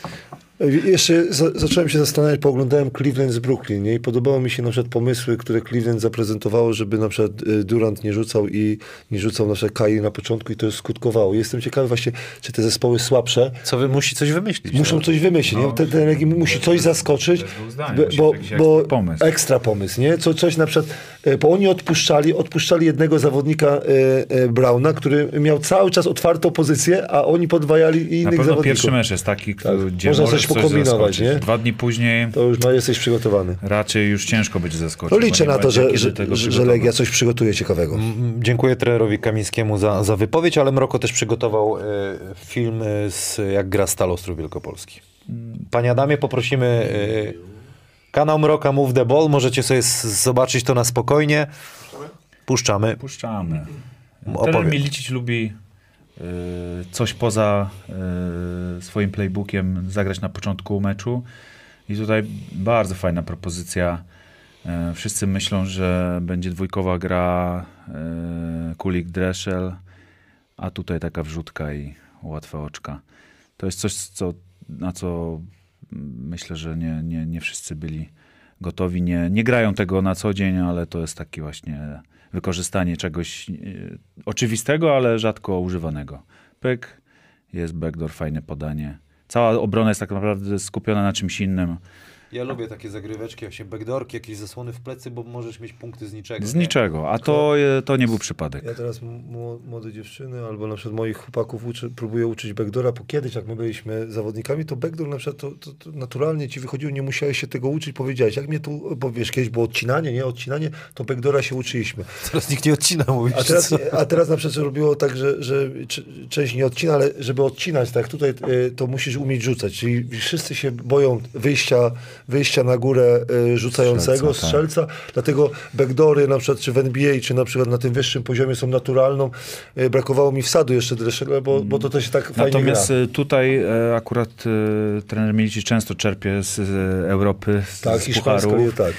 Speaker 2: Jeszcze za, zacząłem się zastanawiać, pooglądałem Cleveland z Brooklyn, nie? I podobały mi się na przykład pomysły, które Cleveland zaprezentowało, żeby na przykład Durant nie rzucał i nie rzucał na przykład Kai na początku i to skutkowało. Jestem ciekawy właśnie, czy te zespoły słabsze
Speaker 1: Co wy musi coś wymyślić.
Speaker 2: muszą
Speaker 1: no?
Speaker 2: coś wymyślić,
Speaker 3: No,
Speaker 2: nie? Ten, ten Legii musi coś zaskoczyć,
Speaker 3: zdanie,
Speaker 2: bo,
Speaker 3: musi
Speaker 2: bo,
Speaker 3: być jakiś
Speaker 2: bo
Speaker 3: ekstra pomysł.
Speaker 2: ekstra pomysł, nie? Co, coś na przykład, e, bo oni odpuszczali, odpuszczali jednego zawodnika e, e, Browna, który miał cały czas otwartą pozycję, a oni podwajali innych
Speaker 3: Na pewno
Speaker 2: zawodników.
Speaker 3: pierwszy mecz jest taki,
Speaker 2: Tak.
Speaker 3: gdzie
Speaker 2: Można
Speaker 3: możesz
Speaker 2: coś
Speaker 3: coś
Speaker 2: pokombinować,
Speaker 3: zaskoczyć.
Speaker 2: nie?
Speaker 3: Dwa dni później
Speaker 2: To już ma, jesteś przygotowany.
Speaker 3: raczej już ciężko będzie zaskoczyć.
Speaker 2: No
Speaker 3: bo
Speaker 2: liczę
Speaker 3: nie
Speaker 2: na to,
Speaker 3: będzie
Speaker 2: że,
Speaker 3: kiedy
Speaker 2: że,
Speaker 3: tego
Speaker 2: że
Speaker 3: przygotować.
Speaker 2: Legia coś przygotuje ciekawego.
Speaker 1: M- Dziękuję trenerowi Kamińskiemu za, za wypowiedź, ale Mroko też przygotował e, film e, z jak gra Stal Ostrów Wielkopolski. Panie Adamie, poprosimy e, kanał Mroka Move the Ball. Możecie sobie s- zobaczyć to na spokojnie. Puszczamy.
Speaker 3: Puszczamy.
Speaker 1: Opowiedz.
Speaker 3: Trener Milicic lubi y, coś poza y, swoim playbookiem zagrać na początku meczu. I tutaj bardzo fajna propozycja. Y, wszyscy myślą, że będzie dwójkowa gra y, Kulik-Dreszel, a tutaj taka wrzutka i łatwe oczka. To jest coś, co, na co myślę, że nie, nie, nie wszyscy byli gotowi. Nie, nie grają tego na co dzień, ale to jest taki właśnie wykorzystanie czegoś e, oczywistego, ale rzadko używanego. Pyk, jest backdoor, fajne podanie. Cała obrona jest tak naprawdę skupiona na czymś innym.
Speaker 1: Ja lubię takie zagryweczki, jak się backdoorki, jakieś zasłony w plecy, bo możesz mieć punkty z niczego.
Speaker 3: Z
Speaker 1: nie?
Speaker 3: niczego, a to, e, to nie był przypadek.
Speaker 2: Ja teraz m- młode dziewczyny albo na przykład moich chłopaków uczy, próbuję uczyć backdoora, bo kiedyś jak my byliśmy zawodnikami, to backdoor na przykład to, to, to naturalnie ci wychodziło, nie musiałeś się tego uczyć, powiedziałeś. Jak mnie tu, bo wiesz, kiedyś było odcinanie, nie? Odcinanie, to backdoora się uczyliśmy.
Speaker 1: Teraz nikt nie odcina, mówisz.
Speaker 2: A teraz,
Speaker 1: co?
Speaker 2: a teraz na przykład robiło tak, że, że cze- część nie odcina, ale żeby odcinać, tak tutaj y, to musisz umieć rzucać. Czyli wszyscy się boją wyjścia, wyjścia na górę y, rzucającego,
Speaker 3: Strzelca,
Speaker 2: strzelca, dlatego backdoory na przykład czy w N B A, czy na przykład na tym wyższym poziomie są naturalną. Y, brakowało mi wsadu jeszcze Dreszela, bo, bo to też tak fajnie
Speaker 3: Natomiast
Speaker 2: gra.
Speaker 3: e, tutaj e, akurat e, trener Milicic często czerpie z, z Europy, z,
Speaker 2: Tak,
Speaker 3: z
Speaker 2: hiszpańsko,
Speaker 3: pucharów.
Speaker 2: nie, tak.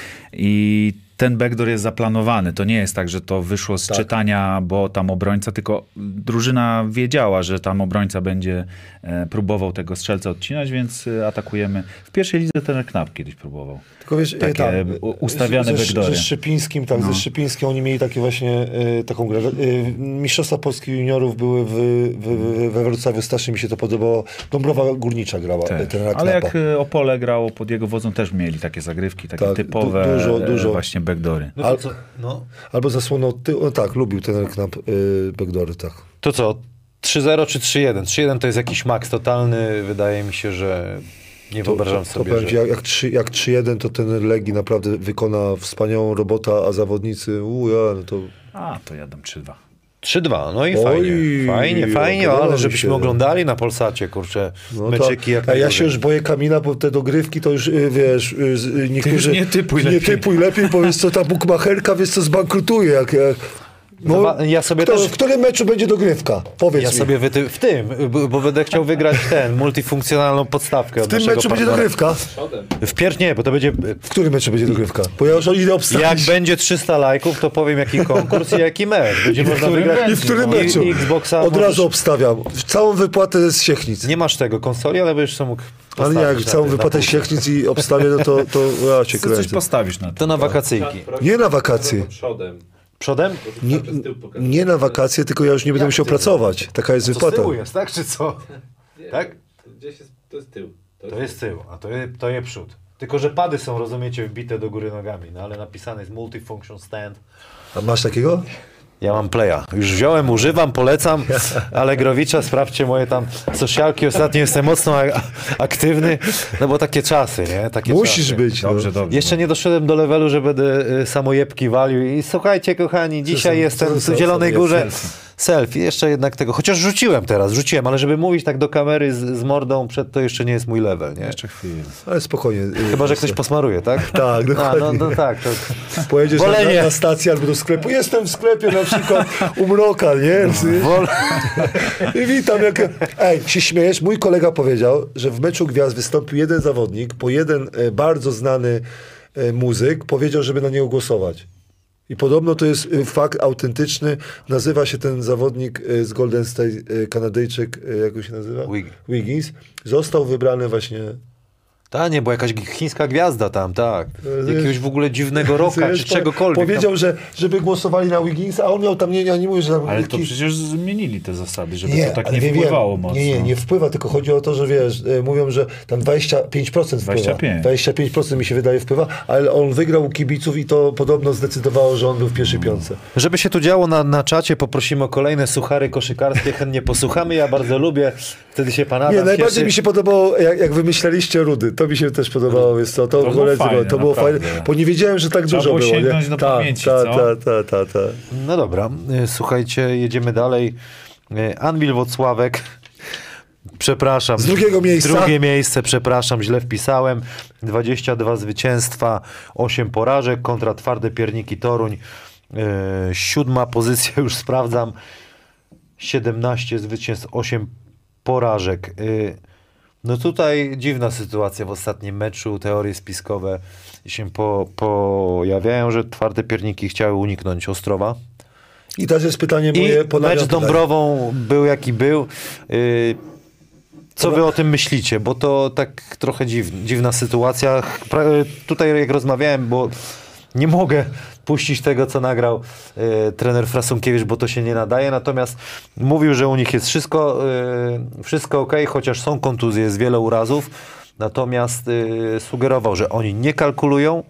Speaker 3: I ten backdoor jest zaplanowany. To nie jest tak, że to wyszło z
Speaker 2: Tak.
Speaker 3: czytania, bo tam obrońca, tylko drużyna wiedziała, że tam obrońca będzie e, próbował tego strzelca odcinać, więc e, atakujemy. W pierwszej lidze ten Knap kiedyś próbował.
Speaker 2: Tylko wiesz,
Speaker 3: Takie
Speaker 2: tam,
Speaker 3: u- ustawiane
Speaker 2: ze,
Speaker 3: backdoory.
Speaker 2: Ze Szczypińskim, tak,
Speaker 3: No.
Speaker 2: ze Szczypińskim oni mieli takie właśnie y, taką grę. Y, Mistrzostwa Polski juniorów były w, w, w, we Wrocławiu, strasznie mi się to podobało. Dąbrowa Górnicza grała
Speaker 3: Też.
Speaker 2: ten
Speaker 3: Ale jak
Speaker 2: Knapa.
Speaker 3: e, Opole grało pod jego wodzą, też mieli takie zagrywki, takie
Speaker 2: Tak,
Speaker 3: typowe
Speaker 2: du- dużo,
Speaker 3: e,
Speaker 2: dużo.
Speaker 3: właśnie backdoory.
Speaker 1: No
Speaker 2: Al-
Speaker 1: to co? No.
Speaker 2: Albo zasłonął tył, no tak, lubił ten Knap y, backdoory, tak.
Speaker 1: To co? trzy zero czy trzy jeden? trzy jeden to jest jakiś maks totalny. Wydaje mi się, że nie wyobrażam
Speaker 2: to, to
Speaker 1: sobie,
Speaker 2: powiem ci,
Speaker 1: że...
Speaker 2: jak, jak, trzy, jak trzy jeden, to ten Legii naprawdę wykona wspaniałą robotę, a zawodnicy, uja, no to...
Speaker 3: A, to ja dam trzy dwa.
Speaker 1: trzy dwa, no i
Speaker 2: Oj,
Speaker 1: fajnie, fajnie, fajnie,
Speaker 2: podoba
Speaker 1: ale
Speaker 2: mi
Speaker 1: żebyśmy
Speaker 2: się.
Speaker 1: oglądali na Polsacie, kurczę,
Speaker 2: No
Speaker 1: meczyki
Speaker 2: to,
Speaker 1: jak
Speaker 2: a ja
Speaker 1: najdłużej.
Speaker 2: się już boję Kamila, bo te dogrywki to już, y, wiesz, y, z- y, niektórzy...
Speaker 3: nie typuj
Speaker 2: Nie
Speaker 3: lepiej.
Speaker 2: typuj lepiej, bo wiesz co, ta bukmacherka, wiesz co, zbankrutuje, jak... jak No,
Speaker 1: ja sobie
Speaker 2: kto,
Speaker 1: też...
Speaker 2: W którym meczu będzie dogrywka? Powiedz
Speaker 1: Ja
Speaker 2: mi.
Speaker 1: sobie wyty... w tym, bo, bo będę chciał wygrać ten, multifunkcjonalną podstawkę.
Speaker 2: W tym meczu będzie dogrywka?
Speaker 1: W pier... nie, bo to będzie...
Speaker 2: W którym meczu będzie dogrywka? Bo ja już idę obstawić.
Speaker 1: Jak będzie trzysta lajków, to powiem jaki konkurs i jaki mecz. Będzie można wygrać.
Speaker 2: I w którym meczu?
Speaker 1: I, Xboxa
Speaker 2: Od
Speaker 1: możesz...
Speaker 2: razu obstawiam. Całą wypłatę z Siechnic.
Speaker 1: Nie masz tego konsoli, ale będziesz sobie mógł
Speaker 2: Ale nie, jak
Speaker 1: postawić
Speaker 2: całą
Speaker 1: na-
Speaker 2: wypłatę
Speaker 1: na-
Speaker 2: z Siechnic i obstawię, no to, to ja cię
Speaker 3: Chcę coś
Speaker 2: kręcę.
Speaker 3: postawić na to.
Speaker 1: To na wakacyjki.
Speaker 2: Nie na wakacje.
Speaker 4: Przodem.
Speaker 1: Przodem?
Speaker 2: Nie, nie na wakacje, tylko ja już nie będę musiał pracować. Taka jest
Speaker 1: To z
Speaker 2: wypłata.
Speaker 1: tyłu jest, tak? Czy co?
Speaker 4: Nie,
Speaker 1: Tak?
Speaker 4: To gdzieś jest, to jest tył.
Speaker 1: To jest tył, a to jest, to jest przód. Tylko, że pady są, rozumiecie, wbite do góry nogami, no ale napisane jest multifunction stand.
Speaker 2: A masz takiego?
Speaker 1: Ja mam playa. Już wziąłem, używam, polecam Allegrowicza, sprawdźcie moje tam socialki. Ostatnio jestem mocno a- aktywny, no bo takie czasy, nie? Takie
Speaker 2: Musisz
Speaker 1: czasy.
Speaker 2: być. No.
Speaker 3: Dobrze, dobrze.
Speaker 1: Jeszcze nie doszedłem do levelu, że będę y, samojebki walił i słuchajcie kochani, dzisiaj
Speaker 2: są-
Speaker 1: jestem
Speaker 2: co są
Speaker 1: w Zielonej
Speaker 2: sobie
Speaker 1: Górze.
Speaker 2: selfie?
Speaker 1: Selfie, jeszcze jednak tego, chociaż rzuciłem teraz, rzuciłem, ale żeby mówić tak do kamery z, z mordą przed, to jeszcze nie jest mój level, nie?
Speaker 3: Jeszcze chwilę.
Speaker 2: Ale spokojnie. y,
Speaker 1: Chyba, że ktoś posmaruje, tak?
Speaker 2: Tak,
Speaker 1: A, no,
Speaker 2: dokładnie.
Speaker 1: no tak, to...
Speaker 2: Pojedziesz na,
Speaker 1: Wolenie.
Speaker 2: na stację albo do sklepu. Jestem w sklepie na przykład u Mroka, nie?
Speaker 1: Wol...
Speaker 2: I witam. Jak... Ej, się śmiejesz? Mój kolega powiedział, że w meczu gwiazd wystąpił jeden zawodnik, po jeden e, bardzo znany e, muzyk powiedział, żeby na niego głosować. I podobno to jest e, fakt autentyczny. Nazywa się ten zawodnik e, z Golden State, e, Kanadyjczyk, e, jak on się nazywa?
Speaker 1: Wig-
Speaker 2: Wiggins. Został wybrany właśnie...
Speaker 1: Ta nie, bo jakaś chińska gwiazda tam, tak.
Speaker 2: jest-
Speaker 1: Jakiegoś w ogóle dziwnego roka,
Speaker 2: Wiesz,
Speaker 1: czy czegokolwiek.
Speaker 2: Powiedział,
Speaker 1: tam.
Speaker 2: że żeby głosowali na Wigginsa, a on miał tam, nie, ja nie mówię, że tam...
Speaker 3: Ale to
Speaker 2: jakiś-
Speaker 3: przecież zmienili te zasady, żeby
Speaker 2: Nie,
Speaker 3: to tak
Speaker 2: ale
Speaker 3: nie
Speaker 2: wiem,
Speaker 3: wpływało
Speaker 2: wiem.
Speaker 3: mocno.
Speaker 2: Nie, nie, nie wpływa, tylko chodzi o to, że wiesz, e, mówią, że tam dwadzieścia pięć procent wpływa.
Speaker 3: dwadzieścia pięć.
Speaker 2: dwadzieścia pięć procent mi się wydaje wpływa, ale on wygrał u kibiców i to podobno zdecydowało, że on był w pierwszej piątce.
Speaker 1: Żeby się tu działo na, na czacie, poprosimy o kolejne suchary koszykarskie, chętnie posłuchamy. Ja bardzo lubię, wtedy się pan Adam
Speaker 2: Nie, najbardziej
Speaker 1: cieszy.
Speaker 2: mi się podobało, jak, jak wymyślaliście Rudy. To mi się też podobało, więc to, to,
Speaker 3: To
Speaker 2: w
Speaker 3: było
Speaker 2: ogóle
Speaker 3: fajne,
Speaker 2: to było
Speaker 3: naprawdę.
Speaker 2: fajne, bo nie wiedziałem, że tak
Speaker 3: Trzeba
Speaker 2: dużo
Speaker 3: było
Speaker 2: było.
Speaker 3: sięgnąć
Speaker 2: Nie?
Speaker 3: do
Speaker 2: Ta,
Speaker 3: pamięci,
Speaker 2: ta,
Speaker 3: co?
Speaker 2: ta, ta, ta, ta.
Speaker 1: No dobra, y, słuchajcie, jedziemy dalej. Y, Anwil Włocławek. Przepraszam.
Speaker 2: Z drugiego miejsca.
Speaker 1: Drugie miejsce, przepraszam, źle wpisałem. dwadzieścia dwa zwycięstwa, osiem porażek kontra Twarde Pierniki Toruń. Yy, siódma pozycja, już sprawdzam. siedemnaście zwycięstw, osiem porażek. Yy, no tutaj dziwna sytuacja w ostatnim meczu. Teorie spiskowe się po, pojawiają, że Twarde Pierniki chciały uniknąć Ostrowa.
Speaker 2: I teraz jest pytanie
Speaker 1: I
Speaker 2: moje. ponawiam
Speaker 1: mecz z
Speaker 2: pytanie.
Speaker 1: Dąbrową był jaki był. Yy, Co wy o tym myślicie? Bo to tak trochę dziw, dziwna sytuacja. Pra- Tutaj jak rozmawiałem, bo nie mogę puścić tego, co nagrał e, trener Frasunkiewicz, bo to się nie nadaje. Natomiast mówił, że u nich jest wszystko, e, wszystko ok, chociaż są kontuzje, jest wiele urazów. Natomiast e, sugerował, że oni nie kalkulują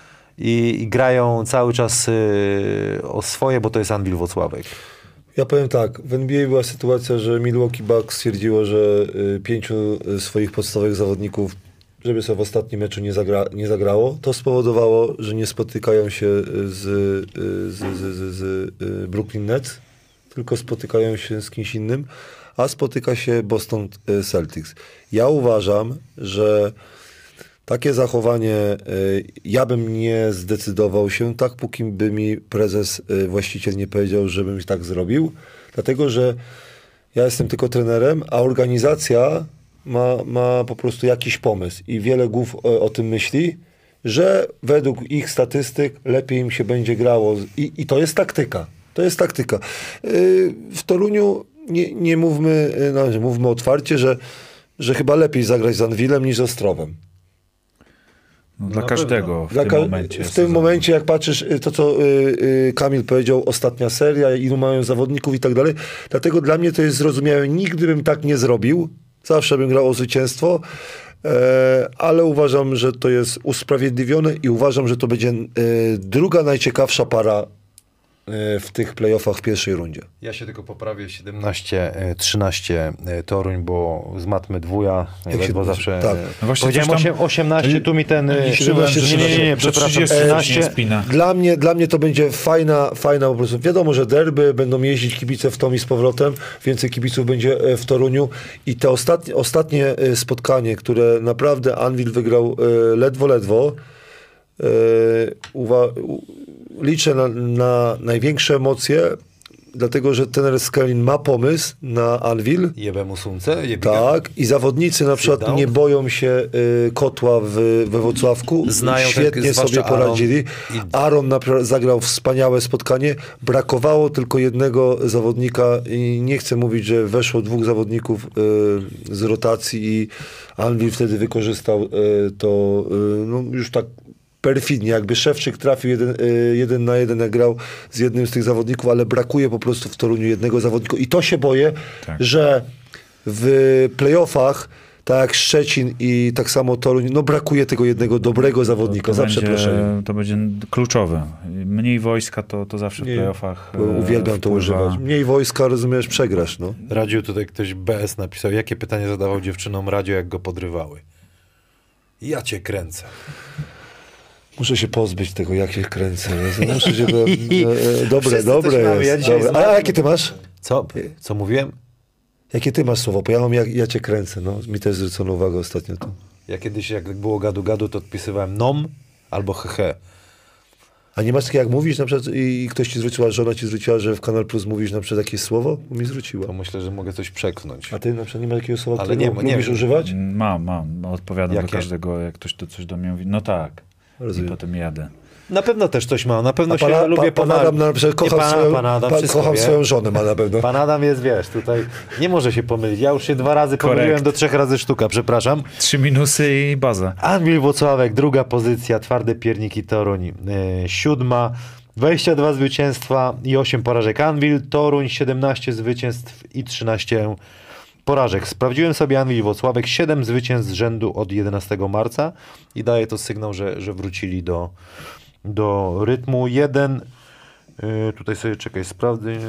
Speaker 1: i, i grają cały czas e, o swoje, bo to jest Anwil Włocławek.
Speaker 2: Ja powiem tak, w N B A była sytuacja, że Milwaukee Bucks stwierdziło, że y, pięciu y, swoich podstawowych zawodników, żeby sobie w ostatnim meczu nie, zagra, nie zagrało. To spowodowało, że nie spotykają się z, y, z, z, z, z y, Brooklyn Nets, tylko spotykają się z kimś innym, a spotyka się Boston y, Celtics. Ja uważam, że takie zachowanie, y, ja bym nie zdecydował się tak, póki by mi prezes, y, właściciel nie powiedział, żebym tak zrobił. Dlatego, że ja jestem tylko trenerem, a organizacja ma, ma po prostu jakiś pomysł i wiele głów o, o tym myśli, że według ich statystyk lepiej im się będzie grało. I, i to jest taktyka. To jest taktyka. Y, w Toruniu nie, nie mówmy, y, no, mówmy otwarcie, że, że chyba lepiej zagrać z Anwilem niż z Ostrowem.
Speaker 3: No, dla
Speaker 1: Na
Speaker 3: każdego w
Speaker 2: Dla
Speaker 3: tym
Speaker 2: ka-
Speaker 3: momencie.
Speaker 2: W tym
Speaker 3: sezonu.
Speaker 2: momencie, jak patrzysz, y, to co y, y, Kamil powiedział, ostatnia seria, ilu mają zawodników i tak dalej. Dlatego dla mnie to jest zrozumiałe. Nigdy bym tak nie zrobił. Zawsze bym grał o zwycięstwo. E, ale uważam, że to jest usprawiedliwione i uważam, że to będzie e, druga najciekawsza para e, w tych playoffach w pierwszej rundzie.
Speaker 1: Ja się tylko poprawię, siedemnaście trzynaście Toruń, bo z matmy dwuja,
Speaker 2: Jak
Speaker 1: ledwo
Speaker 2: się-
Speaker 1: zawsze...
Speaker 2: tak.
Speaker 3: No właśnie
Speaker 1: Powiedziałem
Speaker 3: coś tam-
Speaker 1: osiem, osiemnaście, tu mi ten... e,
Speaker 2: siedemnaście,
Speaker 1: nie, nie, nie, nie,
Speaker 3: Do
Speaker 1: przepraszam,
Speaker 3: trzydziestu się
Speaker 1: trzynaście.
Speaker 3: nie spina.
Speaker 2: Dla mnie, dla mnie to będzie fajna, fajna po prostu. Wiadomo, że derby, będą jeździć kibice w tom i z powrotem, więcej kibiców będzie e, w Toruniu i te ostatnie, ostatnie e, spotkanie, które naprawdę Anwil wygrał e, ledwo, ledwo, e, uwa- u, liczę na, na największe emocje, dlatego że trener Skelin ma pomysł na Anvil.
Speaker 1: Jebę mu sumce?
Speaker 2: Tak, i zawodnicy na przykład
Speaker 1: down.
Speaker 2: nie boją się y, kotła w, we Włocławku.
Speaker 1: Znają
Speaker 2: Świetnie
Speaker 1: ten-
Speaker 2: sobie
Speaker 1: zwłaszcza
Speaker 2: poradzili.
Speaker 1: Aaron i-
Speaker 2: Aaron na przykład zagrał wspaniałe spotkanie. Brakowało tylko jednego zawodnika i nie chcę mówić, że weszło dwóch zawodników y, z rotacji i Anvil wtedy wykorzystał y, to y, no, już tak perfidnie, jakby Szewczyk trafił jeden, y, jeden na jeden, jak grał z jednym z tych zawodników, ale brakuje po prostu w Toruniu jednego zawodnika. I to się boję,
Speaker 3: Tak.
Speaker 2: że w playoffach, tak jak Szczecin i tak samo Toruń, no brakuje tego jednego dobrego zawodnika,
Speaker 3: To
Speaker 2: za
Speaker 3: będzie,
Speaker 2: przeproszeniem.
Speaker 3: to będzie kluczowe. Mniej wojska to, to zawsze w
Speaker 2: Nie,
Speaker 3: playoffach
Speaker 2: Bo
Speaker 3: e,
Speaker 2: uwielbiam to
Speaker 3: wpływa.
Speaker 2: używać. Mniej wojska, rozumiesz, przegrasz, no.
Speaker 1: Radziu, tutaj ktoś B S napisał, jakie pytanie zadawał dziewczynom Radio, jak go podrywały. Ja cię kręcę.
Speaker 2: Muszę się pozbyć tego, jak się kręcę. Jezu, muszę się... e, e, dobre,
Speaker 1: Wszyscy
Speaker 2: dobre
Speaker 1: coś mamy. Ja
Speaker 2: jest.
Speaker 1: dzisiaj
Speaker 2: Dobre.
Speaker 1: z
Speaker 2: A
Speaker 1: Markiem-
Speaker 2: jakie ty masz?
Speaker 1: Co? Co mówiłem?
Speaker 2: Jakie ty masz słowo? Bo ja mam, jak, ja cię kręcę, no. Mi też zwrócono uwagę ostatnio to.
Speaker 1: Ja kiedyś, jak było gadu-gadu, to odpisywałem nom albo hehe.
Speaker 2: A nie masz takiego, jak mówisz na przykład i ktoś ci zwróciła, żona ci zwróciła, że w Kanal Plus mówisz na przykład jakieś słowo? Bo mi zwróciła.
Speaker 1: To myślę, że mogę coś przeknąć.
Speaker 2: A ty na przykład nie masz takiego słowa,
Speaker 1: Ale
Speaker 2: którego
Speaker 1: nie, nie
Speaker 2: lubisz
Speaker 1: wiem.
Speaker 2: używać?
Speaker 3: Mam, mam. Odpowiadam
Speaker 1: Jakie?
Speaker 3: do każdego, jak ktoś to coś do mnie mówi. No tak.
Speaker 2: Rozumiem.
Speaker 3: I potem jadę.
Speaker 1: Na pewno też coś ma, na pewno
Speaker 2: A
Speaker 1: się
Speaker 2: pana,
Speaker 1: lubię
Speaker 2: pa, pan Adam na przykład kocham,
Speaker 1: pana,
Speaker 2: swoją,
Speaker 1: pan Adam,
Speaker 2: pa,
Speaker 1: wszystko
Speaker 2: kocham
Speaker 1: wie.
Speaker 2: swoją żonę, ma na pewno.
Speaker 1: Pan Adam jest, wiesz, tutaj nie może się pomylić. Ja już się dwa razy pomyliłem
Speaker 3: Korekt.
Speaker 1: do trzech razy sztuka, przepraszam.
Speaker 3: Trzy minusy i baza.
Speaker 1: Anwil Włocławek, druga pozycja, twarde pierniki Toruń, yy, siódma, dwadzieścia dwa zwycięstwa i osiem porażek Anwil, Toruń siedemnaście zwycięstw i trzynaście porażek. Sprawdziłem sobie Anwil Włocławek, siedem zwycięstw z rzędu od jedenastego marca i daje to sygnał, że, że wrócili do, do rytmu. Jeden, yy, tutaj sobie czekaj, sprawdzę, yy,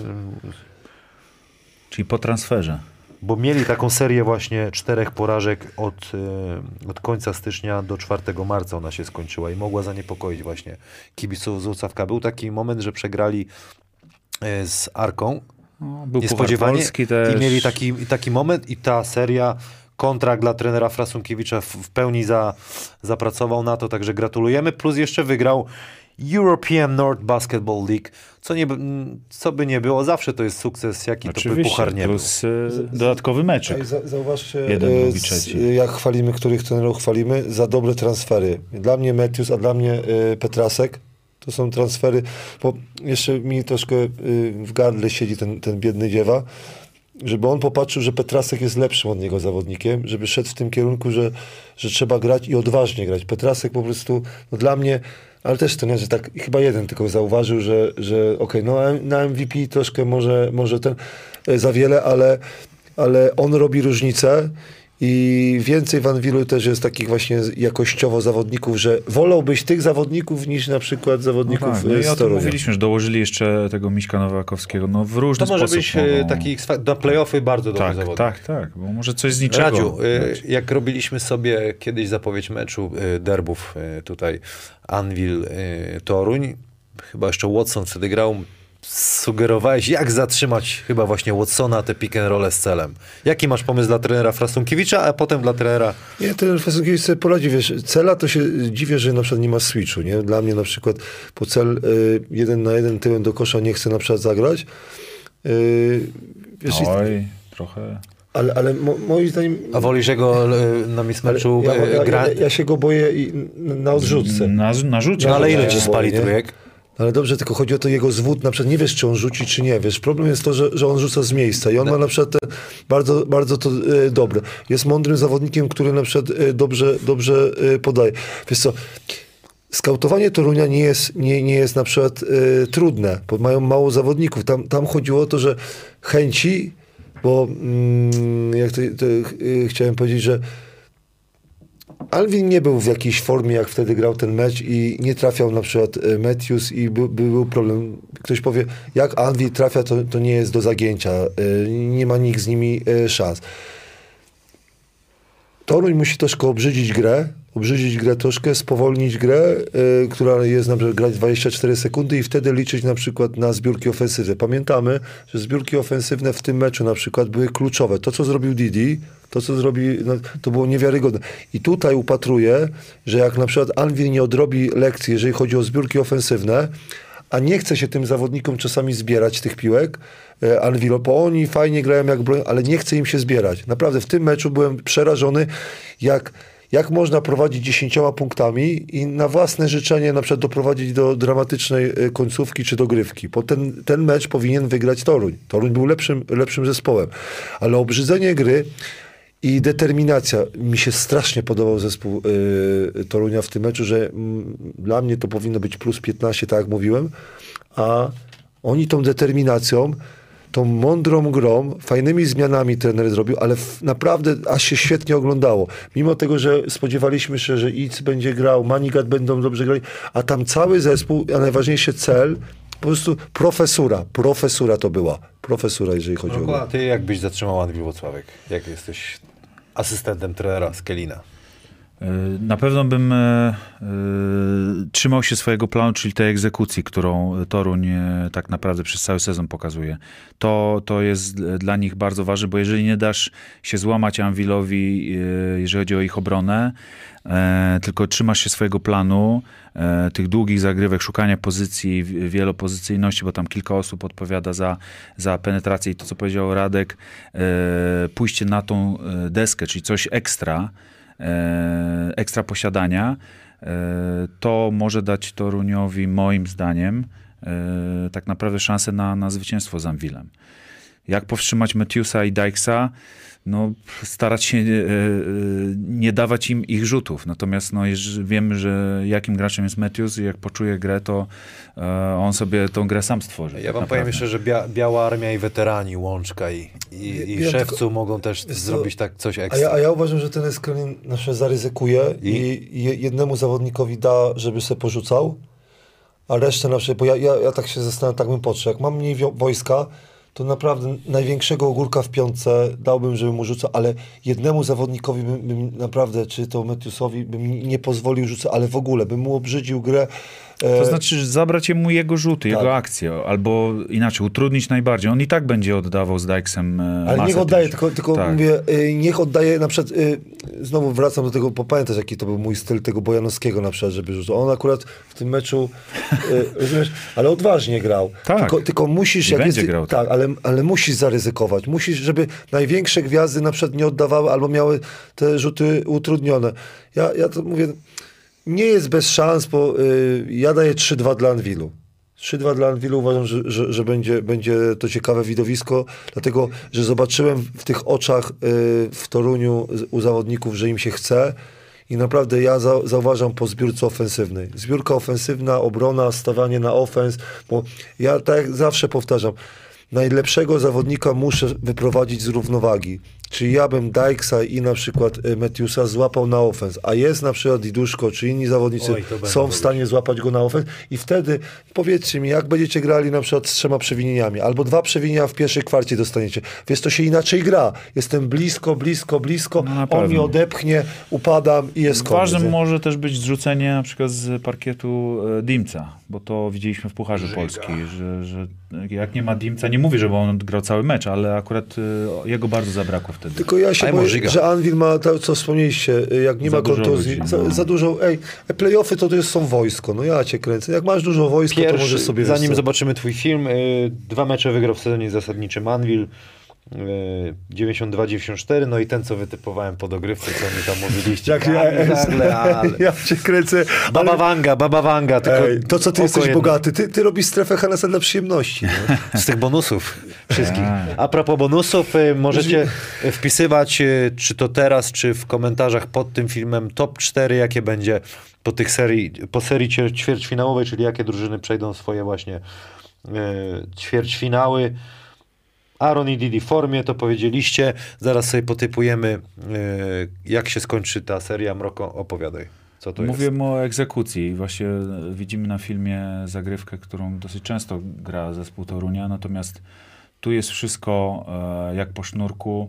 Speaker 3: Czyli po transferze.
Speaker 1: bo mieli taką serię właśnie czterech porażek od, yy, od końca stycznia do czwartego marca ona się skończyła i mogła zaniepokoić właśnie kibiców z Włocławka. Był taki moment, że przegrali yy, z Arką
Speaker 3: No, był
Speaker 1: niespodziewanie
Speaker 3: Puchar Polski też.
Speaker 1: i mieli taki, i taki moment i ta seria, kontrakt dla trenera Frasunkiewicza w, w pełni za, zapracował na to, także gratulujemy, plus jeszcze wygrał European North Basketball League, co, nie, co by nie było, zawsze to jest sukces, jaki to by
Speaker 3: Oczywiście,
Speaker 1: puchar nie był.
Speaker 3: plus y, dodatkowy meczek.
Speaker 2: Ej, za, zauważcie,
Speaker 3: Jeden,
Speaker 2: e,
Speaker 3: drugi,
Speaker 2: z-
Speaker 3: trzeci.
Speaker 2: jak chwalimy, których trenerów chwalimy, za dobre transfery. Dla mnie Matthews, a dla mnie e, Petrasek. To są transfery, bo jeszcze mi troszkę e, w gardle siedzi ten, ten biedny dziewa, żeby on popatrzył, że Petrasek jest lepszym od niego zawodnikiem, żeby szedł w tym kierunku, że, że trzeba grać i odważnie grać. Petrasek po prostu, no dla mnie, ale też trenerzy tak, chyba jeden tylko zauważył, że, że okej, no na M V P troszkę może, może ten e, za wiele, ale, ale on robi różnicę i więcej w Anwilu też jest takich właśnie jakościowo zawodników, że wolałbyś tych zawodników niż na przykład
Speaker 3: No
Speaker 2: zawodników
Speaker 3: tak, no
Speaker 2: e,
Speaker 3: i
Speaker 2: z
Speaker 3: o tym
Speaker 2: Torunia.
Speaker 3: mówiliśmy, że dołożyli jeszcze tego Miśka Nowakowskiego. No w różny
Speaker 1: To może
Speaker 3: sposób
Speaker 1: być e,
Speaker 3: mogą...
Speaker 1: taki swa- na play-offy bardzo dobry
Speaker 3: Tak,
Speaker 1: zawodnik.
Speaker 3: tak, tak, bo może coś z niczego.
Speaker 1: Radziu, y, jak robiliśmy sobie kiedyś zapowiedź meczu y, derbów y, tutaj Anvil-Toruń, chyba jeszcze Watson wtedy grał, sugerowałeś, jak zatrzymać chyba właśnie Watsona, te pick and roll z celem. Jaki masz pomysł dla trenera Frasunkiewicza, a potem dla trenera...
Speaker 2: Nie, ten Fasunkiewicz sobie poradzi, wiesz, Cela to się dziwię, że na przykład nie ma switchu, nie? Dla mnie na przykład po Cel y, jeden na jeden tyłem do kosza nie chce na przykład zagrać. Y, wiesz, jest,
Speaker 3: Oj, trochę...
Speaker 2: ale, ale mo, moim zdaniem...
Speaker 1: A wolisz jego y, na mismeczu
Speaker 2: ja, ja,
Speaker 1: y, gra...
Speaker 2: ja, ja się go boję i, na, na odrzutce.
Speaker 3: Na, na rzucie.
Speaker 1: No ale
Speaker 2: ja
Speaker 1: ile
Speaker 2: się
Speaker 1: ci
Speaker 2: boję,
Speaker 1: spali
Speaker 2: nie?
Speaker 1: trójek?
Speaker 2: Ale dobrze, tylko chodzi o to jego zwód, na przykład nie wiesz, czy on rzuci, czy nie, wiesz, problem jest to, że, że on rzuca z miejsca i on ma na przykład te, bardzo, bardzo to e, dobre. Jest mądrym zawodnikiem, który na przykład e, dobrze, dobrze e, podaje. Wiesz co, skautowanie Torunia nie jest, nie, nie jest na przykład e, trudne, bo mają mało zawodników. Tam, tam chodziło o to, że chęci, bo mm, jak to, to e, chciałem powiedzieć, że Alvin nie był w jakiejś formie, jak wtedy grał ten mecz i nie trafiał na przykład e, Matthews i by, by był problem. Ktoś powie, jak Alvin trafia, to, to nie jest do zagięcia. E, nie ma nikt z nimi e, szans. Toruń musi troszkę obrzydzić grę, obrzydzić grę troszkę, spowolnić grę, y, która jest na przykład grać dwadzieścia cztery sekundy i wtedy liczyć na przykład na zbiórki ofensywne. Pamiętamy, że zbiórki ofensywne w tym meczu na przykład były kluczowe. To, co zrobił Didi, to, co zrobił, no, to było niewiarygodne. I tutaj upatruję, że jak na przykład Anvil nie odrobi lekcji, jeżeli chodzi o zbiórki ofensywne, a nie chce się tym zawodnikom czasami zbierać tych piłek, e, Anwilu, bo oni fajnie grają jak broń, ale nie chce im się zbierać. Naprawdę w tym meczu byłem przerażony, jak, jak można prowadzić dziesięcioma punktami i na własne życzenie na przykład doprowadzić do dramatycznej e, końcówki czy dogrywki. Bo ten, ten mecz powinien wygrać Toruń. Toruń był lepszym, lepszym zespołem. Ale obrzydzenie gry i determinacja. Mi się strasznie podobał zespół y, Torunia w tym meczu, że m, dla mnie to powinno być plus piętnaście, tak jak mówiłem, a oni tą determinacją, tą mądrą grą, fajnymi zmianami trener zrobił, ale w, naprawdę aż się świetnie oglądało. Mimo tego, że spodziewaliśmy się, że Idz będzie grał, Manigat będą dobrze grali, a tam cały zespół, a najważniejszy cel, po prostu profesura. Profesura to była. Profesura, jeżeli chodzi o grę.
Speaker 1: A ty jak byś zatrzymał Anwil Włocławek? Jak jesteś asystentem trenera Skelina?
Speaker 3: Na pewno bym e, e, trzymał się swojego planu, czyli tej egzekucji, którą Toruń e, tak naprawdę przez cały sezon pokazuje. To, to jest dla nich bardzo ważne, bo jeżeli nie dasz się złamać Anwilowi, e, jeżeli chodzi o ich obronę, e, tylko trzymasz się swojego planu, e, tych długich zagrywek, szukania pozycji, wielopozycyjności, bo tam kilka osób odpowiada za, za penetrację i to, co powiedział Radek, e, pójście na tą deskę, czyli coś ekstra, ekstra posiadania, to może dać Toruniowi, moim zdaniem, tak naprawdę szansę na, na zwycięstwo z Anwilem. Jak powstrzymać Matthewsa i Dykesa? No, starać się nie dawać im ich rzutów. Natomiast no, wiemy, że jakim graczem jest Matthews i jak poczuje grę, to on sobie tą grę sam stworzy.
Speaker 1: Ja
Speaker 3: tak
Speaker 1: wam
Speaker 3: naprawdę.
Speaker 1: powiem jeszcze, że Bia Biała Armia i weterani, Łączka i, i, i
Speaker 2: Ja
Speaker 1: Szewcu
Speaker 2: tylko-
Speaker 1: mogą też
Speaker 2: to-
Speaker 1: zrobić tak coś
Speaker 2: A
Speaker 1: ekstra.
Speaker 2: ja, a ja uważam, że ten Skelin nasze zaryzykuje i,
Speaker 1: I?
Speaker 2: i jednemu zawodnikowi da, żeby se porzucał, a resztę na przykład, bo ja, ja, ja tak się zastanawiam, tak bym podszedł. Jak mam mniej wio- wojska, to naprawdę największego ogórka w piątce dałbym, żeby mu rzucał, ale jednemu zawodnikowi bym, bym naprawdę, czy to Matthewsowi, bym nie pozwolił rzucać, ale w ogóle bym mu obrzydził grę. E,
Speaker 3: To znaczy zabrać mu jego rzuty,
Speaker 2: tak.
Speaker 3: jego akcje, albo inaczej, utrudnić najbardziej. On i tak będzie oddawał z Dykesem e,
Speaker 2: Ale
Speaker 3: masę
Speaker 2: niech oddaje,
Speaker 3: tych-
Speaker 2: tylko, tylko
Speaker 3: tak.
Speaker 2: mówię, y, niech oddaje na przykład, y, znowu wracam do tego, bo pamiętasz jaki to był mój styl tego Bojanowskiego na przykład, żeby rzucał. On akurat w tym meczu, y, rozumiesz, ale odważnie grał.
Speaker 3: Tak.
Speaker 2: Tylko, tylko musisz,
Speaker 3: I
Speaker 2: jak
Speaker 3: będzie
Speaker 2: jest,
Speaker 3: grał
Speaker 2: tak, ale, ale musisz zaryzykować. Musisz, żeby największe gwiazdy na przykład nie oddawały albo miały te rzuty utrudnione. Ja, ja to mówię, nie jest bez szans, bo y, ja daję trzy dwa dla Anwilu. trzy dwa dla Anwilu uważam, że, że, że będzie, będzie to ciekawe widowisko, dlatego, że zobaczyłem w tych oczach y, w Toruniu z- u zawodników, że im się chce i naprawdę ja za, zauważam po zbiórce ofensywnej. Zbiórka ofensywna, obrona, stawianie na ofens, bo ja tak jak zawsze powtarzam, najlepszego zawodnika muszę wyprowadzić z równowagi. Czyli ja bym Dykesa i na przykład y, Matthewsa złapał na ofens, a jest na przykład Diduszko, czy inni zawodnicy
Speaker 1: Oj, to będą
Speaker 2: są w
Speaker 1: robić.
Speaker 2: stanie złapać go na ofens i wtedy powiedzcie mi, jak będziecie grali na przykład z trzema przewinieniami, albo dwa przewinienia w pierwszej kwarcie dostaniecie. Więc to się inaczej gra. Jestem blisko, blisko, blisko,
Speaker 3: No na
Speaker 2: on
Speaker 3: pewno.
Speaker 2: mnie odepchnie, upadam i jest koniec.
Speaker 3: Ważnym
Speaker 2: nie?
Speaker 3: może też być zrzucenie na przykład z parkietu e, Dimca, bo to widzieliśmy w Pucharze Polski, że, że jak nie ma Dimca, nie mówię, żeby on grał cały mecz, ale akurat e, jego bardzo zabrakło wtedy.
Speaker 2: Tylko ja się
Speaker 1: Aj,
Speaker 2: boję,
Speaker 1: Morzyga.
Speaker 2: że Anwil ma to, co wspomnieliście, jak nie
Speaker 3: Za
Speaker 2: ma
Speaker 3: dużo
Speaker 2: kontuzji,
Speaker 3: ludzi,
Speaker 2: za,
Speaker 3: no.
Speaker 2: za dużo, ej, play-offy to, to jest, są wojsko, no ja cię kręcę. Jak masz dużo wojska, to możesz
Speaker 1: Pierwszy,
Speaker 2: sobie...
Speaker 1: zanim
Speaker 2: wiesz co,
Speaker 1: zobaczymy twój film, y, dwa mecze wygrał w sezonie zasadniczym Anwil, y, dziewięćdziesiąt dwa dziewięćdziesiąt cztery, no i ten, co wytypowałem po dogrywce, co mi tam mówiliście.
Speaker 2: Jak
Speaker 1: Ja,
Speaker 2: ja,
Speaker 1: nagle, ale...
Speaker 2: ja cię kręcę.
Speaker 1: Baba
Speaker 2: ale-
Speaker 1: Wanga, Baba Wanga, tylko
Speaker 2: Ej, to, co ty
Speaker 1: oko
Speaker 2: jesteś
Speaker 1: jedno.
Speaker 2: bogaty, ty, ty robisz strefę Hanesa dla przyjemności. No.
Speaker 1: Z tych bonusów wszystkich.
Speaker 3: Tak.
Speaker 1: A propos bonusów, y, możecie wpisywać, y, czy to teraz, czy w komentarzach pod tym filmem top cztery, jakie będzie po tych serii, po serii ćwier- ćwierćfinałowej, czyli jakie drużyny przejdą swoje właśnie y, ćwierćfinały. Aaron i Didi w formie, to powiedzieliście. Zaraz sobie potypujemy, y, jak się skończy ta seria. Mroko, opowiadaj. Co to
Speaker 3: Mówię
Speaker 1: jest?
Speaker 3: o egzekucji. Właśnie widzimy na filmie zagrywkę, którą dosyć często gra zespół Torunia, natomiast tu jest wszystko e, jak po sznurku.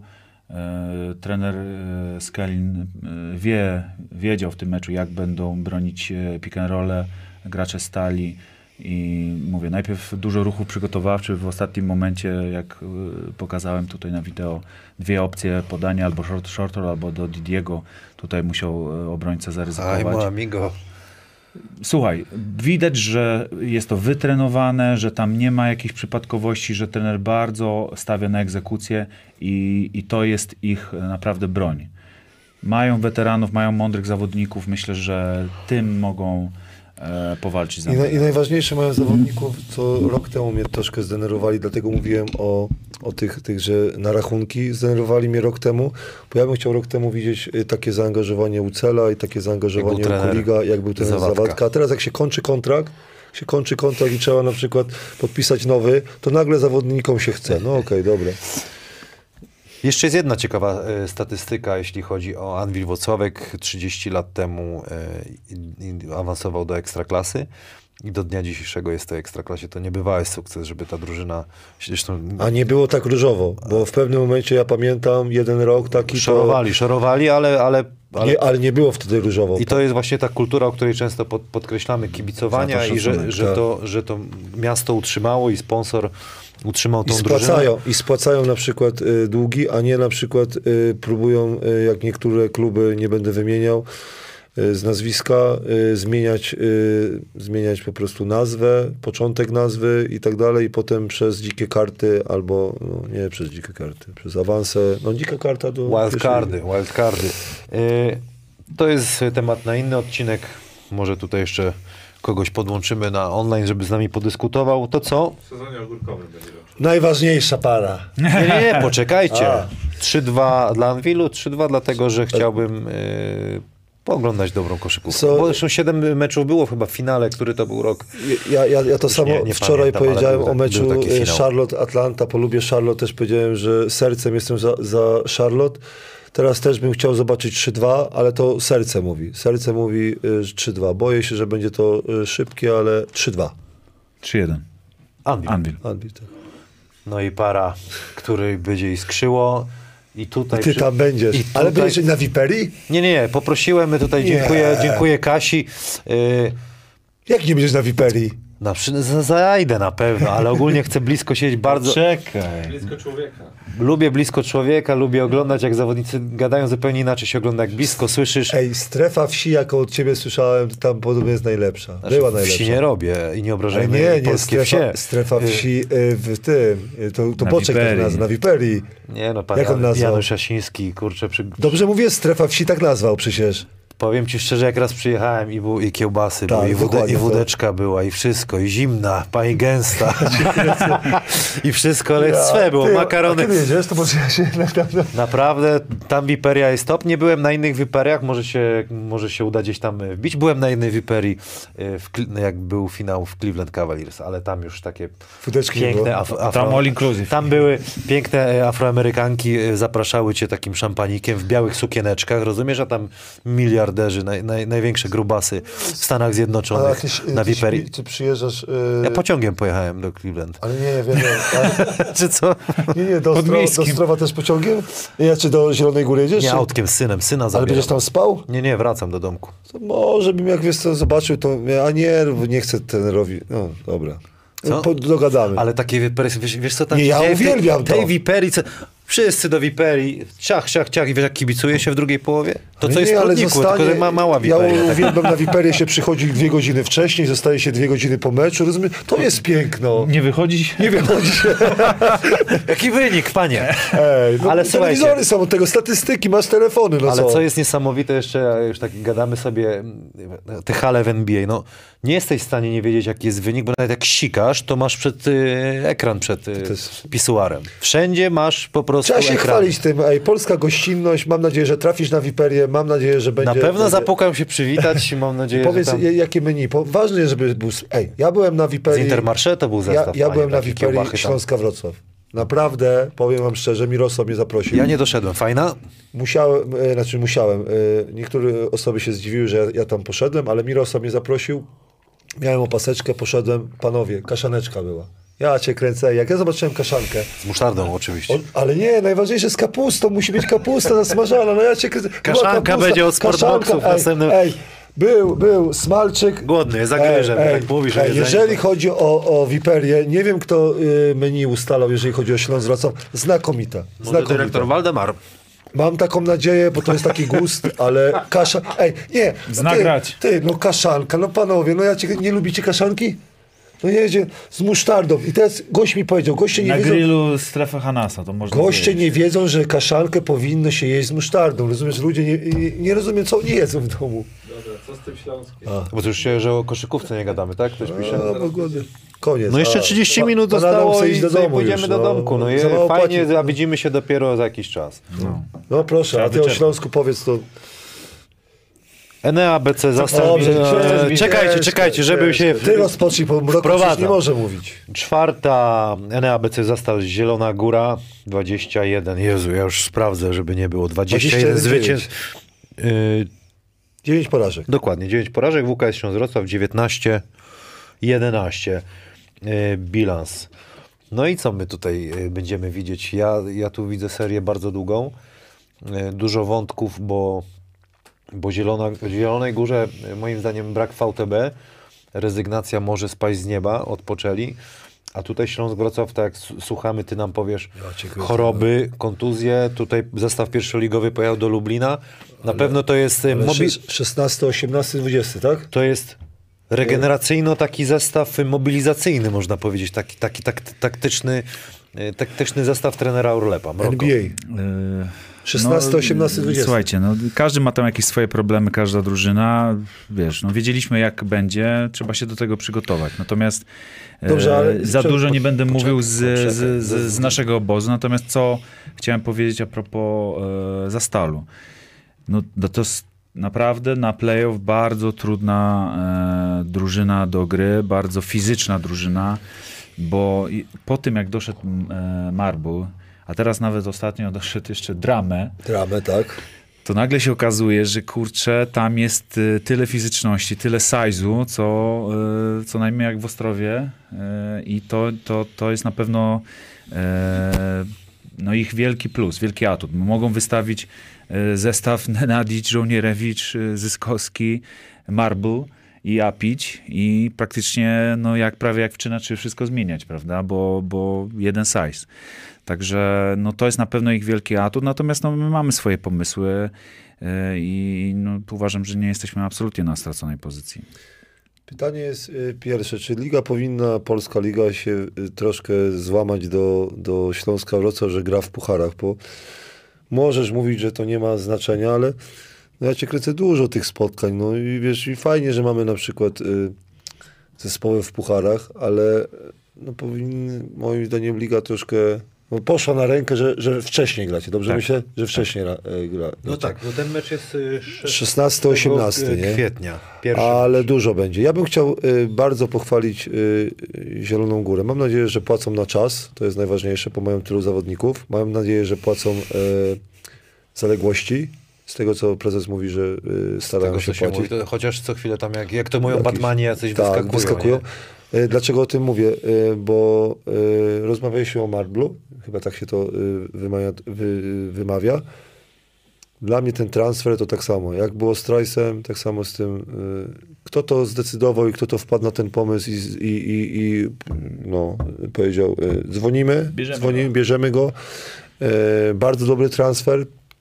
Speaker 3: E, trener e, Skelin e, wie, wiedział w tym meczu, jak będą bronić e, pick and rolle gracze Stali. I mówię, najpierw dużo ruchów przygotowawczych, w ostatnim momencie, jak y, pokazałem tutaj na wideo, dwie opcje podania, albo short, short roll, albo do Didiego. Tutaj musiał y, obrońca
Speaker 1: Aj,
Speaker 3: zaryzykować.
Speaker 1: mój amigo.
Speaker 3: Słuchaj, widać, że jest to wytrenowane, że tam nie ma jakichś przypadkowości, że trener bardzo stawia na egzekucję i, i to jest ich naprawdę broń. Mają weteranów, mają mądrych zawodników. Myślę, że tym mogą e, powalczyć za
Speaker 2: I, na,
Speaker 3: mnie.
Speaker 2: I najważniejsze mają zawodników, co rok temu mnie troszkę zdenerwowali, dlatego mówiłem o, o tych, tych, że na rachunki zdenerwowali mnie rok temu, bo ja bym chciał rok temu widzieć y, takie zaangażowanie Ucela i takie zaangażowanie
Speaker 1: Jak był trener
Speaker 2: Kuliga, jak był ten
Speaker 1: Zawadka.
Speaker 2: Zawadka. A teraz jak się kończy kontrakt, się kończy kontrakt i trzeba na przykład podpisać nowy, to nagle zawodnikom się chce. No okej, okay, dobra.
Speaker 1: Jeszcze jest jedna ciekawa e, statystyka, jeśli chodzi o Anwil Włocławek. trzydzieści lat temu e, i, i awansował do Ekstraklasy i do dnia dzisiejszego jest w tej Ekstraklasie. To niebywały sukces, żeby ta drużyna... Zresztą,
Speaker 2: A nie było tak różowo, bo w pewnym momencie, ja pamiętam, jeden rok taki...
Speaker 1: szorowali,
Speaker 2: to...
Speaker 1: szorowali, ale... ale Ale,
Speaker 2: Nie, ale nie było wtedy różowo.
Speaker 1: I to jest właśnie ta kultura, o której często pod, podkreślamy, kibicowania
Speaker 3: Za to
Speaker 1: i że,
Speaker 3: szacunek,
Speaker 1: że,
Speaker 2: tak.
Speaker 1: to, że to miasto utrzymało i sponsor utrzymał
Speaker 2: I
Speaker 1: tą
Speaker 2: spłacają,
Speaker 1: drużynę.
Speaker 2: I spłacają na przykład y, długi, a nie na przykład y, próbują, y, jak niektóre kluby, nie będę wymieniał, y, z nazwiska, y, zmieniać, y, zmieniać po prostu nazwę, początek nazwy i tak dalej, i potem przez dzikie karty, albo no, nie przez dzikie karty, przez awanse, no dzika karta do...
Speaker 1: Wildcardy, wildcardy. Yy, to jest temat na inny odcinek. Może tutaj jeszcze kogoś podłączymy na online, żeby z nami podyskutował. To co?
Speaker 4: W sezonie ogórkowym będzie robił.
Speaker 2: Najważniejsza para.
Speaker 1: Nie, nie, nie poczekajcie.
Speaker 2: A.
Speaker 1: trzy dwa dla Anwilu, trzy dwa dlatego, że chciałbym yy, pooglądać dobrą koszykówkę.
Speaker 2: So-
Speaker 1: Bo zresztą siedem meczów było chyba w finale, który to był rok.
Speaker 2: Ja, ja, ja to samo
Speaker 1: nie- nie
Speaker 2: wczoraj
Speaker 1: pamiętam, ale
Speaker 2: powiedziałem
Speaker 1: był
Speaker 2: o
Speaker 1: tak-
Speaker 2: meczu
Speaker 1: był taki
Speaker 2: y,
Speaker 1: finał.
Speaker 2: Charlotte-Atlanta, po lubię Charlotte, też powiedziałem, że sercem jestem za, za Charlotte. Teraz też bym chciał zobaczyć trzy dwa, ale to serce mówi. Serce mówi y, że trzy dwa. Boję się, że będzie to y, szybkie, ale trzy dwa.
Speaker 3: trzy jeden.
Speaker 1: Anwil.
Speaker 3: Anwil.
Speaker 2: Anwil, tak.
Speaker 1: No i para, której będzie iskrzyło. I tutaj...
Speaker 2: Ty
Speaker 1: przy-
Speaker 2: tam będziesz.
Speaker 1: i
Speaker 2: Ale
Speaker 1: tutaj-
Speaker 2: będziesz na Viperii?
Speaker 1: Nie, nie, nie. Poprosiłem, my tutaj
Speaker 2: Nie.
Speaker 1: dziękuję, dziękuję Kasi. Yy,
Speaker 2: Jak nie będziesz na Viperii?
Speaker 1: na, przy- za- zajdę na pewno, ale ogólnie chcę blisko siedzieć bardzo.
Speaker 3: Czekaj.
Speaker 4: Blisko człowieka.
Speaker 1: Lubię blisko człowieka, lubię oglądać, jak zawodnicy gadają zupełnie inaczej, się ogląda, jak blisko słyszysz.
Speaker 2: Ej, strefa wsi, jaką od ciebie słyszałem, to tam podobno jest najlepsza.
Speaker 1: Znaczy,
Speaker 2: Była
Speaker 1: wsi
Speaker 2: najlepsza.
Speaker 1: nie robię i nie
Speaker 2: Ale
Speaker 1: obrażajmy
Speaker 2: nie, nie,
Speaker 1: polskie
Speaker 2: strefa,
Speaker 1: wsie.
Speaker 2: strefa wsi y, w tym, y, to, to
Speaker 3: Na
Speaker 2: Boczek tak
Speaker 3: Viperii.
Speaker 2: nazwał, na Viperii.
Speaker 1: Nie no, pan
Speaker 2: Jak on
Speaker 1: Jan,
Speaker 2: nazwał?
Speaker 1: Janusz Jasiński, kurczę, przy...
Speaker 2: Dobrze mówię, strefa wsi tak nazwał przecież.
Speaker 1: powiem ci szczerze, jak raz przyjechałem i, był, i kiełbasy
Speaker 2: Tak,
Speaker 1: były, i, wude,
Speaker 2: dokładnie
Speaker 1: i
Speaker 2: to.
Speaker 1: wódeczka była, i wszystko, i zimna, pani gęsta. I wszystko, ale swe było,
Speaker 2: Ty,
Speaker 1: makarony.
Speaker 2: A kiedy jedziesz, to może ja się jednak tam...
Speaker 1: Naprawdę, tam Viperia jest top. Nie byłem na innych Viperiach, może się, może się uda gdzieś tam wbić. Byłem na jednej Viperii, y, w, Cle- jak był finał w Cleveland Cavaliers, ale tam już takie
Speaker 2: Wódeczki nie
Speaker 1: piękne
Speaker 2: było.
Speaker 1: af, afro,
Speaker 3: Tam all inclusive.
Speaker 1: Tam były piękne e, Afroamerykanki, e, zapraszały cię takim szampanikiem w białych sukieneczkach, rozumiesz? A tam miliarderzy, naj, naj, największe grubasy w Stanach
Speaker 2: A
Speaker 1: Zjednoczonych
Speaker 2: ty,
Speaker 1: na
Speaker 2: ty,
Speaker 1: Viperii.
Speaker 2: ty, ty przyjeżdżasz... Yy...
Speaker 1: Ja pociągiem pojechałem do Cleveland.
Speaker 2: Ale nie, wiem, ale...
Speaker 1: Czy co?
Speaker 2: Nie, nie, do, Ostro, do
Speaker 3: Podmiejskim.
Speaker 2: Ostrowa też pociągiem? Nie, czy do Zielonej Góry jedziesz?
Speaker 1: Nie,
Speaker 2: czy...
Speaker 1: autkiem z synem, syna
Speaker 2: Ale
Speaker 1: zabieram.
Speaker 2: będziesz tam spał?
Speaker 1: Nie, nie, wracam do domku.
Speaker 2: To może bym, jak wiesz co, zobaczył, to... A nie, bo nie chcę trenerowi... No, dobra.
Speaker 1: Co?
Speaker 2: Po, dogadamy.
Speaker 1: Ale takie Vipery, wiesz, wiesz co tam
Speaker 2: Nie,
Speaker 1: się
Speaker 2: ja
Speaker 1: dzieje w tej-
Speaker 2: uwielbiam
Speaker 1: tej
Speaker 2: to.
Speaker 1: Viperii, co... Wszyscy do Viperii, ciach, ciach, ciach i wiesz jak kibicuje się w drugiej połowie? To
Speaker 2: Ale
Speaker 1: co jest
Speaker 2: nie,
Speaker 1: w
Speaker 2: ale
Speaker 1: Prudniku,
Speaker 2: zostanie-
Speaker 1: tylko że ma mała
Speaker 2: Ja
Speaker 1: Viperia.
Speaker 2: uwielbiam na Wiperię się przychodzi dwie godziny wcześniej, zostaje się dwie godziny po meczu, rozumiesz? To jest piękno.
Speaker 3: Nie wychodzi?
Speaker 2: Nie wiem, chodzi się.
Speaker 1: Jaki wynik, panie?
Speaker 2: Ej, no,
Speaker 1: Ale słuchajcie.
Speaker 2: telewizory są od tego, statystyki, masz telefony, no
Speaker 1: Ale
Speaker 2: co?
Speaker 1: co jest niesamowite jeszcze, już tak gadamy sobie, mm, te hale w N B A, no nie jesteś w stanie nie wiedzieć jaki jest wynik, bo nawet jak sikasz, to masz przed y, ekran przed y,
Speaker 2: jest-
Speaker 1: pisuarem. Wszędzie masz po prostu
Speaker 2: Trzeba się
Speaker 1: ekran.
Speaker 2: chwalić tym, ej, polska gościnność, mam nadzieję, że trafisz na Wiperię, mam nadzieję, że będzie...
Speaker 1: Na pewno
Speaker 2: będzie...
Speaker 1: zapukam się przywitać, mam nadzieję,
Speaker 2: Powiedz,
Speaker 1: że tam...
Speaker 2: je- jakie menu, po, ważne jest, żeby był... Ej, ja byłem na
Speaker 1: Z
Speaker 2: Wiperii...
Speaker 1: Intermarché to był
Speaker 2: Ja,
Speaker 1: zestaw.
Speaker 2: ja
Speaker 1: fajny,
Speaker 2: byłem na
Speaker 1: takie
Speaker 2: Wiperii
Speaker 1: kiełbachy tam.
Speaker 2: Śląska-Wrocław. Naprawdę, powiem wam szczerze, Mirosław mnie zaprosił.
Speaker 1: Ja nie doszedłem. Fajna?
Speaker 2: Musiałem, e, znaczy musiałem. E, niektóre osoby się zdziwiły, że ja, ja tam poszedłem, ale Mirosław mnie zaprosił. Miałem opaseczkę, poszedłem. Panowie, kaszaneczka była. Ja cię kręcę. Jak ja zobaczyłem kaszankę,
Speaker 1: Z musztardą oczywiście.
Speaker 2: on, ale nie, najważniejsze z kapustą. Musi być kapusta zasmażana. No ja cię kręcę. Była
Speaker 1: Kaszanka
Speaker 2: kapusta,
Speaker 1: będzie od Sportboxów
Speaker 2: kaszanka,
Speaker 1: w następnym-
Speaker 2: Ej, ej, był, był smalczyk.
Speaker 1: Głodny, zagryżę,
Speaker 2: Ej,
Speaker 1: jak
Speaker 2: ej,
Speaker 1: mówisz. że
Speaker 2: ej,
Speaker 1: jedzenie
Speaker 2: jeżeli
Speaker 1: to-
Speaker 2: chodzi o, o Wiperię, nie wiem kto y, menu ustalał, jeżeli chodzi o Śląsk Wrocław. Znakomita.
Speaker 1: Może
Speaker 2: Znakomita.
Speaker 1: dyrektor Waldemar.
Speaker 2: mam taką nadzieję, bo to jest taki gust, ale kasza... Ej, nie, no
Speaker 3: Zna
Speaker 2: ty,
Speaker 3: grać.
Speaker 2: ty, no kaszanka, no panowie, no ja cię, nie lubicie kaszanki? No jedzie z musztardą. I teraz gość mi powiedział, goście nie
Speaker 3: Na
Speaker 2: wiedzą...
Speaker 3: grillu strefę Hanasa to można
Speaker 2: Goście
Speaker 3: zjeść.
Speaker 2: nie wiedzą, że kaszankę powinno się jeść z musztardą. Rozumiesz, ludzie nie, nie, nie rozumiem, co oni jedzą w domu.
Speaker 4: Dobra, co z tym Śląskiem?
Speaker 1: Bo to już się, że o koszykówce nie gadamy, tak? Ktoś pisze.
Speaker 2: A, pogody. Koniec.
Speaker 1: No jeszcze
Speaker 2: A,
Speaker 1: trzydzieści
Speaker 2: pa-
Speaker 1: minut
Speaker 2: pan Adam
Speaker 1: zostało
Speaker 2: chce
Speaker 1: i
Speaker 2: iść do
Speaker 1: sobie
Speaker 2: domu
Speaker 1: pójdziemy
Speaker 2: już,
Speaker 1: do
Speaker 2: no.
Speaker 1: domku. No i
Speaker 2: Za mało
Speaker 1: fajnie,
Speaker 2: płaci.
Speaker 1: a widzimy się dopiero za jakiś czas.
Speaker 3: No.
Speaker 2: No proszę, a ty o
Speaker 3: wyczerpać.
Speaker 2: Śląsku powiedz to...
Speaker 1: Enea B C zastaw...
Speaker 2: Dobrze,
Speaker 1: e,
Speaker 2: ciężko,
Speaker 1: czekajcie, czekajcie, żeby się...
Speaker 2: Ty rozpocznij, bo mroku
Speaker 1: Wprowadza.
Speaker 2: przecież nie może mówić.
Speaker 1: Czwarta Enea B C Zastal Zielona Góra, dwadzieścia jeden. Jezu, ja już sprawdzę, żeby nie było. dwadzieścia jeden zwycięstw. Yy,
Speaker 2: Dziewięć porażek.
Speaker 1: dokładnie, dziewięć porażek. W K S Śląsk Wrocław dziewiętnaście jedenaście. Yy, bilans. No i co my tutaj yy, będziemy widzieć? Ja, ja tu widzę serię bardzo długą. Yy, dużo wątków, bo, bo Zielona, w Zielonej Górze yy, moim zdaniem brak V T B. Rezygnacja może spaść z nieba, odpoczęli. A tutaj Śląsk Wrocław, tak jak s- słuchamy, ty nam powiesz,
Speaker 2: Ja cię kręcę.
Speaker 1: choroby, kontuzje. Tutaj zestaw pierwszoligowy pojechał do Lublina. Na pewno to jest,
Speaker 2: Ale
Speaker 1: mobi-
Speaker 2: szes- szesnasty, osiemnasty, dwudziesty, tak?
Speaker 1: to jest regeneracyjno taki zestaw mobilizacyjny, można powiedzieć. Taki, taki tak, taktyczny, e, taktyczny zestaw trenera Orlepa. Mroko.
Speaker 2: N B A.
Speaker 3: Yy,
Speaker 2: szesnasty, osiemnasty, dwudziesty.
Speaker 3: Słuchajcie, no, każdy ma tam jakieś swoje problemy, każda drużyna. Wiesz, no, wiedzieliśmy jak będzie, trzeba się do tego przygotować. Natomiast e,
Speaker 2: Dobrze, ale-
Speaker 3: za dużo nie będę
Speaker 2: poczekaj,
Speaker 3: mówił z,
Speaker 2: poczekaj.
Speaker 3: z, z, z naszego obozu. Natomiast co chciałem powiedzieć a propos e, Zastalu. No, no to s- naprawdę na playoff bardzo trudna e, drużyna do gry, bardzo fizyczna drużyna, bo i, po tym jak doszedł e, Marble, a teraz nawet ostatnio doszedł jeszcze Dramę,
Speaker 2: Dramę, tak?
Speaker 3: to nagle się okazuje, że kurczę, tam jest y, tyle fizyczności, tyle size'u, co, y, co najmniej jak w Ostrowie y, i to, to, to jest na pewno y, no ich wielki plus, wielki atut. Mogą wystawić y, zestaw Nenadić, Żołnierewicz, y, Zyskowski, Marble i Apić i praktycznie no jak prawie jak w trzy na trzy wszystko zmieniać, prawda, bo, bo jeden size. Także no, to jest na pewno ich wielki atut, natomiast no, my mamy swoje pomysły yy, i no, uważam, że nie jesteśmy absolutnie na straconej pozycji.
Speaker 2: Pytanie jest y, pierwsze, czy liga powinna, polska liga się y, troszkę złamać do, do Śląska Wrocław, że gra w pucharach, bo możesz mówić, że to nie ma znaczenia, ale no, ja cię kręcę dużo tych spotkań, no i wiesz, i fajnie, że mamy na przykład y, zespoły w pucharach, ale no powinny, moim zdaniem liga troszkę no, poszła na rękę, że, że wcześniej gracie, dobrze
Speaker 1: Tak.
Speaker 2: myślę? Że wcześniej ra, y, gra.
Speaker 1: No tak, no ten mecz jest y,
Speaker 2: szesnasty, osiemnasty, nie?
Speaker 1: kwietnia. Pierwszy
Speaker 2: Ale
Speaker 1: mecz.
Speaker 2: dużo będzie. Ja bym chciał y, bardzo pochwalić y, Zieloną Górę. Mam nadzieję, że płacą na czas. To jest najważniejsze, bo mają tylu zawodników. Mam nadzieję, że płacą y, zaległości. Z tego, co prezes mówi, że y, starają
Speaker 1: Tego,
Speaker 2: się
Speaker 1: co się
Speaker 2: płacić.
Speaker 1: mówi, to chociaż co chwilę tam, jak, jak to mówią
Speaker 2: Jakiś-
Speaker 1: Batmani, jacyś
Speaker 2: Tak,
Speaker 1: wyskakują.
Speaker 2: wyskakują.
Speaker 1: nie?
Speaker 2: Y, Dlaczego o tym mówię? Y, Bo y, rozmawialiśmy o Marblu. Chyba tak się to y, wymawia, wy, wymawia. Dla mnie ten transfer to tak samo. Jak było z Trice'em, tak samo z tym. Y, kto to zdecydował i kto to wpadł na ten pomysł i, i, i, i no, powiedział, y, dzwonimy,
Speaker 3: Bierzemy
Speaker 2: dzwonimy,
Speaker 3: go.
Speaker 2: bierzemy go. Y, bardzo dobry transfer.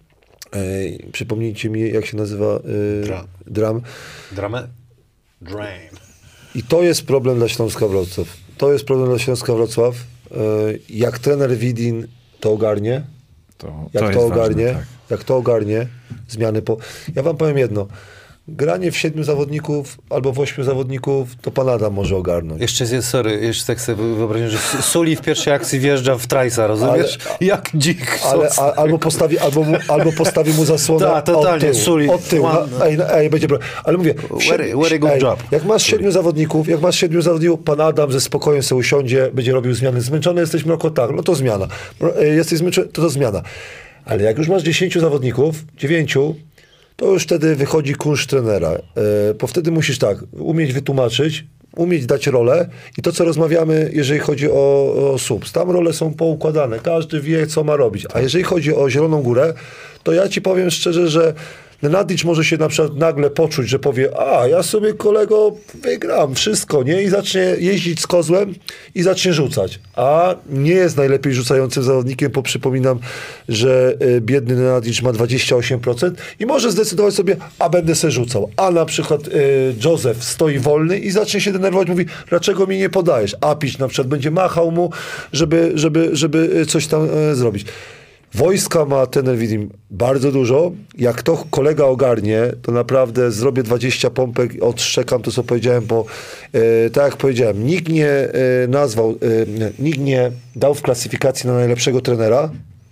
Speaker 2: Y, przypomnijcie mi, jak się nazywa y,
Speaker 1: Dram.
Speaker 2: Dram.
Speaker 1: Dramę? Dream.
Speaker 2: I to jest problem dla Śląska Wrocław. To jest problem dla Śląska Wrocław. Y, jak trener Widin to ogarnie,
Speaker 3: To,
Speaker 2: jak to,
Speaker 3: jest
Speaker 2: ogarnie,
Speaker 3: ważne, tak.
Speaker 2: jak to ogarnie, zmiany po... Ja wam powiem jedno. Granie w siedmiu zawodników albo w ośmiu zawodników, to pan Adam może ogarnąć.
Speaker 1: Jeszcze jest, sorry, jeszcze tak sobie wyobraziłem, że Suli w pierwszej akcji wjeżdża w Trajsa, rozumiesz? Jak dzik.
Speaker 2: Ale a, albo, postawi, albo, mu, albo postawi mu zasłonę
Speaker 1: Tak, totalnie,
Speaker 2: od tyłu.
Speaker 1: Suli.
Speaker 2: Od tyłu.
Speaker 1: One-
Speaker 2: No, ej, no, ej, będzie problem. Ale mówię, w
Speaker 1: Very- very good job.
Speaker 2: jak masz siedmiu zawodników, jak masz siedmiu zawodników, pan Adam ze spokojem sobie usiądzie, będzie robił zmiany. Zmęczony jesteś, Mroko? Tak, no to zmiana. E, Jesteś zmęczony, to to zmiana. Ale jak już masz dziesięciu zawodników, dziewięciu, to już wtedy wychodzi kunszt trenera. E, bo wtedy musisz tak, umieć wytłumaczyć, umieć dać rolę i to, co rozmawiamy, jeżeli chodzi o, o subs. Tam role są poukładane, każdy wie, co ma robić. A jeżeli chodzi o Zieloną Górę, to ja ci powiem szczerze, że Nenadic może się na przykład nagle poczuć, że powie, a ja sobie kolego wygram wszystko, nie? I zacznie jeździć z kozłem i zacznie rzucać. A nie jest najlepiej rzucającym zawodnikiem, bo przypominam, że y, biedny Nenadic ma dwadzieścia osiem procent i może zdecydować sobie, a będę se rzucał. A na przykład y, Joseph stoi wolny i zacznie się denerwować, mówi, dlaczego mi nie podajesz? A Pić na przykład będzie machał mu, żeby, żeby, żeby coś tam y, zrobić. Wojska ma trener Widim bardzo dużo. Jak to kolega ogarnie, to naprawdę zrobię dwadzieścia pompek, odszczekam to, co powiedziałem, bo e, tak jak powiedziałem, nikt nie e, nazwał, e, nikt nie dał w klasyfikacji na najlepszego trenera.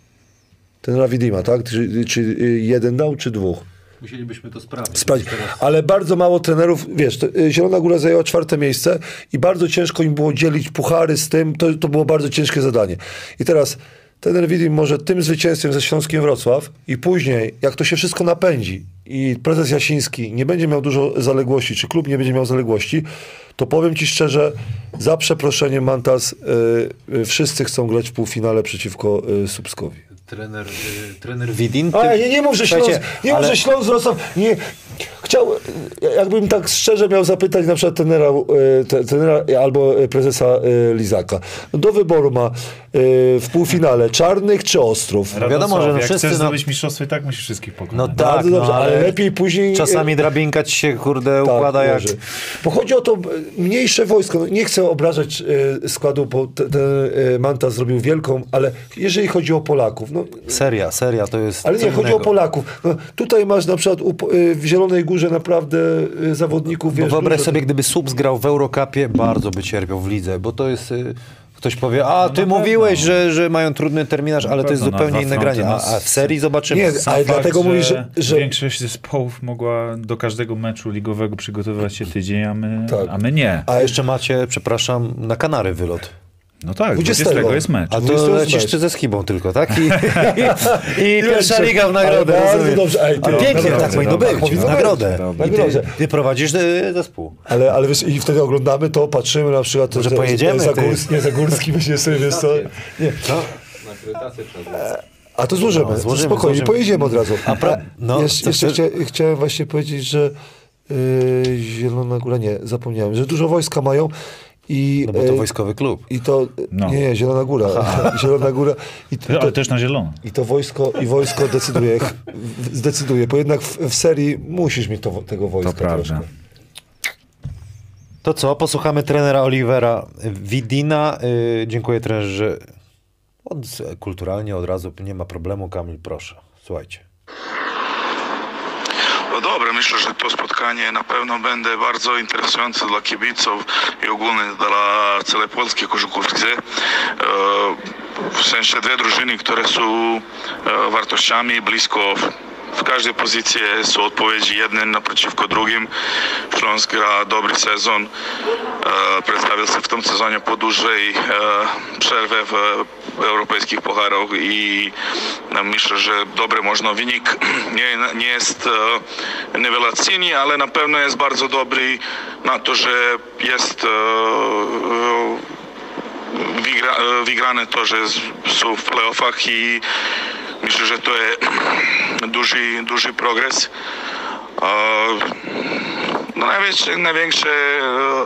Speaker 2: Trenera Widima, tak? Czy, czy jeden dał, czy dwóch?
Speaker 1: Musielibyśmy to sprawdzić.
Speaker 2: Sprawdzić. Ale bardzo mało trenerów, wiesz, to, y, Zielona Góra zajęła czwarte miejsce i bardzo ciężko im było dzielić puchary z tym, to, to było bardzo ciężkie zadanie. I teraz trener Widim może tym zwycięstwem ze Śląskiem Wrocław i później, jak to się wszystko napędzi i prezes Jasiński nie będzie miał dużo zaległości, czy klub nie będzie miał zaległości, to powiem ci szczerze, za przeproszeniem Mantas, y, y, wszyscy chcą grać w półfinale przeciwko y, Słupskowi.
Speaker 1: Trener, y, trener Widin.
Speaker 2: A, nie, nie mów, że Śląsk, nie
Speaker 1: ale...
Speaker 2: mów, że Śląsk Wrocław, nie, chciał, jakbym tak szczerze miał zapytać na przykład trenera, e, trenera albo prezesa e, Lizaka. No do wyboru ma e, w półfinale Czarnych czy Ostrów.
Speaker 3: Radosław,
Speaker 1: wiadomo, że no
Speaker 3: jak
Speaker 1: wszyscy,
Speaker 3: chcesz
Speaker 1: no-
Speaker 3: zdobyć mistrzostwo i tak musisz wszystkich pokonać.
Speaker 1: No tak,
Speaker 2: Bardzo
Speaker 1: no,
Speaker 2: dobrze, ale,
Speaker 1: ale
Speaker 2: lepiej później...
Speaker 1: czasami drabinka ci się, kurde,
Speaker 2: tak,
Speaker 1: układa jak...
Speaker 2: może. Bo chodzi o to mniejsze wojsko. No, nie chcę obrażać e, składu, bo ten te, e, Mantas zrobił wielką, ale jeżeli chodzi o Polaków, no...
Speaker 1: Seria, seria to jest
Speaker 2: Ale
Speaker 1: co
Speaker 2: nie, chodzi
Speaker 1: innego.
Speaker 2: o Polaków. No, tutaj masz na przykład u, w Zielonej Górze naprawdę y, zawodników,
Speaker 1: Bo
Speaker 2: wiesz...
Speaker 1: wyobraź
Speaker 2: dużo-
Speaker 1: sobie, gdyby Słupsk grał w Eurocupie, bardzo by cierpiał w lidze, bo to jest... Y, ktoś powie, a ty
Speaker 3: na
Speaker 1: mówiłeś,
Speaker 3: pewno.
Speaker 1: że, że mają trudny terminarz, ale to jest
Speaker 3: pewno, na
Speaker 1: zupełnie
Speaker 3: dwa
Speaker 1: inne granie.
Speaker 3: fronty,
Speaker 1: A,
Speaker 3: no,
Speaker 1: a w serii zobaczymy.
Speaker 2: Nie,
Speaker 3: Sam
Speaker 2: ale
Speaker 3: fakt,
Speaker 2: dlatego
Speaker 3: że
Speaker 2: mówisz, że- że-
Speaker 3: większość zespołów mogła do każdego meczu ligowego przygotowywać się tydzień, a my,
Speaker 2: Tak.
Speaker 3: a my nie.
Speaker 2: A
Speaker 1: A jeszcze macie, przepraszam, na Kanary wylot.
Speaker 3: No tak,
Speaker 2: dwudziestego.
Speaker 3: dwudziestego jest mecz.
Speaker 1: A
Speaker 2: dwudziesty
Speaker 1: to
Speaker 2: jest
Speaker 1: lecisz
Speaker 2: mecz.
Speaker 1: ty ze Schibą tylko, tak? I, i, i pierwsza
Speaker 2: jeszcze-
Speaker 1: liga w nagrodę.
Speaker 2: ale bardzo
Speaker 1: rozumiem.
Speaker 2: dobrze. Ej, ty,
Speaker 1: A pięknie,
Speaker 2: naprawdę,
Speaker 1: tak powinno
Speaker 3: dobra,
Speaker 1: być.
Speaker 2: powinno
Speaker 1: W
Speaker 2: być.
Speaker 1: nagrodę.
Speaker 3: Dobra.
Speaker 1: I
Speaker 2: Tak dobrze.
Speaker 1: ty, ty prowadzisz y, zespół.
Speaker 2: Ale, ale wiesz, i wtedy oglądamy to, patrzymy na przykład...
Speaker 1: Może
Speaker 2: że-
Speaker 1: pojedziemy, ty?
Speaker 2: Zagórski, nie, Zagórski, myślę sobie, wiesz co... Nie.
Speaker 4: Na akredytację trzeba było.
Speaker 2: A to złożymy,
Speaker 1: No, złożymy,
Speaker 2: spokojnie,
Speaker 1: złożymy.
Speaker 2: pojedziemy od razu.
Speaker 1: A pra- no,
Speaker 2: jeszcze
Speaker 1: co
Speaker 2: jeszcze
Speaker 1: chcesz?
Speaker 2: chcia, chciałem właśnie powiedzieć, że yy, Zielona Góra, nie, zapomniałem, że dużo wojska mają i...
Speaker 1: No bo to
Speaker 2: yy,
Speaker 1: wojskowy klub.
Speaker 2: I to...
Speaker 3: No.
Speaker 2: Nie, nie, Zielona Góra. Zielona Góra. I to,
Speaker 3: Ale też na zielono.
Speaker 2: I to wojsko, i wojsko decyduje, ch- w- zdecyduje, bo jednak w, w serii musisz mieć to, tego wojska
Speaker 3: To prawda.
Speaker 2: troszkę.
Speaker 1: To co, posłuchamy trenera Olivera Widina. Yy, dziękuję trenerze. Od, kulturalnie od razu, nie ma problemu. Kamil, proszę, słuchajcie.
Speaker 7: No dobra, myślę, że to spotkanie na pewno będzie bardzo interesujące dla kibiców i ogólnie dla całej polskiej koszykówki. E, W sensie dwie drużyny, które są e, wartościami blisko w każdej pozycji są odpowiedzi jednym naprzeciwko drugim. Śląsk gra dobry sezon. E, przedstawił się w tym sezonie po dłużej e, przerwie w europejskich pucharach i e, myślę, że dobry można wynik. Nie, nie jest e, rewelacyjny, ale na pewno jest bardzo dobry na to, że jest e, e, wygra, e, wygrane to, że są w playoffach i myślę, że to jest duży, duży progres. E, no największy, największy e,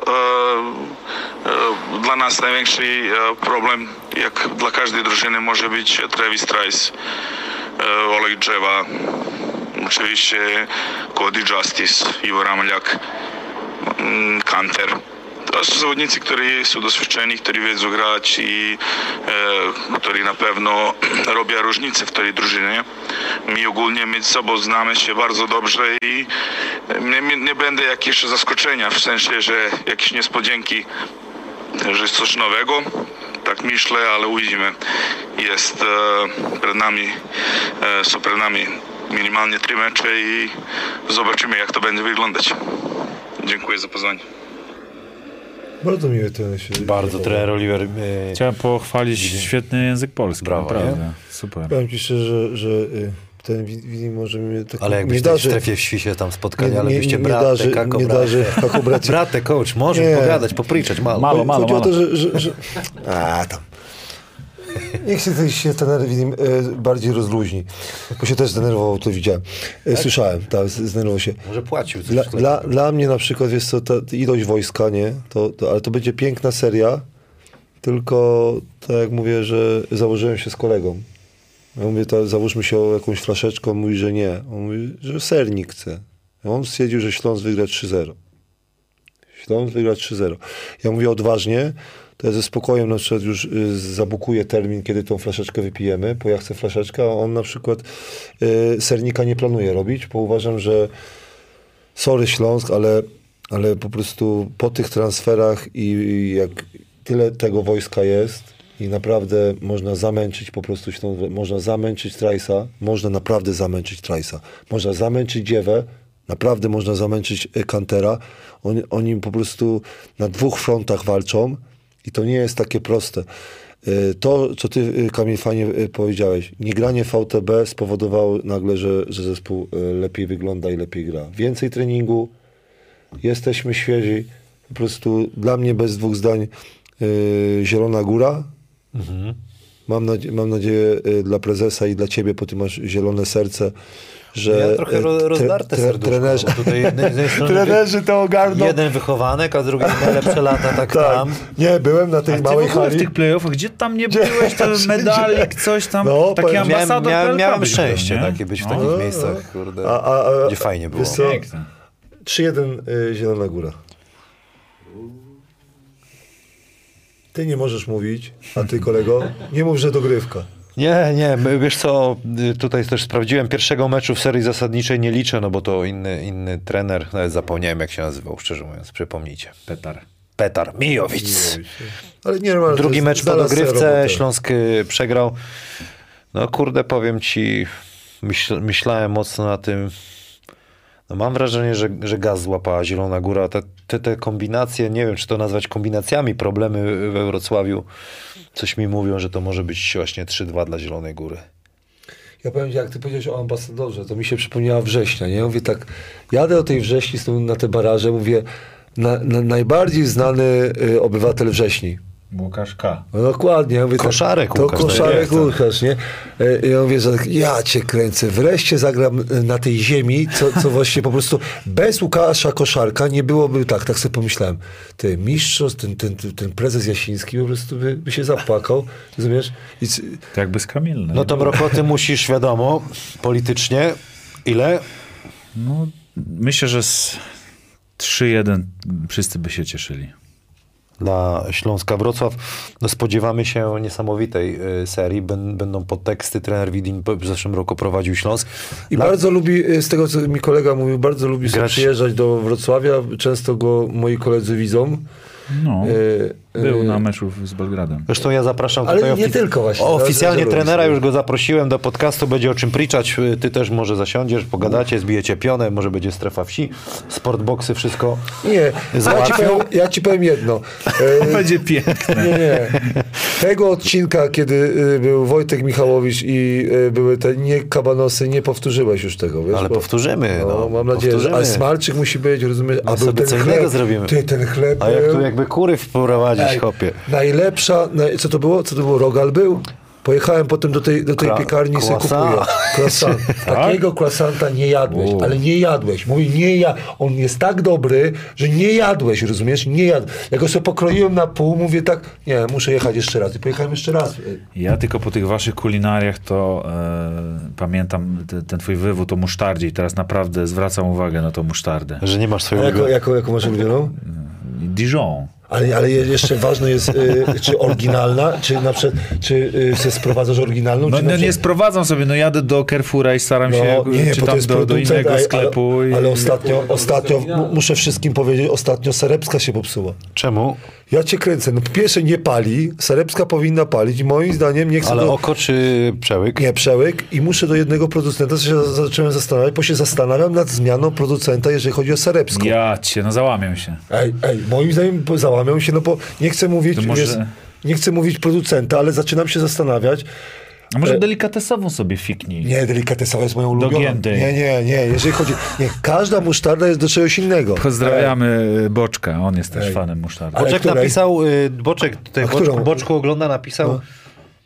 Speaker 7: e, dla nas największy e, problem, jak dla każdej drużyny, może być Travis Trice, e, Oleg Drzewa, oczywiście Cody Justice, Iwo Ramliak, mm, Kanter. To są zawodnicy, którzy są doświadczeni, którzy wiedzą grać i e, którzy na pewno robią różnicę w tej drużynie. My ogólnie między sobą znamy się bardzo dobrze i nie, nie będę jakieś zaskoczenia, w sensie, że jakieś niespodzianki, że jest coś nowego. Tak myślę, ale uwidzimy. Jest e, przed nami, e, są przed nami minimalnie trzy mecze i zobaczymy, jak to będzie wyglądać. Dziękuję za poznanie.
Speaker 2: Bardzo miły ten się...
Speaker 1: Bardzo trener Oliver. Yy,
Speaker 3: Chciałem pochwalić świetny język polski.
Speaker 1: Brawo,
Speaker 3: naprawdę.
Speaker 1: nie?
Speaker 3: Super.
Speaker 2: Powiem ci szczerze, że, że y, ten Widim może mnie tak
Speaker 1: ale
Speaker 2: nie
Speaker 1: jakbyś tak w
Speaker 2: darzy...
Speaker 1: strefie w świsie tam spotkania,
Speaker 2: Nie-
Speaker 1: ale
Speaker 2: nie-
Speaker 1: byście
Speaker 2: nie
Speaker 1: bratek,
Speaker 2: darzy-
Speaker 1: kako,
Speaker 2: nie
Speaker 1: bracie.
Speaker 2: darzy, kako, bracie.
Speaker 1: Bratek, coach, możesz
Speaker 2: Nie.
Speaker 1: pogadać, popriczać, malo.
Speaker 3: Malo, malo,
Speaker 2: Chodzi o
Speaker 3: malo.
Speaker 2: to, że... że, że... A, tam. niech się, się ten Widym e, bardziej rozluźni, bo się też zdenerwował, to widziałem. E, tak? Słyszałem, tak, zdenerwował się.
Speaker 1: Może płacił coś
Speaker 2: Dla, dla, dla mnie na przykład, wiesz co, ta ilość wojska, nie, to, to, ale to będzie piękna seria, tylko tak jak mówię, że założyłem się z kolegą. Ja mówię, to załóżmy się o jakąś flaszeczką, on mówi, że nie. On mówi, że sernik chce. On stwierdził, że Śląsk wygra trzy zero. Śląsk wygra trzy zero. Ja mówię odważnie, to ja ze spokojem na przykład już y, zabukuję termin, kiedy tą flaszeczkę wypijemy, bo ja chcę flaszeczkę, a on na przykład y, sernika nie planuje robić, bo uważam, że sorry Śląsk, ale, ale po prostu po tych transferach i, i jak tyle tego wojska jest i naprawdę można zamęczyć po prostu Śląsk, można zamęczyć Trajsa, można naprawdę zamęczyć Trajsa, można zamęczyć Dziewę, naprawdę można zamęczyć Kantera. Oni, oni po prostu na dwóch frontach walczą i to nie jest takie proste. To, co ty, Kamil, fajnie powiedziałeś, niegranie V T B spowodowało nagle, że, że zespół lepiej wygląda i lepiej gra. Więcej treningu, jesteśmy świeżi. Po prostu dla mnie bez dwóch zdań Zielona Góra. Mhm. Mam, nadzie- mam nadzieję dla prezesa i dla ciebie, bo ty masz zielone serce, że
Speaker 1: ja trochę ro- rozdarte
Speaker 2: tre-
Speaker 1: serduszko,
Speaker 2: trenerzy,
Speaker 1: no bo tutaj jednej- z jednej strony
Speaker 2: trenerzy to ogarną.
Speaker 1: jeden wychowanek, a drugi najlepsze lata, tak,
Speaker 2: Tak.
Speaker 1: tam.
Speaker 2: Nie, byłem na tej
Speaker 3: A ty
Speaker 2: małej
Speaker 3: w ogóle w
Speaker 2: hali.
Speaker 3: tych playoffach, gdzie tam nie byłeś, ten medalik, coś tam,
Speaker 2: No,
Speaker 3: taki
Speaker 2: powiem-
Speaker 3: ambasador
Speaker 1: Miałem, miałem,
Speaker 3: P L K
Speaker 1: miałem
Speaker 3: być
Speaker 1: szczęście
Speaker 3: był, nie?
Speaker 1: takie być w
Speaker 3: No.
Speaker 1: takich
Speaker 2: No,
Speaker 1: miejscach, kurde,
Speaker 2: A, a, a,
Speaker 1: gdzie fajnie było.
Speaker 2: wiesz co?
Speaker 3: Piękne.
Speaker 2: trzy jeden y, Zielona Góra. Ty nie możesz mówić, a ty, kolego, nie mów, że dogrywka.
Speaker 1: Nie, nie, my- wiesz co, y, tutaj też sprawdziłem, pierwszego meczu w serii zasadniczej nie liczę, no bo to inny, inny trener, nawet zapomniałem jak się nazywał, szczerze mówiąc, przypomnijcie.
Speaker 3: Petar.
Speaker 1: Petar Mijowic.
Speaker 2: Ale nie, no, ale to
Speaker 1: Drugi
Speaker 2: jest-
Speaker 1: mecz po
Speaker 2: znalazł sobie
Speaker 1: dogrywce,
Speaker 2: robotę.
Speaker 1: Śląsk y, przegrał. No kurde, powiem ci, myśl, myślałem mocno na tym. No mam wrażenie, że, że gaz złapała Zielona Góra. Te, te, te kombinacje, nie wiem, czy to nazwać kombinacjami, problemy we Wrocławiu, coś mi mówią, że to może być właśnie trzy dwa dla Zielonej Góry.
Speaker 2: Ja powiem ci, jak ty powiedziałeś o ambasadorze, to mi się przypomniała września, nie? Ja mówię tak, jadę o tej wrześni z tą, na te baraże, mówię, na, na, najbardziej znany y, obywatel wrześni.
Speaker 3: Łukasz K.
Speaker 2: No dokładnie. Ja mówię,
Speaker 1: Koszarek
Speaker 2: to,
Speaker 1: Łukasz,
Speaker 2: To koszarek
Speaker 1: tak, tak.
Speaker 2: Łukasz, nie? E, Ja mówię, że tak, ja cię kręcę. Wreszcie zagram na tej ziemi, co, co właściwie po prostu bez Łukasza Koszarka nie byłoby tak. Tak sobie pomyślałem. Ty mistrzostw, ten, ten, ten prezes Jasiński po prostu by, by się zapłakał. Rozumiesz? I, c-
Speaker 3: To jakby z Kamilny.
Speaker 1: No to Mrokoty musisz, wiadomo, politycznie, ile?
Speaker 3: No, myślę, że z trzy jeden wszyscy by się cieszyli.
Speaker 1: Dla Śląska Wrocław. No spodziewamy się niesamowitej y, serii. Bę- Będą podteksty. Trener Widin w zeszłym roku prowadził Śląsk.
Speaker 2: I
Speaker 1: Dla-
Speaker 2: bardzo lubi, z tego co mi kolega mówił, bardzo lubi sobie
Speaker 1: Grać-
Speaker 2: przyjeżdżać do Wrocławia. Często go moi koledzy widzą.
Speaker 3: No,
Speaker 2: E,
Speaker 3: był
Speaker 2: e,
Speaker 3: na meczu z Belgradem.
Speaker 1: Zresztą ja zapraszam
Speaker 2: Ale
Speaker 1: tutaj
Speaker 2: nie tylko właśnie.
Speaker 1: O, oficjalnie
Speaker 2: Że- że
Speaker 1: trenera,
Speaker 2: lubisz.
Speaker 1: już go zaprosiłem do podcastu, będzie o czym pričać. Ty też może zasiądziesz, pogadacie, zbijecie pionę, może będzie strefa wsi, sportboxy, wszystko.
Speaker 2: Nie, ja ci,
Speaker 1: Załatwią?
Speaker 2: powiem, ja ci powiem jedno. E,
Speaker 3: Będzie piękne.
Speaker 2: Nie, nie. Tego odcinka, kiedy y, był Wojtek Michałowicz i y, były te nie kabanosy, nie powtórzyłeś już tego, wiesz?
Speaker 1: Ale
Speaker 2: bo-
Speaker 1: powtórzymy, no,
Speaker 2: mam nadzieję, że
Speaker 1: powtórzymy.
Speaker 2: a smalczyk musi być, rozumiesz? A
Speaker 1: My
Speaker 2: był
Speaker 1: sobie
Speaker 2: ten
Speaker 1: co
Speaker 2: chleb,
Speaker 1: innego zrobimy.
Speaker 2: Ty, ten chleb
Speaker 1: A jak
Speaker 2: był.
Speaker 1: tu jakby kury wprowadzić,
Speaker 2: Ej,
Speaker 1: chłopie.
Speaker 2: Najlepsza, naj, co to było? Co to było? Rogal był? Pojechałem potem do tej, do tej
Speaker 1: Kra-
Speaker 2: piekarni i sobie
Speaker 1: croissant.
Speaker 2: kupuję. Croissant. Takiego croissanta nie jadłeś,
Speaker 3: Wow.
Speaker 2: ale nie jadłeś. Mówi, nie ja. On jest tak dobry, że nie jadłeś, rozumiesz? Nie jadł. Jak go sobie pokroiłem na pół, mówię tak, nie, muszę jechać jeszcze raz. I pojechałem jeszcze raz.
Speaker 3: Ja tylko po tych waszych kulinariach to e, pamiętam te, ten twój wywód o musztardzie i teraz naprawdę zwracam uwagę na tą musztardę.
Speaker 1: Że nie masz
Speaker 2: A
Speaker 1: swojego...
Speaker 2: jako, jako, jako masz ulubioną?
Speaker 3: Dijon.
Speaker 2: Ale, ale je- jeszcze ważne jest, y, czy oryginalna, czy na przykład, czy y, se sprowadzasz oryginalną,
Speaker 3: No,
Speaker 2: czy na
Speaker 3: no nie
Speaker 2: przykład...
Speaker 3: sprowadzam sobie, no jadę do Carrefoura i staram się,
Speaker 2: No, nie, nie,
Speaker 3: czy
Speaker 2: bo to
Speaker 3: tam
Speaker 2: jest
Speaker 3: do, do
Speaker 2: producent,
Speaker 3: innego
Speaker 2: ale-
Speaker 3: sklepu.
Speaker 2: Ale,
Speaker 3: i...
Speaker 2: ale ostatnio, ostatnio, mu- muszę wszystkim powiedzieć, ostatnio Sarepska się popsuła.
Speaker 1: Czemu?
Speaker 2: Ja cię kręcę. No po pierwsze nie pali, Sarepska powinna palić. Moim zdaniem nie chcę
Speaker 1: Ale
Speaker 2: do...
Speaker 1: oko czy przełyk?
Speaker 2: Nie, przełyk i muszę do jednego producenta, co się za- zacząłem zastanawiać, bo się zastanawiam nad zmianą producenta, jeżeli chodzi o Sarepską.
Speaker 3: Ja cię, no załamię się.
Speaker 2: Ej, ej, moim zdaniem po- załamią się, no bo nie chcę mówić,
Speaker 3: To może-
Speaker 2: wiesz, nie chcę mówić producenta, ale zaczynam się zastanawiać.
Speaker 3: A może
Speaker 2: E-
Speaker 3: delikatesową sobie fiknij?
Speaker 2: Nie, delikatesowa jest moją ulubioną.
Speaker 3: Giętej.
Speaker 2: Nie, nie, nie, jeżeli chodzi... Nie, każda musztarda jest do czegoś innego.
Speaker 3: Pozdrawiamy Boczka, on jest też
Speaker 2: Ej.
Speaker 3: fanem musztardy.
Speaker 2: Ale
Speaker 1: Boczek
Speaker 2: której?
Speaker 1: napisał, y, Boczek, tutaj
Speaker 2: A
Speaker 1: Boczku,
Speaker 2: którą?
Speaker 1: Boczku ogląda, napisał
Speaker 2: No.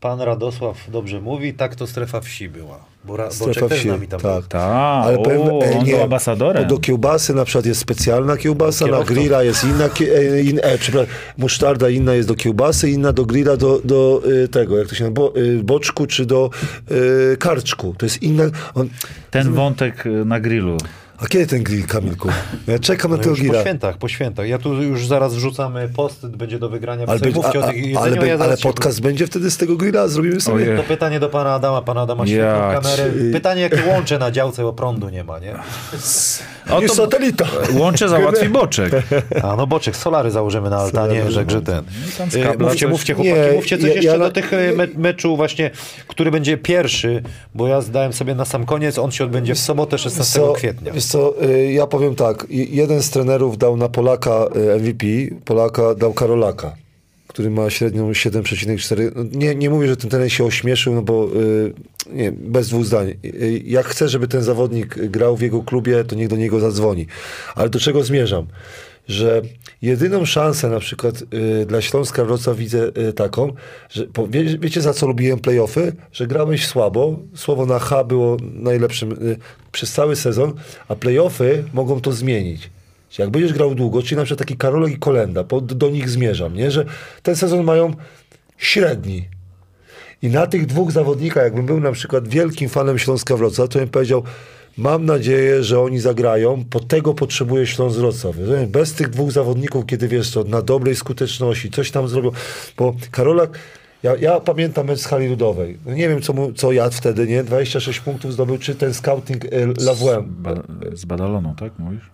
Speaker 1: pan Radosław dobrze mówi, tak to strefa wsi była. Bo Ra-
Speaker 2: Strefa
Speaker 1: Boczek też
Speaker 2: wsi,
Speaker 1: z nami tam
Speaker 2: tak.
Speaker 1: był.
Speaker 3: Tak,
Speaker 2: Ale
Speaker 3: o,
Speaker 2: powiem, e,
Speaker 3: on
Speaker 2: nie,
Speaker 3: był ambasadorem.
Speaker 2: bo do kiełbasy na przykład jest specjalna kiełbasa, na
Speaker 1: Kierowcą.
Speaker 2: grilla jest inna, kie- e, in, e, przepraszam, musztarda inna jest do kiełbasy, inna do grilla, do, do e, tego, jak to się nazywa, bo, e, boczku czy do e, karczku. To jest inna... On,
Speaker 3: Ten wątek y, na grillu.
Speaker 2: a kiedy ten grill, Kamilku? Ja czekam na
Speaker 1: No
Speaker 2: tego
Speaker 1: już po
Speaker 2: grilla.
Speaker 1: świętach, po świętach. Ja tu już zaraz wrzucamy post, będzie do wygrania w
Speaker 2: Ale, będzie,
Speaker 1: Sejmówcie
Speaker 2: a,
Speaker 1: o
Speaker 2: a,
Speaker 1: tych jedzeniu.
Speaker 2: ale,
Speaker 1: ja
Speaker 2: be-
Speaker 1: zaraz
Speaker 2: ale
Speaker 1: się-
Speaker 2: podcast będzie wtedy z tego grilla? Zrobimy sobie...
Speaker 3: Ojej.
Speaker 1: To pytanie do pana Adama. Pan Adam ma świetną
Speaker 3: Ja
Speaker 1: kamerę.
Speaker 2: ci-
Speaker 1: Pytanie, jakie łącze na działce, bo prądu nie ma, nie?
Speaker 3: O,
Speaker 2: Jest
Speaker 3: to
Speaker 2: satelita.
Speaker 3: łącze załatwi Boczek.
Speaker 1: A no Boczek, solary założymy na altanie,
Speaker 2: Solary.
Speaker 1: że, że ten.
Speaker 3: tam z
Speaker 1: E,
Speaker 3: kabla
Speaker 1: Mówcie,
Speaker 3: coś-
Speaker 1: mówcie chłopaki,
Speaker 2: Nie,
Speaker 1: mówcie coś
Speaker 2: ja-
Speaker 1: jeszcze
Speaker 2: ja
Speaker 1: do
Speaker 2: na-
Speaker 1: tych e, me, meczu właśnie, który będzie pierwszy, bo ja zdałem sobie na sam koniec, on się odbędzie w sobotę szesnastego kwietnia.
Speaker 2: Wiesz co, y, ja powiem tak, y, jeden z trenerów dał na Polaka y, M V P, Polaka dał Karolaka, który ma średnią siedem przecinek cztery. No, nie, nie mówię, że ten trener się ośmieszył, no bo y, nie, bez dwóch zdań. Y, jak chcę, żeby ten zawodnik grał w jego klubie, to niech do niego zadzwoni. Ale do czego zmierzam? Że jedyną szansę na przykład y, dla Śląska Wrocław widzę y, taką, że po, wie, wiecie za co lubiłem play-offy? Że grałeś słabo, słowo na H było najlepszym y, przez cały sezon, a play-offy mogą to zmienić. Czyli jak będziesz grał długo, czyli na przykład taki Karolek i Kolenda, bo do, do nich zmierzam, nie? Że ten sezon mają średni. I na tych dwóch zawodnikach, jakbym był na przykład wielkim fanem Śląska Wrocław, to bym powiedział, mam nadzieję, że oni zagrają, po tego potrzebuje Śląsk Wrocław. Rozumiesz? Bez tych dwóch zawodników, kiedy wiesz co, na dobrej skuteczności, coś tam zrobią, bo Karolak, ja, ja pamiętam mecz z hali ludowej. No nie wiem, co, mu, co jadł wtedy, nie? dwadzieścia sześć punktów zdobył, czy ten scouting y, Lawłem.
Speaker 3: Ba- z Badaloną, tak mówisz?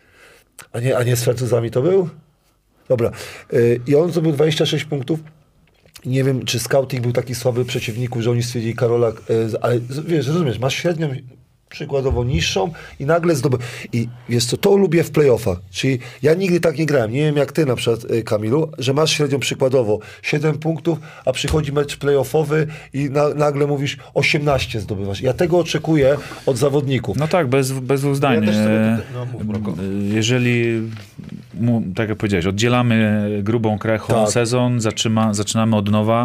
Speaker 2: A nie, a nie z Francuzami to był? Dobra. Y, I on zdobył dwadzieścia sześć punktów. Nie wiem, czy scouting był taki słaby przeciwników, że oni stwierdzili Karolak, y, ale z- wiesz, rozumiesz, masz średnią przykładowo niższą i nagle zdobył. I wiesz co, to lubię w playoffach. Czyli ja nigdy tak nie grałem. Nie wiem jak ty na przykład, y, Kamilu, że masz średnią przykładowo siedem punktów, a przychodzi mecz playoffowy i na, nagle mówisz osiemnaście zdobywasz. Ja tego oczekuję od zawodników.
Speaker 3: No tak, bez, bez dwóch zdań.
Speaker 1: Ja też sobie
Speaker 3: E,
Speaker 1: tutaj- no, mów, Mroko.
Speaker 3: Jeżeli, mu, tak jak powiedziałeś, oddzielamy grubą krechą
Speaker 2: Tak.
Speaker 3: sezon, zaczyma, zaczynamy od nowa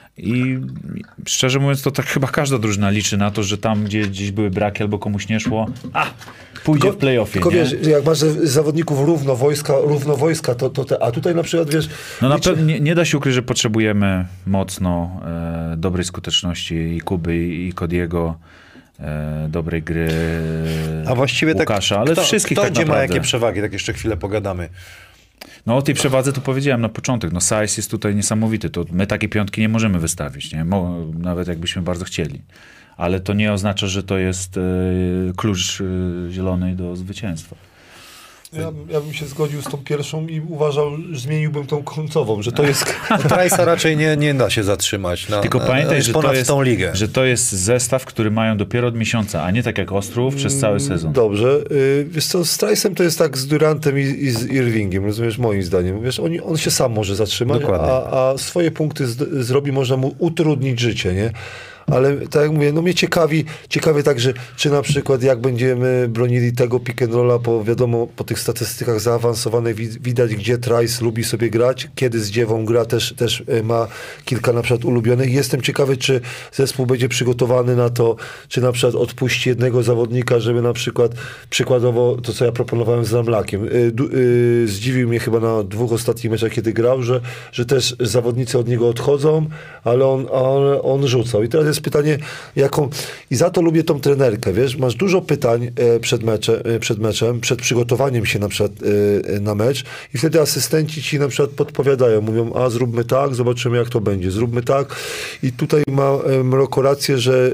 Speaker 3: i szczerze mówiąc, to tak chyba każda drużyna liczy na to, że tam, gdzie gdzieś były braki albo komuś nie szło, a, pójdzie w playoffie,
Speaker 2: Tylko
Speaker 3: nie?
Speaker 2: wiesz, że jak masz z- zawodników równo wojska, równo wojska, to, to te, a tutaj na przykład wiesz...
Speaker 3: No na
Speaker 2: liczy-
Speaker 3: pewno nie, nie da się ukryć, że potrzebujemy mocno e, dobrej skuteczności i Kuby, i, i Kodiego, e, dobrej gry
Speaker 1: A właściwie tak,
Speaker 3: Łukasza, ale
Speaker 1: kto,
Speaker 3: wszystkich
Speaker 1: kto
Speaker 3: tak
Speaker 1: gdzie
Speaker 3: naprawdę.
Speaker 1: ma jakie przewagi, tak jeszcze chwilę pogadamy.
Speaker 3: No o tej przewadze to powiedziałem na początek. No Sajs jest tutaj niesamowity. To my takie piątki nie możemy wystawić, nie? Mo, nawet jakbyśmy bardzo chcieli. Ale to nie oznacza, że to jest e, klucz e, zielony do zwycięstwa.
Speaker 2: Ja, ja bym się zgodził z tą pierwszą i uważał, że zmieniłbym tą końcową, że to jest...
Speaker 1: Trajsa raczej nie, nie da się zatrzymać. Na,
Speaker 3: Tylko
Speaker 1: na,
Speaker 3: pamiętaj, że to,
Speaker 1: ponad
Speaker 3: jest,
Speaker 1: tą ligę.
Speaker 3: że to jest zestaw, który mają dopiero od miesiąca, a nie tak jak Ostrów przez cały sezon.
Speaker 2: Dobrze. Y, wiesz co, z Trice'em to jest tak z Durantem i, i z Irvingiem, rozumiesz, moim zdaniem. Wiesz, on, on się sam może zatrzymać,
Speaker 1: Dokładnie.
Speaker 2: a, a swoje punkty z, zrobi, można mu utrudnić życie, nie? Ale tak jak mówię, no mnie ciekawi, ciekawie także, czy na przykład jak będziemy bronili tego pick and rolla, bo wiadomo, po tych statystykach zaawansowanych wi- widać, gdzie Trice lubi sobie grać, kiedy z Dziewą gra, też, też e, ma kilka na przykład ulubionych. Jestem ciekawy, czy zespół będzie przygotowany na to, czy na przykład odpuści jednego zawodnika, żeby na przykład przykładowo to, co ja proponowałem z Ramlakiem. Y, du- y, zdziwił mnie chyba na dwóch ostatnich meczach, kiedy grał, że, że też zawodnicy od niego odchodzą, ale on, on, on rzucał. I teraz jest pytanie, jaką... I za to lubię tą trenerkę, wiesz? Masz dużo pytań e, przed, mecze, e, przed meczem, przed przygotowaniem się na przykład e, e, na mecz i wtedy asystenci ci na przykład podpowiadają, mówią, a zróbmy tak, zobaczymy jak to będzie, zróbmy tak. I tutaj ma e, Mroko rację, że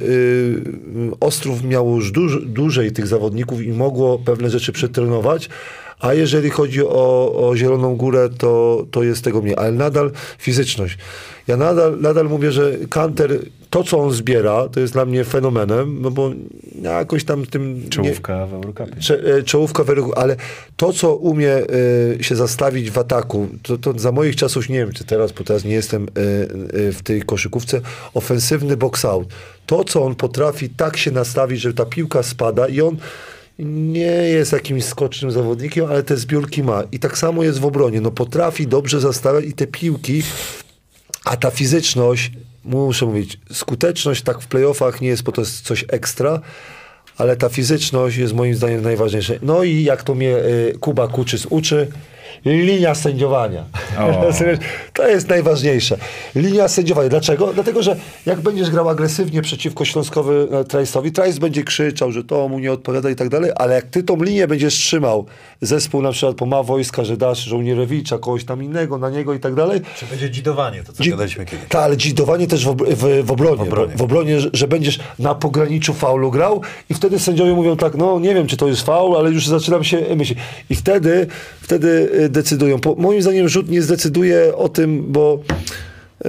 Speaker 2: e, Ostrów miało już duż, dłużej tych zawodników i mogło pewne rzeczy przetrenować, a jeżeli chodzi o, o Zieloną Górę, to, to jest tego mniej. Ale nadal fizyczność. Ja nadal, nadal mówię, że Kanter, to co on zbiera, to jest dla mnie fenomenem, no bo jakoś tam tym... nie-
Speaker 3: Czołówka w Eurocupie.
Speaker 2: Cze, e, czołówka według, ale to, co umie e, się zastawić w ataku, to, to za moich czasów, nie wiem, czy teraz, bo teraz nie jestem e, e, w tej koszykówce, ofensywny box-out. To, co on potrafi tak się nastawić, że ta piłka spada i on nie jest jakimś skocznym zawodnikiem, ale te zbiórki ma. I tak samo jest w obronie. No potrafi dobrze zastawiać i te piłki, a ta fizyczność muszę mówić, skuteczność tak w playoffach nie jest, bo to jest coś ekstra, ale ta fizyczność jest moim zdaniem najważniejsza. No i jak to mnie y, Kuba Kuczys uczy, linia sędziowania.
Speaker 3: O.
Speaker 2: To jest najważniejsze. Linia sędziowania. Dlaczego? Dlatego, że jak będziesz grał agresywnie przeciwko Śląskowi Trice'owi, Trice będzie krzyczał, że to mu nie odpowiada i tak dalej, ale jak ty tą linię będziesz trzymał, zespół na przykład, bo ma wojska, że dasz żołnierewicza, kogoś tam innego, na niego i tak dalej.
Speaker 1: Czy będzie dzidowanie, to co
Speaker 2: Dzi-
Speaker 1: gadaliśmy kiedyś.
Speaker 2: Tak, ale dzidowanie też w, ob- w, w obronie.
Speaker 1: W obronie.
Speaker 2: W obronie, że, że będziesz na pograniczu faulu grał i wtedy sędziowie mówią tak, no nie wiem, czy to jest faul, ale już zaczynam się myśleć. I wtedy, wtedy decydują. Po, moim zdaniem rzut nie zdecyduje o tym, bo yy,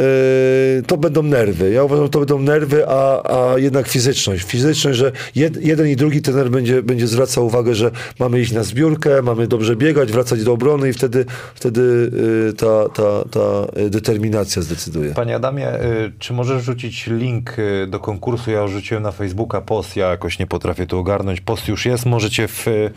Speaker 2: to będą nerwy. Ja uważam, że to będą nerwy, a, a jednak fizyczność. Fizyczność, że jed, jeden i drugi trener będzie, będzie zwracał uwagę, że mamy iść na zbiórkę, mamy dobrze biegać, wracać do obrony i wtedy, wtedy yy, ta, ta, ta determinacja zdecyduje.
Speaker 1: Panie Adamie, y, czy możesz rzucić link y, do konkursu? Ja już rzuciłem na Facebooka post, ja jakoś nie potrafię tu ogarnąć. Post już jest, możecie w, y,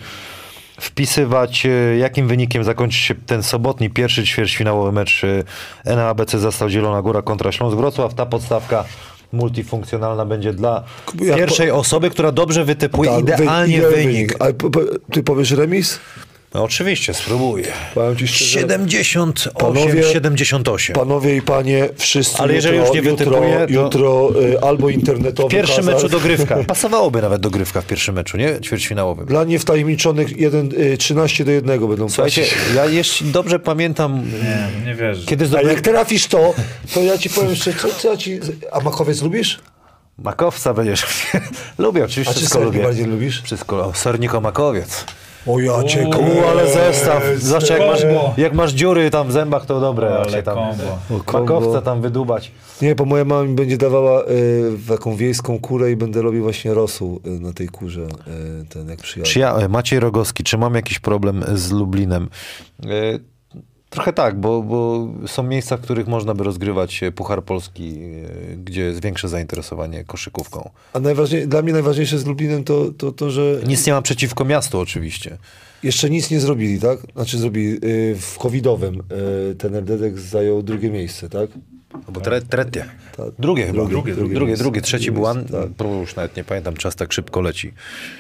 Speaker 1: wpisywać, y, jakim wynikiem zakończy się ten sobotni pierwszy ćwierćfinałowy mecz y, N A B C Zastał Zielona Góra kontra Śląsk Wrocław. Ta podstawka multifunkcjonalna będzie dla
Speaker 2: Ja
Speaker 1: pierwszej
Speaker 2: po-
Speaker 1: osoby, która dobrze wytypuje
Speaker 2: Tak,
Speaker 1: idealnie
Speaker 2: wy-
Speaker 1: wynik.
Speaker 2: A po, po, ty powiesz remis?
Speaker 1: No, oczywiście, spróbuję.
Speaker 2: Powiem ci szczerze,
Speaker 1: siedemdziesiąt osiem,
Speaker 2: Panowie-
Speaker 1: siedemdziesiąt osiem.
Speaker 2: Panowie i panie, wszyscy
Speaker 1: Ale jeżeli
Speaker 2: jutro,
Speaker 1: już nie
Speaker 2: jutro,
Speaker 1: wytypuję, to-
Speaker 2: jutro y, albo internetowy
Speaker 1: W pierwszym
Speaker 2: kazal-
Speaker 1: meczu dogrywka. Pasowałoby nawet dogrywka w pierwszym meczu, nie? Ćwierćfinałowym.
Speaker 2: Dla niewtajemniczonych jeden, y, trzynaście do jednego będą
Speaker 1: Słuchajcie,
Speaker 2: płacić.
Speaker 1: ja jeśli dobrze pamiętam,
Speaker 3: Nie, nie wierzę.
Speaker 1: kiedy
Speaker 2: A
Speaker 1: zdobyłem
Speaker 2: jak trafisz to, to ja ci powiem jeszcze, co, co ja ci... A makowiec lubisz?
Speaker 1: makowca będziesz. Lubię, oczywiście
Speaker 2: A czy
Speaker 1: wszystko
Speaker 2: sernik
Speaker 1: lubię.
Speaker 2: bardziej lubisz?
Speaker 1: Wszystko, o, serniko-makowiec.
Speaker 2: O ja cię
Speaker 1: U, ale zestaw. Zwłaszcza jak masz,
Speaker 3: Kombo.
Speaker 1: jak masz dziury tam w zębach, to dobre. jak
Speaker 3: Ale
Speaker 1: się tam
Speaker 3: kombo.
Speaker 2: O, kombo.
Speaker 1: makowca tam wydubać.
Speaker 2: Nie, bo moja mama mi będzie dawała y, taką wiejską kurę i będę robił właśnie rosół y, na tej kurze, y, ten jak przyjadę.
Speaker 1: Czy ja, e, Maciej Rogowski, czy mam jakiś problem z Lublinem? E, Trochę tak, bo, bo są miejsca, w których można by rozgrywać e, Puchar Polski, e, gdzie jest większe zainteresowanie koszykówką.
Speaker 2: A najważniej, dla mnie najważniejsze z Lublinem to, to, to, że
Speaker 1: Nic nie mam przeciwko miastu oczywiście.
Speaker 2: jeszcze nic nie zrobili, tak? Znaczy zrobili y, w covidowym y, ten Dedek zajął drugie miejsce, tak?
Speaker 1: Bo tre, tretie.
Speaker 2: Tak.
Speaker 1: Drugie chyba.
Speaker 2: Drugie,
Speaker 1: Drugie,
Speaker 2: drugie
Speaker 1: drugie,
Speaker 2: miejsce.
Speaker 1: drugie, trzeci
Speaker 2: Drugie
Speaker 1: był
Speaker 2: miejsce,
Speaker 1: An...
Speaker 2: tak.
Speaker 1: Bo już nawet nie pamiętam, czas tak szybko leci.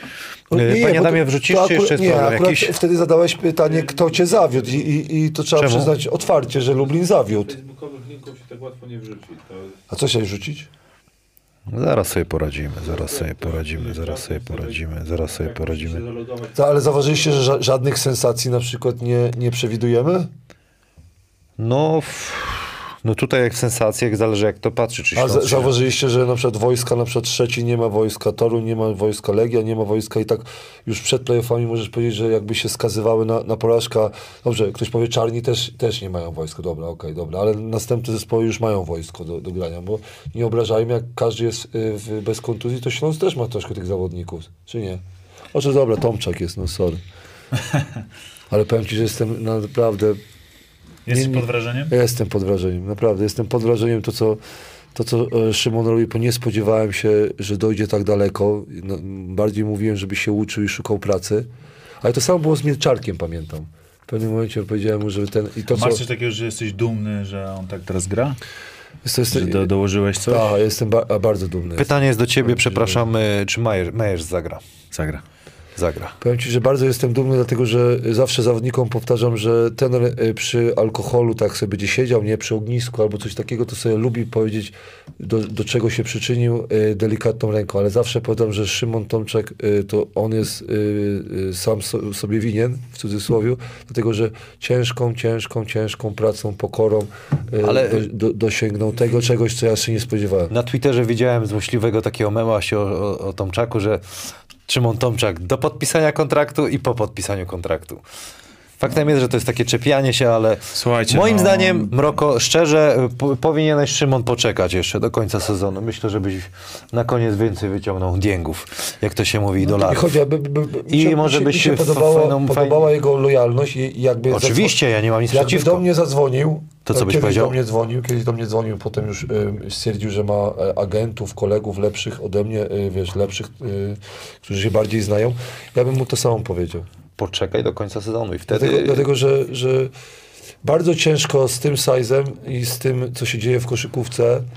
Speaker 2: No
Speaker 1: E,
Speaker 2: nie,
Speaker 1: Panie
Speaker 2: bo to-
Speaker 1: Adamie, wrzucisz,
Speaker 2: to
Speaker 1: czy
Speaker 2: akurat-
Speaker 1: jeszcze jest
Speaker 2: nie,
Speaker 1: problem
Speaker 2: akurat
Speaker 1: jakiś?
Speaker 2: wtedy zadałeś pytanie, kto cię zawiódł i, i, i to trzeba
Speaker 1: Czemu?
Speaker 2: przyznać otwarcie, że Lublin zawiódł.
Speaker 4: Facebookowych linków się tak łatwo nie wrzuci. To jest...
Speaker 2: A co chciałeś rzucić?
Speaker 1: Zaraz sobie poradzimy, zaraz sobie poradzimy, zaraz sobie poradzimy, zaraz sobie poradzimy.
Speaker 4: Zalogować.
Speaker 2: Ta, ale zauważyliście, że ża- żadnych sensacji na przykład nie, nie przewidujemy?
Speaker 1: No, f- no tutaj jak w sensacjach zależy jak to patrzy, czy
Speaker 2: A za-
Speaker 1: Śląsk się-
Speaker 2: zauważyliście, że na przykład wojska, na przykład Szczecin nie ma wojska, Toruń nie ma wojska, Legia nie ma wojska i tak już przed playoffami możesz powiedzieć, że jakby się skazywały na, na porażkę. Dobrze, ktoś powie, Czarni też, też nie mają wojska, dobra, okej, dobra, ale następne zespoły już mają wojsko do, do grania, bo nie obrażajmy, jak każdy jest y, w, bez kontuzji, to Śląsk też ma troszkę tych zawodników, czy nie? Oczy dobra, Tomczak jest, no sorry. Ale powiem ci, że jestem naprawdę...
Speaker 3: Jesteś
Speaker 2: Nie, nie.
Speaker 3: pod wrażeniem?
Speaker 2: Ja jestem pod wrażeniem, naprawdę. Jestem pod wrażeniem to, co, to, co e, Szymon robi, bo nie spodziewałem się, że dojdzie tak daleko. No, bardziej mówiłem, żeby się uczył i szukał pracy. Ale to samo było z Mielczarkiem, pamiętam. W pewnym momencie powiedziałem mu, że ten... I to, co,
Speaker 3: Masz coś takiego, że jesteś dumny, że on tak teraz gra?
Speaker 2: jest, to jest,
Speaker 3: Że do, dołożyłeś coś?
Speaker 2: tak, jestem ba, a bardzo dumny.
Speaker 1: Pytanie jest do ciebie, przepraszam, y, czy Majers, Majers zagra?
Speaker 3: Zagra.
Speaker 1: Zagra.
Speaker 2: Powiem ci, że bardzo jestem dumny, dlatego że zawsze zawodnikom powtarzam, że ten e, przy alkoholu tak sobie będzie siedział, nie przy ognisku albo coś takiego, to sobie lubi powiedzieć, do, do czego się przyczynił e, delikatną ręką, ale zawsze powtarzam, że Szymon Tomczak e, to on jest e, e, sam so, sobie winien, w cudzysłowie, dlatego że ciężką, ciężką, ciężką pracą, pokorą e,
Speaker 1: Ale-
Speaker 2: do, do, dosięgnął tego czegoś, co ja się nie spodziewałem.
Speaker 1: Na Twitterze widziałem złośliwego takiego mema się o, o, o Tomczaku, że Szymon Tomczak do podpisania kontraktu i po podpisaniu kontraktu. Faktem jest, że to jest takie czepianie się, ale
Speaker 3: Słuchajcie,
Speaker 1: moim
Speaker 3: no-
Speaker 1: zdaniem, Mroko, szczerze, po, powinieneś Szymon poczekać jeszcze do końca sezonu. Myślę, żebyś na koniec więcej wyciągnął diengów, jak to się mówi, i
Speaker 2: Nie
Speaker 1: dolarów.
Speaker 2: chodzi, aby, by, by,
Speaker 1: I
Speaker 2: mi się,
Speaker 1: może
Speaker 2: mi
Speaker 1: byś
Speaker 2: się
Speaker 1: się
Speaker 2: podobała,
Speaker 1: fajną-
Speaker 2: podobała
Speaker 1: fajnie-
Speaker 2: jego lojalność i, i jakby
Speaker 1: Oczywiście, ja nie mam nic
Speaker 2: jakby
Speaker 1: przeciwko.
Speaker 2: do mnie zadzwonił,
Speaker 1: To co byś
Speaker 2: kiedyś
Speaker 1: powiedział?
Speaker 2: do mnie dzwonił, kiedyś do mnie dzwonił, potem już y, stwierdził, że ma e, agentów, kolegów lepszych ode mnie, y, wiesz, lepszych, y, którzy się bardziej znają. Ja bym mu to samo powiedział.
Speaker 1: Poczekaj do końca sezonu i wtedy...
Speaker 2: Dlatego, dlatego że, że bardzo ciężko z tym size'em i z tym, co się dzieje w koszykówce,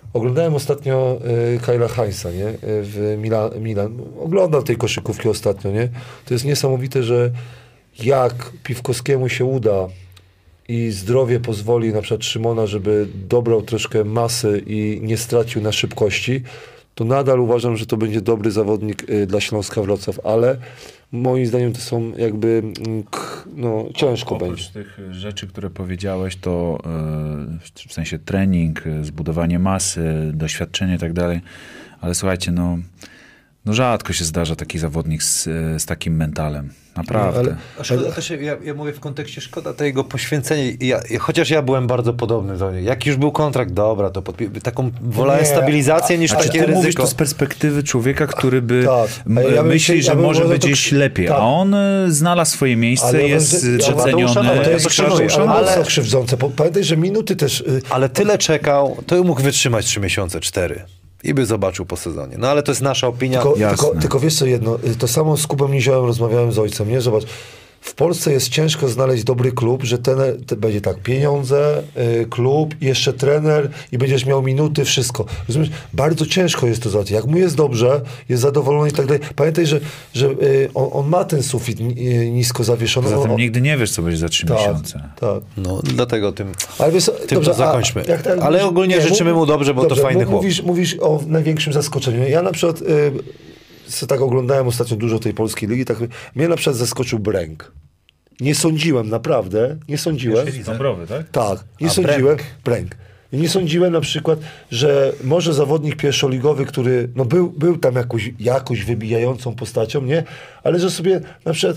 Speaker 2: Oglądałem ostatnio y, Kyla Heinza, nie? Y, w Milan, Milan. Oglądam tej koszykówki ostatnio, nie? To jest niesamowite, że jak Piwkowskiemu się uda i zdrowie pozwoli na przykład Szymona, żeby dobrał troszkę masy i nie stracił na szybkości, to nadal uważam, że to będzie dobry zawodnik y, dla Śląska Wrocław, ale moim zdaniem to są jakby k, no, ciężko
Speaker 3: Oprócz
Speaker 2: będzie.
Speaker 3: tych rzeczy, które powiedziałeś, to yy, w sensie trening, zbudowanie masy, doświadczenie i tak dalej, ale słuchajcie, no, no rzadko się zdarza taki zawodnik z, z takim mentalem. Naprawdę.
Speaker 2: Ale-
Speaker 1: A szkoda też, ja, ja mówię w kontekście, szkoda to jego poświęcenie. Ja, ja, chociaż ja byłem bardzo podobny do niego. Jak już był kontrakt, dobra, to podpi- taką wolałem
Speaker 2: Nie,
Speaker 1: stabilizację niż
Speaker 3: A czy
Speaker 1: takie
Speaker 3: ty mówisz
Speaker 1: ryzyko.
Speaker 3: to z perspektywy człowieka, który by
Speaker 2: Tak.
Speaker 3: m-
Speaker 2: A ja bym
Speaker 3: myśli,
Speaker 2: się-
Speaker 3: że
Speaker 2: ja bym
Speaker 3: może
Speaker 2: może
Speaker 3: być
Speaker 2: to-
Speaker 3: gdzieś lepiej,
Speaker 2: tak.
Speaker 3: a on y, znalazł swoje miejsce,
Speaker 2: Ale
Speaker 3: jest
Speaker 2: on-
Speaker 3: y,
Speaker 2: ja
Speaker 3: przeceniony.
Speaker 1: Mateusza, ale
Speaker 2: To jest
Speaker 1: trzeba
Speaker 2: krzywdą,
Speaker 1: to
Speaker 2: ale
Speaker 1: ale-
Speaker 2: mocno krzywdzące. Po- Pamiętaj, że minuty też... y,
Speaker 1: Ale tyle czekał, to mógł wytrzymać trzy miesiące, cztery. I by zobaczył po sezonie. No ale to jest nasza opinia.
Speaker 2: Tylko,
Speaker 3: Jasne.
Speaker 2: tylko, tylko wiesz co jedno, y, to samo z Kubą Niziołem rozmawiałem z ojcem, nie? Zobacz, w Polsce jest ciężko znaleźć dobry klub, że ten, te, będzie tak, pieniądze, y, klub, jeszcze trener i będziesz miał minuty, wszystko. Rozumiesz? Bardzo ciężko jest to załatwić. Jak mu jest dobrze, jest zadowolony i tak dalej. Pamiętaj, że, że y, on, on ma ten sufit ni- y, nisko zawieszony.
Speaker 3: Poza
Speaker 2: On-
Speaker 3: tym
Speaker 2: on-
Speaker 3: nigdy nie wiesz, co będzie za trzy
Speaker 2: tak,
Speaker 3: miesiące.
Speaker 2: tak.
Speaker 1: No dlatego tym,
Speaker 2: Ale wiesz, co,
Speaker 1: tym
Speaker 2: dobrze,
Speaker 1: to zakończmy.
Speaker 2: a- jak tak
Speaker 1: Ale
Speaker 2: mówisz-
Speaker 1: ogólnie
Speaker 2: nie,
Speaker 1: życzymy
Speaker 2: mów-
Speaker 1: mu dobrze, bo
Speaker 2: dobrze,
Speaker 1: to fajny
Speaker 2: mów-
Speaker 1: chłop.
Speaker 2: Mówisz, mówisz o największym zaskoczeniu. Ja na przykład y, se tak oglądałem ostatnio dużo tej polskiej ligi, tak mnie na przykład zaskoczył Bręk. Nie sądziłem, naprawdę, nie sądziłem.
Speaker 3: Dąbrowy, tak?
Speaker 2: Tak, nie
Speaker 1: A,
Speaker 2: sądziłem. Bręk. Nie sądziłem na przykład, że może zawodnik pierwszoligowy, który no był, był tam jakąś, jakąś wybijającą postacią, nie? Ale że sobie na przykład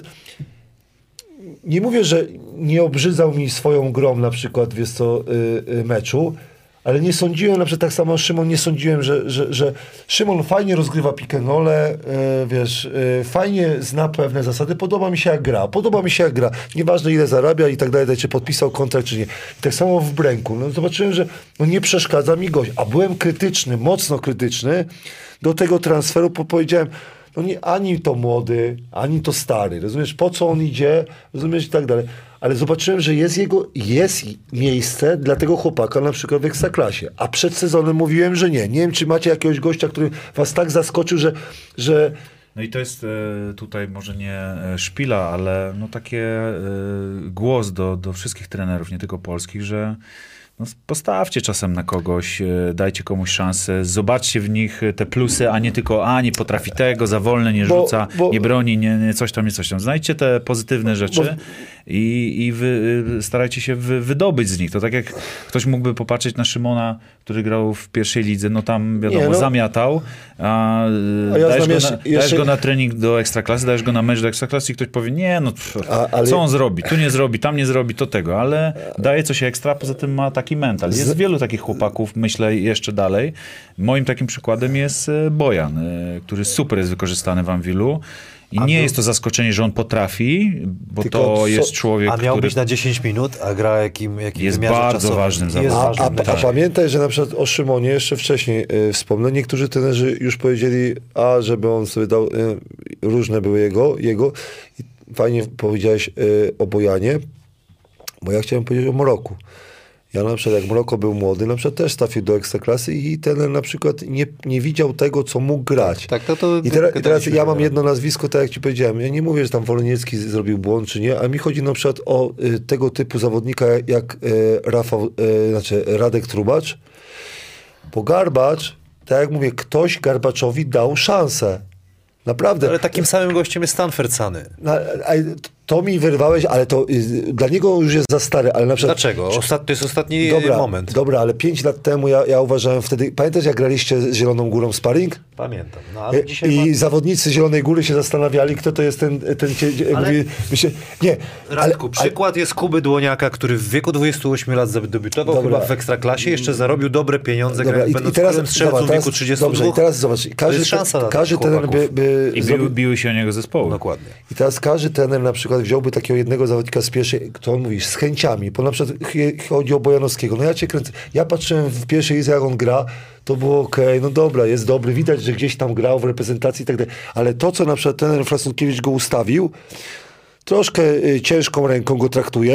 Speaker 2: nie mówię, że nie obrzydzał mi swoją grą na przykład, wiesz co, y, y, meczu, ale nie sądziłem, na przykład tak samo Szymon, nie sądziłem, że, że, że Szymon fajnie rozgrywa pick and rolle, y, wiesz, y, fajnie zna pewne zasady, podoba mi się jak gra, podoba mi się jak gra, nieważne ile zarabia i tak dalej, czy podpisał kontrakt, czy nie. I tak samo w Bręku, no zobaczyłem, że no nie przeszkadza mi gość, a byłem krytyczny, mocno krytyczny do tego transferu, bo powiedziałem, no nie, ani to młody, ani to stary, rozumiesz, po co on idzie, rozumiesz, i tak dalej. Ale zobaczyłem, że jest jego, jest miejsce dla tego chłopaka na przykład w Ekstraklasie. A przed sezonem mówiłem, że nie. Nie wiem, czy macie jakiegoś gościa, który was tak zaskoczył, że, że
Speaker 3: No i to jest e, tutaj może nie e, szpila, ale no takie e, głos do, do wszystkich trenerów, nie tylko polskich, że no, postawcie czasem na kogoś, e, dajcie komuś szansę, zobaczcie w nich te plusy, a nie tylko, a nie potrafi tego, za wolne, nie
Speaker 2: Bo-
Speaker 3: rzuca,
Speaker 2: bo-
Speaker 3: nie broni, nie, nie coś tam, nie coś tam. Znajdźcie te pozytywne rzeczy i, i wy, starajcie się wy, wydobyć z nich. To tak jak ktoś mógłby popatrzeć na Szymona, który grał w pierwszej lidze, no tam wiadomo,
Speaker 2: Nie, no.
Speaker 3: zamiatał, a,
Speaker 2: A ja
Speaker 3: dajesz,
Speaker 2: znam
Speaker 3: go
Speaker 2: jeszcze-
Speaker 3: na,
Speaker 2: jeszcze-
Speaker 3: dajesz go na trening do Ekstraklasy, dajesz go na mecz do Ekstraklasy i ktoś powie, nie, no pff,
Speaker 2: A- ale-
Speaker 3: co on zrobi? Tu nie zrobi, tam nie zrobi, to tego, ale daje coś ekstra, poza tym ma taki mental. Jest wielu takich chłopaków, myślę jeszcze dalej. Moim takim przykładem jest e, Bojan, e, który super jest wykorzystany w Anwilu. I nie jest to zaskoczenie, że on potrafi, bo
Speaker 2: Tylko
Speaker 3: to
Speaker 2: co-
Speaker 3: jest człowiek,
Speaker 1: A miał
Speaker 3: który
Speaker 1: być na dziesięć minut, a gra jakim, jakim
Speaker 3: Jest
Speaker 1: wymiarze
Speaker 3: bardzo
Speaker 1: czasowym.
Speaker 3: ważnym
Speaker 1: Jest
Speaker 3: zawodnikiem.
Speaker 2: A,
Speaker 1: ważnym,
Speaker 2: a, a
Speaker 1: tak.
Speaker 2: pamiętaj, że na przykład o Szymonie jeszcze wcześniej y, wspomnę, niektórzy trenerzy już powiedzieli, a żeby on sobie dał, y, różne były jego, jego. I fajnie powiedziałeś y, o Bojanie, bo ja chciałem powiedzieć o Moroku. Ja na przykład jak Moroko był młody, na przykład też trafił do Ekstraklasy i ten na przykład nie, nie widział tego, co mógł grać.
Speaker 1: Tak, to, to
Speaker 2: I, teraz, I teraz
Speaker 1: gadaliśmy
Speaker 2: ja mam
Speaker 1: teraz.
Speaker 2: jedno nazwisko, tak jak ci powiedziałem. Ja nie mówię, że tam Woloniecki zrobił błąd, czy nie, a mi chodzi na przykład o y, tego typu zawodnika jak y, Rafał, y, znaczy Radek Trubacz. Bo Garbacz, tak jak mówię, ktoś Garbaczowi dał szansę. Naprawdę.
Speaker 1: Ale takim samym gościem jest Stanford Sany.
Speaker 2: Na, a, to mi wyrwałeś, ale to y, dla niego już jest za stary, ale na przykład...
Speaker 1: Dlaczego? Ostat, to jest ostatni
Speaker 2: Dobra,
Speaker 1: moment.
Speaker 2: dobra, ale pięć lat temu ja, ja uważałem wtedy... Pamiętasz, jak graliście z Zieloną Górą sparring?
Speaker 1: Pamiętam. No, ale
Speaker 2: I,
Speaker 1: dzisiaj
Speaker 2: I
Speaker 1: ma...
Speaker 2: zawodnicy Zielonej Góry się zastanawiali, kto to jest ten... ten cie,
Speaker 1: Ale-
Speaker 2: mówi, my się, nie,
Speaker 1: Radku, przykład jest Kuby Dłoniaka, który w wieku dwudziestu ośmiu lat zadebiutował
Speaker 2: Dobra.
Speaker 1: chyba w Ekstraklasie, jeszcze zarobił dobre pieniądze,
Speaker 2: Dobra,
Speaker 1: grając,
Speaker 2: i, i
Speaker 1: będąc
Speaker 2: teraz,
Speaker 1: królem strzelców
Speaker 2: zobacz,
Speaker 1: w wieku
Speaker 2: teraz,
Speaker 1: trzydziestu dwóch.
Speaker 2: dobrze, i teraz zobacz, każdy,
Speaker 1: jest szansa dla
Speaker 2: każdy
Speaker 1: takich
Speaker 2: trener by,
Speaker 1: chłopaków.
Speaker 2: by
Speaker 3: i
Speaker 2: zrobił-
Speaker 3: biły, biły się o niego zespoły.
Speaker 1: Dokładnie.
Speaker 2: I teraz każdy trener na przykład wziąłby takiego jednego zawodnika z pierwszej, kto on mówisz, z chęciami, bo na przykład ch- chodzi o Bojanowskiego. No ja cię kręcę, ja patrzyłem w pierwszej lidze, jak on gra, to było okej, no dobra, jest dobry, widać, że gdzieś tam grał w reprezentacji i tak dalej, ale to, co na przykład trener Frasunkiewicz go ustawił, troszkę y, ciężką ręką go traktuje,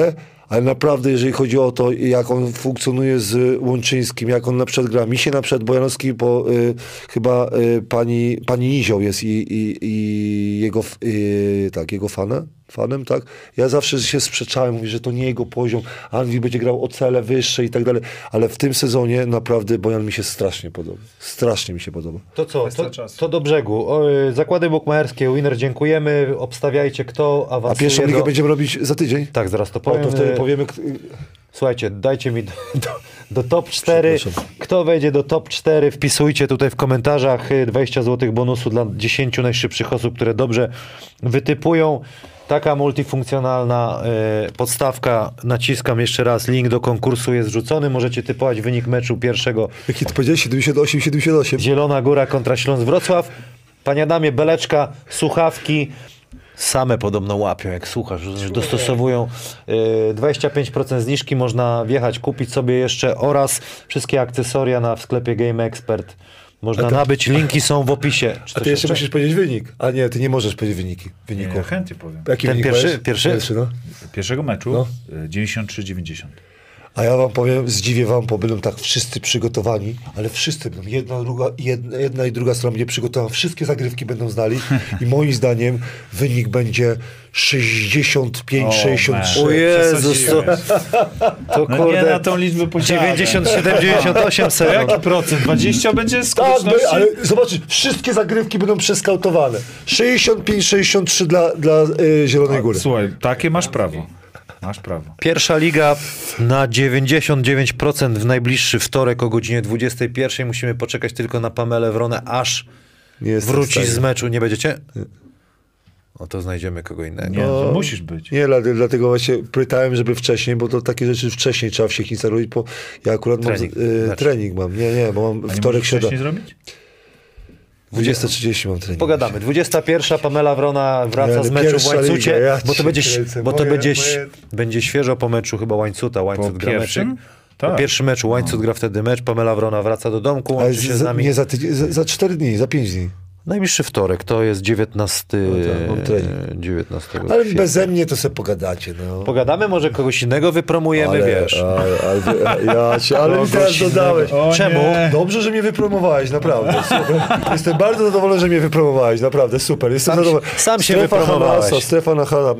Speaker 2: ale naprawdę jeżeli chodzi o to, jak on funkcjonuje z Łączyńskim, jak on na przykład gra, mi się na przykład Bojanowski, bo y, chyba y, pani, pani Nizioł jest i, i, i jego, y, tak, jego fanem, fanem, tak? Ja zawsze się sprzeczałem, mówię, że to nie jego poziom, Anwil będzie grał o cele wyższe i tak dalej, ale w tym sezonie naprawdę Bojan mi się strasznie podoba. Strasznie mi się podoba.
Speaker 1: To co? To, to do brzegu. O, y, zakłady bukmacherskie, Winner, dziękujemy. Obstawiajcie, kto
Speaker 2: A
Speaker 1: awansuje
Speaker 2: pierwszą ligę
Speaker 1: do...
Speaker 2: będziemy robić za tydzień?
Speaker 1: Tak, zaraz to
Speaker 2: O,
Speaker 1: powiem.
Speaker 2: to wtedy
Speaker 1: Y,
Speaker 2: powiemy... k-
Speaker 1: Słuchajcie, dajcie mi do, do, do top cztery.
Speaker 2: Przepraszam.
Speaker 1: Kto wejdzie do top cztery, wpisujcie tutaj w komentarzach y, dwadzieścia złotych bonusu dla dziesięciu najszybszych osób, które dobrze wytypują. Taka multifunkcjonalna y, podstawka. Naciskam jeszcze raz, link do konkursu jest rzucony. Możecie typować wynik meczu pierwszego.
Speaker 2: Jaki ty powiedziałeś? siedemdziesiąt osiem siedemdziesiąt osiem.
Speaker 1: Zielona Góra kontra Śląsk Wrocław. Panie Adamie, beleczka, słuchawki. Same podobno łapią, jak słuchasz, że dostosowują. Yy, dwadzieścia pięć procent zniżki można wjechać, kupić sobie jeszcze oraz wszystkie akcesoria na w sklepie Game Expert. Można nabyć, linki są w opisie. Czy
Speaker 2: A
Speaker 1: coś
Speaker 2: ty jeszcze
Speaker 1: jeszcze?
Speaker 2: musisz powiedzieć wynik. A nie, ty nie możesz powiedzieć wyniki. Wyniku.
Speaker 3: Ja chętnie powiem.
Speaker 2: Jaki
Speaker 1: Ten
Speaker 2: wynik
Speaker 1: pierwszy?
Speaker 2: powiesz?
Speaker 1: Pierwszy?
Speaker 2: Pierwszy, no.
Speaker 3: Pierwszego meczu
Speaker 2: No.
Speaker 3: y, dziewięćdziesiąt trzy dziewięćdziesiąt.
Speaker 2: A ja wam powiem, zdziwię wam, bo będą tak wszyscy przygotowani, ale wszyscy będą, jedna, druga, jedna, jedna i druga strona będzie przygotowana, wszystkie zagrywki będą znali i moim zdaniem wynik będzie sześćdziesiąt pięć sześćdziesiąt trzy.
Speaker 1: O Jezus, to, to
Speaker 3: No nie
Speaker 1: kurde,
Speaker 3: na tą liczbę posiadam.
Speaker 1: dziewięćdziesiąt siedem dziewięćdziesiąt osiem
Speaker 3: To
Speaker 1: sezon.
Speaker 3: jaki procent? dwadzieścia będzie
Speaker 2: Tak,
Speaker 3: skuteczności?
Speaker 2: ale zobaczysz, wszystkie zagrywki będą przeskautowane. sześćdziesiąt pięć sześćdziesiąt trzy dla, dla y, Zielonej Góry.
Speaker 3: Słuchaj, takie masz prawo. Masz prawo.
Speaker 1: Pierwsza liga na dziewięćdziesiąt dziewięć procent w najbliższy wtorek o godzinie dwudziestej pierwszej. Musimy poczekać tylko na Pamelę Wronę, aż
Speaker 2: Nie jestem w
Speaker 1: wróci
Speaker 2: stanie.
Speaker 1: z meczu. Nie będziecie? O, to znajdziemy kogo innego.
Speaker 3: Nie, to musisz być.
Speaker 2: Nie, dla- dlatego właśnie pytałem, żeby wcześniej, bo to takie rzeczy wcześniej trzeba w sieci robić, bo ja akurat
Speaker 1: Trening,
Speaker 2: mam y,
Speaker 1: znaczy.
Speaker 2: trening mam. Nie, nie, bo mam
Speaker 3: A nie
Speaker 2: wtorek,
Speaker 3: możesz
Speaker 2: środa.
Speaker 3: wcześniej zrobić?
Speaker 2: dwudziesta trzydzieści mam trening.
Speaker 1: Pogadamy. dwudziesta pierwsza Pamela Wrona wraca
Speaker 2: Ale
Speaker 1: z meczu w
Speaker 2: pierwsza
Speaker 1: Łańcucie,
Speaker 2: liga, ja
Speaker 1: bo to
Speaker 2: cię
Speaker 1: będzie,
Speaker 2: kręcę.
Speaker 1: bo to
Speaker 2: Moje-
Speaker 1: będzie,
Speaker 2: moje-
Speaker 1: będzie świeżo po meczu chyba Łańcuta. Łańcut
Speaker 3: Po
Speaker 1: gra
Speaker 3: pierwszym?
Speaker 1: meczek.
Speaker 3: Tak.
Speaker 1: Po pierwszym meczu Łańcut gra wtedy mecz, Pamela Wrona wraca do domku,
Speaker 2: Ale
Speaker 1: łączy się z
Speaker 2: za,
Speaker 1: nami.
Speaker 2: nie za tydzień, za, za cztery dni, za pięć dni.
Speaker 1: Najbliższy wtorek, to jest dziewiętnasty,
Speaker 2: No tak, mam trening.
Speaker 1: dziewiętnastego
Speaker 2: Ale
Speaker 1: kwietnia.
Speaker 2: beze mnie to sobie pogadacie, no.
Speaker 1: Pogadamy, może kogoś innego wypromujemy, wiesz.
Speaker 2: Ale, ale, ja cię, ale mi teraz
Speaker 1: Kogoś innego.
Speaker 2: dodałeś.
Speaker 3: O
Speaker 1: Czemu?
Speaker 3: nie.
Speaker 2: Dobrze, że mnie wypromowałeś, naprawdę. Super. Jestem bardzo zadowolony, że mnie wypromowałeś, naprawdę, super. Jestem
Speaker 1: Sam się-
Speaker 2: zadowolony.
Speaker 1: sam się
Speaker 2: Strefa
Speaker 1: wypromowałeś.
Speaker 2: Hanasa, Strefa na Hanasa.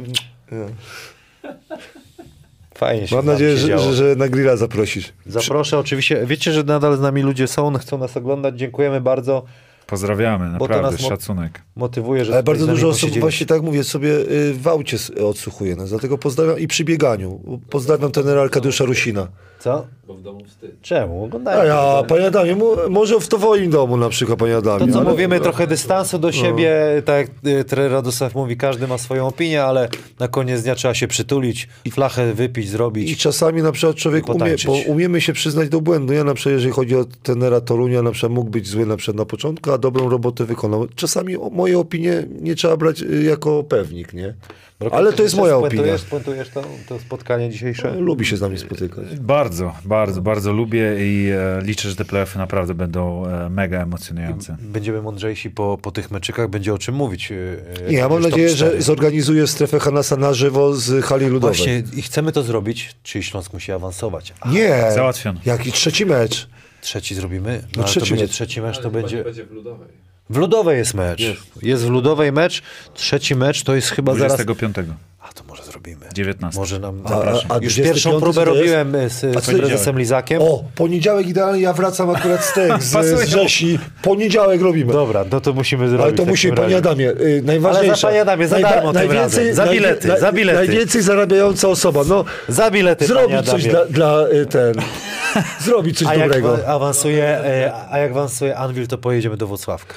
Speaker 1: Fajnie się
Speaker 2: Mam
Speaker 1: tam
Speaker 2: nadzieję, że,
Speaker 1: siedziało.
Speaker 2: że, że na grilla zaprosisz.
Speaker 1: Zaproszę oczywiście. Wiecie, że nadal z nami ludzie są, chcą nas oglądać. Dziękujemy bardzo.
Speaker 3: Pozdrawiamy,
Speaker 1: Bo to
Speaker 3: naprawdę,
Speaker 1: nas mo-
Speaker 3: szacunek.
Speaker 1: Motywuje, że
Speaker 2: Ale
Speaker 1: tutaj
Speaker 2: bardzo
Speaker 1: z nami
Speaker 2: dużo osób,
Speaker 1: posiedzieli.
Speaker 2: właśnie tak mówię, sobie y, w aucie s- odsłuchuje nas. Dlatego pozdrawiam i przy bieganiu. Pozdrawiam trenera Arkadiusza Rusina.
Speaker 1: Co?
Speaker 4: Bo w domu wstyd.
Speaker 1: Czemu?
Speaker 2: A
Speaker 1: Oglądajcie.
Speaker 2: ja, panie Adamie, mu, może w twoim domu na przykład, panie Adamie.
Speaker 1: To co
Speaker 2: ale-
Speaker 1: mówimy, trochę dystansu do siebie, tak jak y, trener Radosław mówi, każdy ma swoją opinię, ale na koniec dnia trzeba się przytulić, flachę wypić, zrobić.
Speaker 2: I czasami na przykład człowiek umie,
Speaker 1: potańczyć.
Speaker 2: bo umiemy się przyznać do błędu. Ja na przykład, jeżeli chodzi o trenera Torunia, na przykład mógł być zły na przykład na początku, a dobrą robotę wykonał. Czasami o, moje opinie nie trzeba brać y, jako pewnik, nie? Ale to jest moja opinia.
Speaker 1: Puentujesz, puentujesz to, to spotkanie dzisiejsze?
Speaker 2: Lubi się z nami spotykać.
Speaker 3: Bardzo, bardzo, bardzo lubię i e, liczę, że te playoffy naprawdę będą e, mega emocjonujące.
Speaker 1: Będziemy mądrzejsi po, po tych meczykach, będzie o czym mówić. y, y,
Speaker 2: Nie, ja mam
Speaker 1: już top
Speaker 2: nadzieję,
Speaker 1: cztery.
Speaker 2: że zorganizuję strefę Hanasa na żywo z hali ludowej.
Speaker 1: Właśnie i chcemy to zrobić, czyli Śląsk musi awansować. A
Speaker 2: Nie,
Speaker 3: Załatwione.
Speaker 2: jaki trzeci mecz.
Speaker 1: trzeci zrobimy? No,
Speaker 2: No
Speaker 1: ale
Speaker 2: trzeci
Speaker 1: to będzie
Speaker 2: mecz.
Speaker 1: trzeci mecz, to
Speaker 4: Ale
Speaker 1: będzie...
Speaker 4: będzie w ludowej.
Speaker 1: W Ludowej jest mecz. Jest. w Ludowej mecz. Trzeci mecz to jest chyba zaraz...
Speaker 3: dwudziestego piątego.
Speaker 1: A to może zrobimy.
Speaker 3: dziewiętnastego.
Speaker 1: Może nam...
Speaker 2: A-
Speaker 1: Zapraszam.
Speaker 2: a
Speaker 1: Już
Speaker 2: dwudziesty
Speaker 1: pierwszą
Speaker 2: piąty
Speaker 1: próbę
Speaker 2: to jest?
Speaker 1: robiłem z,
Speaker 2: A
Speaker 1: z
Speaker 2: co
Speaker 1: prezesem Lizakiem.
Speaker 2: O, poniedziałek idealnie, ja wracam akurat z tych, z,
Speaker 3: Pasują.
Speaker 2: z Rzesi. Poniedziałek robimy.
Speaker 1: Dobra, no to musimy zrobić.
Speaker 2: Ale to
Speaker 1: w
Speaker 2: musi,
Speaker 1: takim
Speaker 2: panie
Speaker 1: razie.
Speaker 2: Adamie, y, najważniejsze.
Speaker 1: Ale za panie Adamie, za
Speaker 2: najba-
Speaker 1: darmo tym razem. Za bilety,
Speaker 2: najwie-
Speaker 1: za bilety.
Speaker 2: Najwięcej zarabiająca osoba. No,
Speaker 1: Za bilety, panie
Speaker 2: zrobić coś
Speaker 1: Adamie.
Speaker 2: dla, dla y, ten. Zrobić coś
Speaker 1: A jak
Speaker 2: dobrego.
Speaker 1: wa- awansuje, e, a jak awansuje Anvil, to pojedziemy do Włocławka.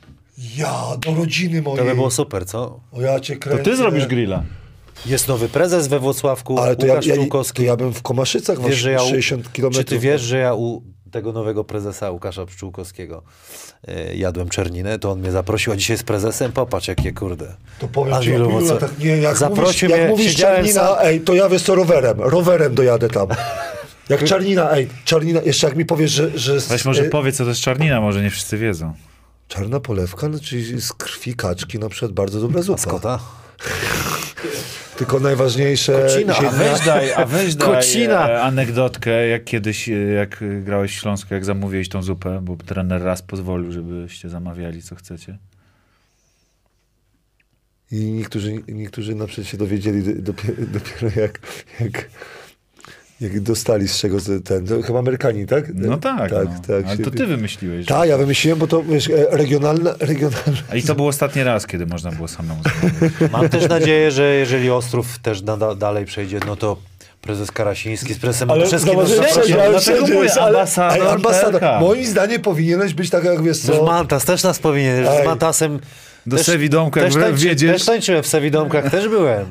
Speaker 2: Ja, do rodziny
Speaker 1: To
Speaker 2: mojej.
Speaker 1: by było super, co?
Speaker 2: O, ja cię
Speaker 3: To
Speaker 2: kręcę.
Speaker 3: ty zrobisz grilla.
Speaker 1: Jest nowy prezes we Włocławku,
Speaker 2: Ale to ja,
Speaker 1: Łukasz
Speaker 2: ja,
Speaker 1: Pszczółkowski.
Speaker 2: to ja bym w Komaszycach
Speaker 1: Wiesz, że ja u-
Speaker 2: sześćdziesiąt kilometrów.
Speaker 1: Czy ty wiesz, że ja u tego nowego prezesa Łukasza Pszczółkowskiego e, jadłem czerninę, to on mnie zaprosił, a dzisiaj jest prezesem, popatrz jakie kurde.
Speaker 2: To powiem ci,
Speaker 1: Anwilu,
Speaker 2: Opilula,
Speaker 1: co-
Speaker 2: tak nie, jak
Speaker 1: zaprosił
Speaker 2: mówisz,
Speaker 1: mnie,
Speaker 2: jak mówisz
Speaker 1: siedziałem
Speaker 2: Czarnina,
Speaker 1: sam-
Speaker 2: ej, to ja wiesz co, rowerem, rowerem dojadę tam. Jak Czarnina, ej, Czarnina, jeszcze jak mi powiesz, że... że
Speaker 3: Weź może
Speaker 2: e,
Speaker 3: powiedz, co to jest czarnina, może nie wszyscy wiedzą.
Speaker 2: Czarna polewka, no, czyli z krwi kaczki na przykład bardzo dobra zupa.
Speaker 1: Skota?
Speaker 2: tylko najważniejsze...
Speaker 1: Kocina.
Speaker 2: się-
Speaker 3: A weź daj, a weź daj
Speaker 1: Kocina.
Speaker 3: e, anegdotkę, jak kiedyś, e, jak grałeś w Śląsku, jak zamówiłeś tą zupę, bo trener raz pozwolił, żebyście zamawiali, co chcecie.
Speaker 2: I niektórzy, niektórzy na przykład się dowiedzieli d- dopiero, dopiero jak, jak, jak dostali z czego z- ten, to chyba Amerykanie, tak?
Speaker 3: No tak,
Speaker 2: tak,
Speaker 3: no.
Speaker 2: tak
Speaker 3: Ale
Speaker 2: się-
Speaker 3: to ty wymyśliłeś.
Speaker 2: Tak, ja wymyśliłem, bo to wiesz, e, regionalna, regionalna.
Speaker 3: A i to był ostatni raz, kiedy można było samemu zamówić.
Speaker 1: Mam też nadzieję, że jeżeli Ostrów też da, dalej przejdzie, no to prezes Karasiński z prezesem Matuszewskim nas
Speaker 2: zauważyłeś,
Speaker 1: zaprosi.
Speaker 2: że- ale
Speaker 3: dlatego
Speaker 2: wszędzie
Speaker 3: mówię,
Speaker 2: jest, ale-
Speaker 3: ambasador
Speaker 2: Ej, ambasador.
Speaker 3: P L K.
Speaker 2: Moim zdaniem powinieneś być tak jak wiesz
Speaker 1: Też
Speaker 2: co.
Speaker 1: Mantas też nas powinien, że
Speaker 2: Ej.
Speaker 1: z Mantasem...
Speaker 3: Do
Speaker 1: też-
Speaker 3: Sewidomka,
Speaker 1: też,
Speaker 3: jak
Speaker 1: tańczy,
Speaker 3: wiedziesz.
Speaker 1: też tańczyłem w Sewidomkach, też byłem.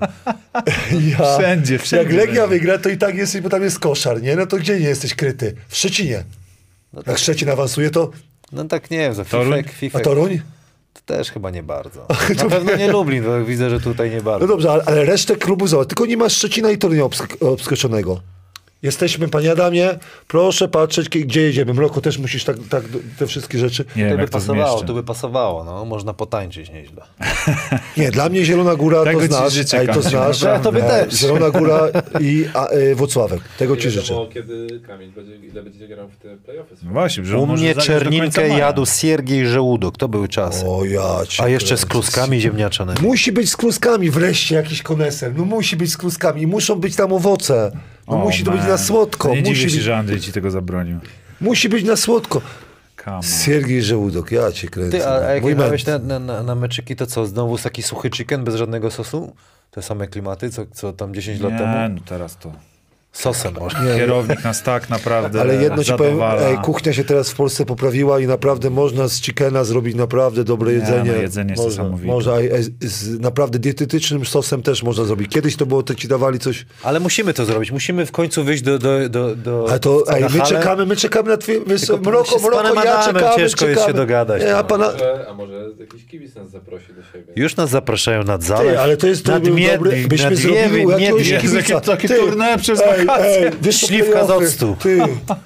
Speaker 2: Ja,
Speaker 3: Wszędzie, wszędzie
Speaker 2: Jak Legia
Speaker 3: będzie.
Speaker 2: wygra, to i tak jesteś, bo tam jest koszar, nie? No to gdzie nie jesteś kryty? W Szczecinie. Jak Szczecin awansuje, to...
Speaker 1: No tak nie wiem, za
Speaker 3: Toruń?
Speaker 1: Fifek,
Speaker 2: A
Speaker 1: Fifek
Speaker 2: Toruń?
Speaker 1: to też chyba nie bardzo. Na pewno nie Lublin, bo widzę, że tutaj nie
Speaker 2: No
Speaker 1: bardzo.
Speaker 2: dobrze, ale, ale resztę klubu zobacz. Tylko nie masz Szczecina i Torunia obsk- obskoczonego. Jesteśmy, panie Adamie, proszę patrzeć, kie- gdzie jedziemy. Mroko, też musisz tak, tak te wszystkie rzeczy...
Speaker 3: Nie
Speaker 1: To
Speaker 3: wiem,
Speaker 1: by
Speaker 3: jak to
Speaker 1: pasowało,
Speaker 3: zmieszczę.
Speaker 1: to by pasowało, no. Można potańczyć nieźle.
Speaker 2: Nie, dla mnie Zielona Góra
Speaker 3: Tego
Speaker 2: to
Speaker 3: ci
Speaker 2: znasz.
Speaker 3: życzę,
Speaker 2: Ej, to
Speaker 3: Kamciu,
Speaker 2: znasz.
Speaker 1: naprawdę. Tobie
Speaker 2: E,
Speaker 1: też.
Speaker 2: Zielona Góra i a, e, Włocławek. Tego ci
Speaker 4: Nie
Speaker 2: życzę.
Speaker 4: wiadomo, kiedy Kamil będzie, ile będzie grał w te playoffy.
Speaker 3: No właśnie, że on
Speaker 1: U
Speaker 3: może
Speaker 1: mnie
Speaker 3: zagrać do końca
Speaker 1: Czerninkę
Speaker 3: maja.
Speaker 1: jadł Siergiej Żołudok, to były czasy.
Speaker 2: O ja cię
Speaker 1: A jeszcze z
Speaker 2: kręcę.
Speaker 1: kluskami ziemniaczanymi.
Speaker 2: Musi być z kluskami wreszcie jakiś koneser. No musi być z kluskami. I muszą być tam owoce. No
Speaker 3: O,
Speaker 2: musi to być
Speaker 3: man.
Speaker 2: na słodko.
Speaker 3: Nie
Speaker 2: Musi
Speaker 3: dziwię się,
Speaker 2: być,
Speaker 3: że Andrzej ci tego zabronił.
Speaker 2: musi być na słodko.
Speaker 3: Come on.
Speaker 2: Siergiej Żołudok, ja cię kręcę.
Speaker 1: Ty, a, a jak
Speaker 2: Mój
Speaker 1: jechałeś
Speaker 2: męd.
Speaker 1: na, na, na, na meczyki, to co, znowu taki suchy chicken bez żadnego sosu? Te same klimaty, co, co tam dziesięć lat
Speaker 3: Nie,
Speaker 1: temu?
Speaker 3: no teraz to.
Speaker 1: Sosem może.
Speaker 3: Kierownik nas tak naprawdę
Speaker 2: Ale jedno ci powiem,
Speaker 3: zadowala.
Speaker 2: ej, kuchnia się teraz w Polsce poprawiła i naprawdę można z chickena zrobić naprawdę dobre
Speaker 3: Nie,
Speaker 2: jedzenie.
Speaker 3: no, jedzenie jest
Speaker 2: można,
Speaker 3: niesamowite.
Speaker 2: można, a z, z naprawdę dietetycznym sosem też można zrobić. Kiedyś to było, to ci dawali coś...
Speaker 1: Ale musimy to zrobić. Musimy w końcu wyjść do... do, do, do
Speaker 2: Ale to, ej,
Speaker 1: na
Speaker 2: my
Speaker 1: halę.
Speaker 2: czekamy, my czekamy na twoje... Wiesz,
Speaker 1: Tylko
Speaker 2: Mroko,
Speaker 1: z
Speaker 2: Mroko,
Speaker 1: panem
Speaker 2: ja
Speaker 1: Adamem
Speaker 2: czekamy,
Speaker 1: ciężko
Speaker 2: czekamy.
Speaker 1: jest się dogadać,
Speaker 2: Nie, a
Speaker 1: no.
Speaker 2: pana...
Speaker 4: Może, a może jakiś kibic nas zaprosi do siebie.
Speaker 1: Już nas zapraszają nad zalew.
Speaker 2: Ty, ale to jest to
Speaker 1: nad
Speaker 2: był
Speaker 1: Miedni,
Speaker 2: dobry, byśmy
Speaker 1: nad
Speaker 2: zrobili
Speaker 1: Wiewy,
Speaker 2: u jakiegoś
Speaker 1: Miedni.
Speaker 2: kibica.
Speaker 3: Takie- takie
Speaker 2: Ty,
Speaker 3: tournée przez
Speaker 2: ej,
Speaker 3: wakacje.
Speaker 2: ej, wiesz, co
Speaker 1: Śliwka z
Speaker 2: playoffy?
Speaker 1: octu.
Speaker 2: Ty,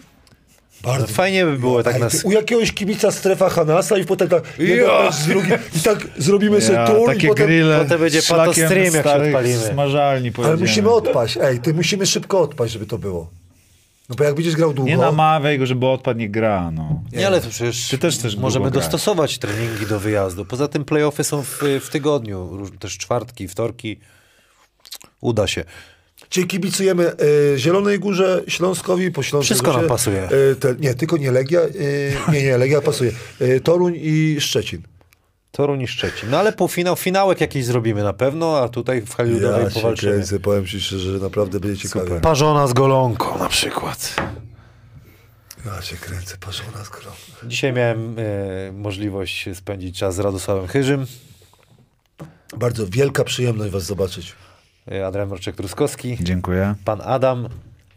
Speaker 1: No, fajnie by było tak
Speaker 2: ej,
Speaker 1: nas...
Speaker 2: ty, u jakiegoś kibica strefa Hanasa i potem tak, jeden
Speaker 1: Ja.
Speaker 2: mecz z drugim, i tak zrobimy sobie
Speaker 3: Ja,
Speaker 2: tur i
Speaker 3: takie
Speaker 2: potem...
Speaker 3: grille
Speaker 1: potem będzie
Speaker 3: szlakiem
Speaker 1: patostream, jak się
Speaker 3: starych
Speaker 1: odpalimy.
Speaker 3: Smażalni
Speaker 2: Ale
Speaker 3: pojedziemy.
Speaker 2: musimy odpaść, ej, ty musimy szybko odpaść, żeby to było. No bo jak będziesz grał długo...
Speaker 3: Nie namawiaj go, żeby odpadł, nie gra, no.
Speaker 1: Nie, ale to przecież
Speaker 3: Ty też też
Speaker 1: możemy
Speaker 3: długo grać.
Speaker 1: dostosować treningi do wyjazdu. Poza tym playoffy są w, w tygodniu, róż- też czwartki, wtorki. Uda się.
Speaker 2: Czyli kibicujemy y, Zielonej Górze, Śląskowi, po Śląsku.
Speaker 1: Wszystko nam pasuje.
Speaker 2: Y, te, nie, tylko nie Legia. Y, nie, nie, Legia pasuje. Y, Toruń i Szczecin.
Speaker 1: Toruń i Szczecin. No ale półfinał, finałek jakiś zrobimy na pewno, a tutaj w hali ludowej
Speaker 2: Ja się
Speaker 1: powalczymy.
Speaker 2: kręcę, powiem ci szczerze, że naprawdę będzie ciekawe.
Speaker 1: Parzona z golonką na przykład.
Speaker 2: Ja się kręcę, parzona z grą.
Speaker 1: Dzisiaj miałem e, możliwość spędzić czas z Radosławem Chyżym,
Speaker 2: Bardzo wielka przyjemność was zobaczyć.
Speaker 1: e, Adrian Mroczek-Truskowski,
Speaker 3: Dziękuję.
Speaker 1: pan Adam.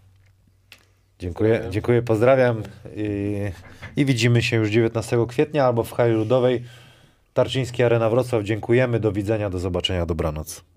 Speaker 1: Dziękuję, dziękuję, pozdrawiam. I, I widzimy się już dziewiętnastego kwietnia albo w hali ludowej. Tarczyński Arena Wrocław. Dziękujemy, do widzenia, do zobaczenia, dobranoc.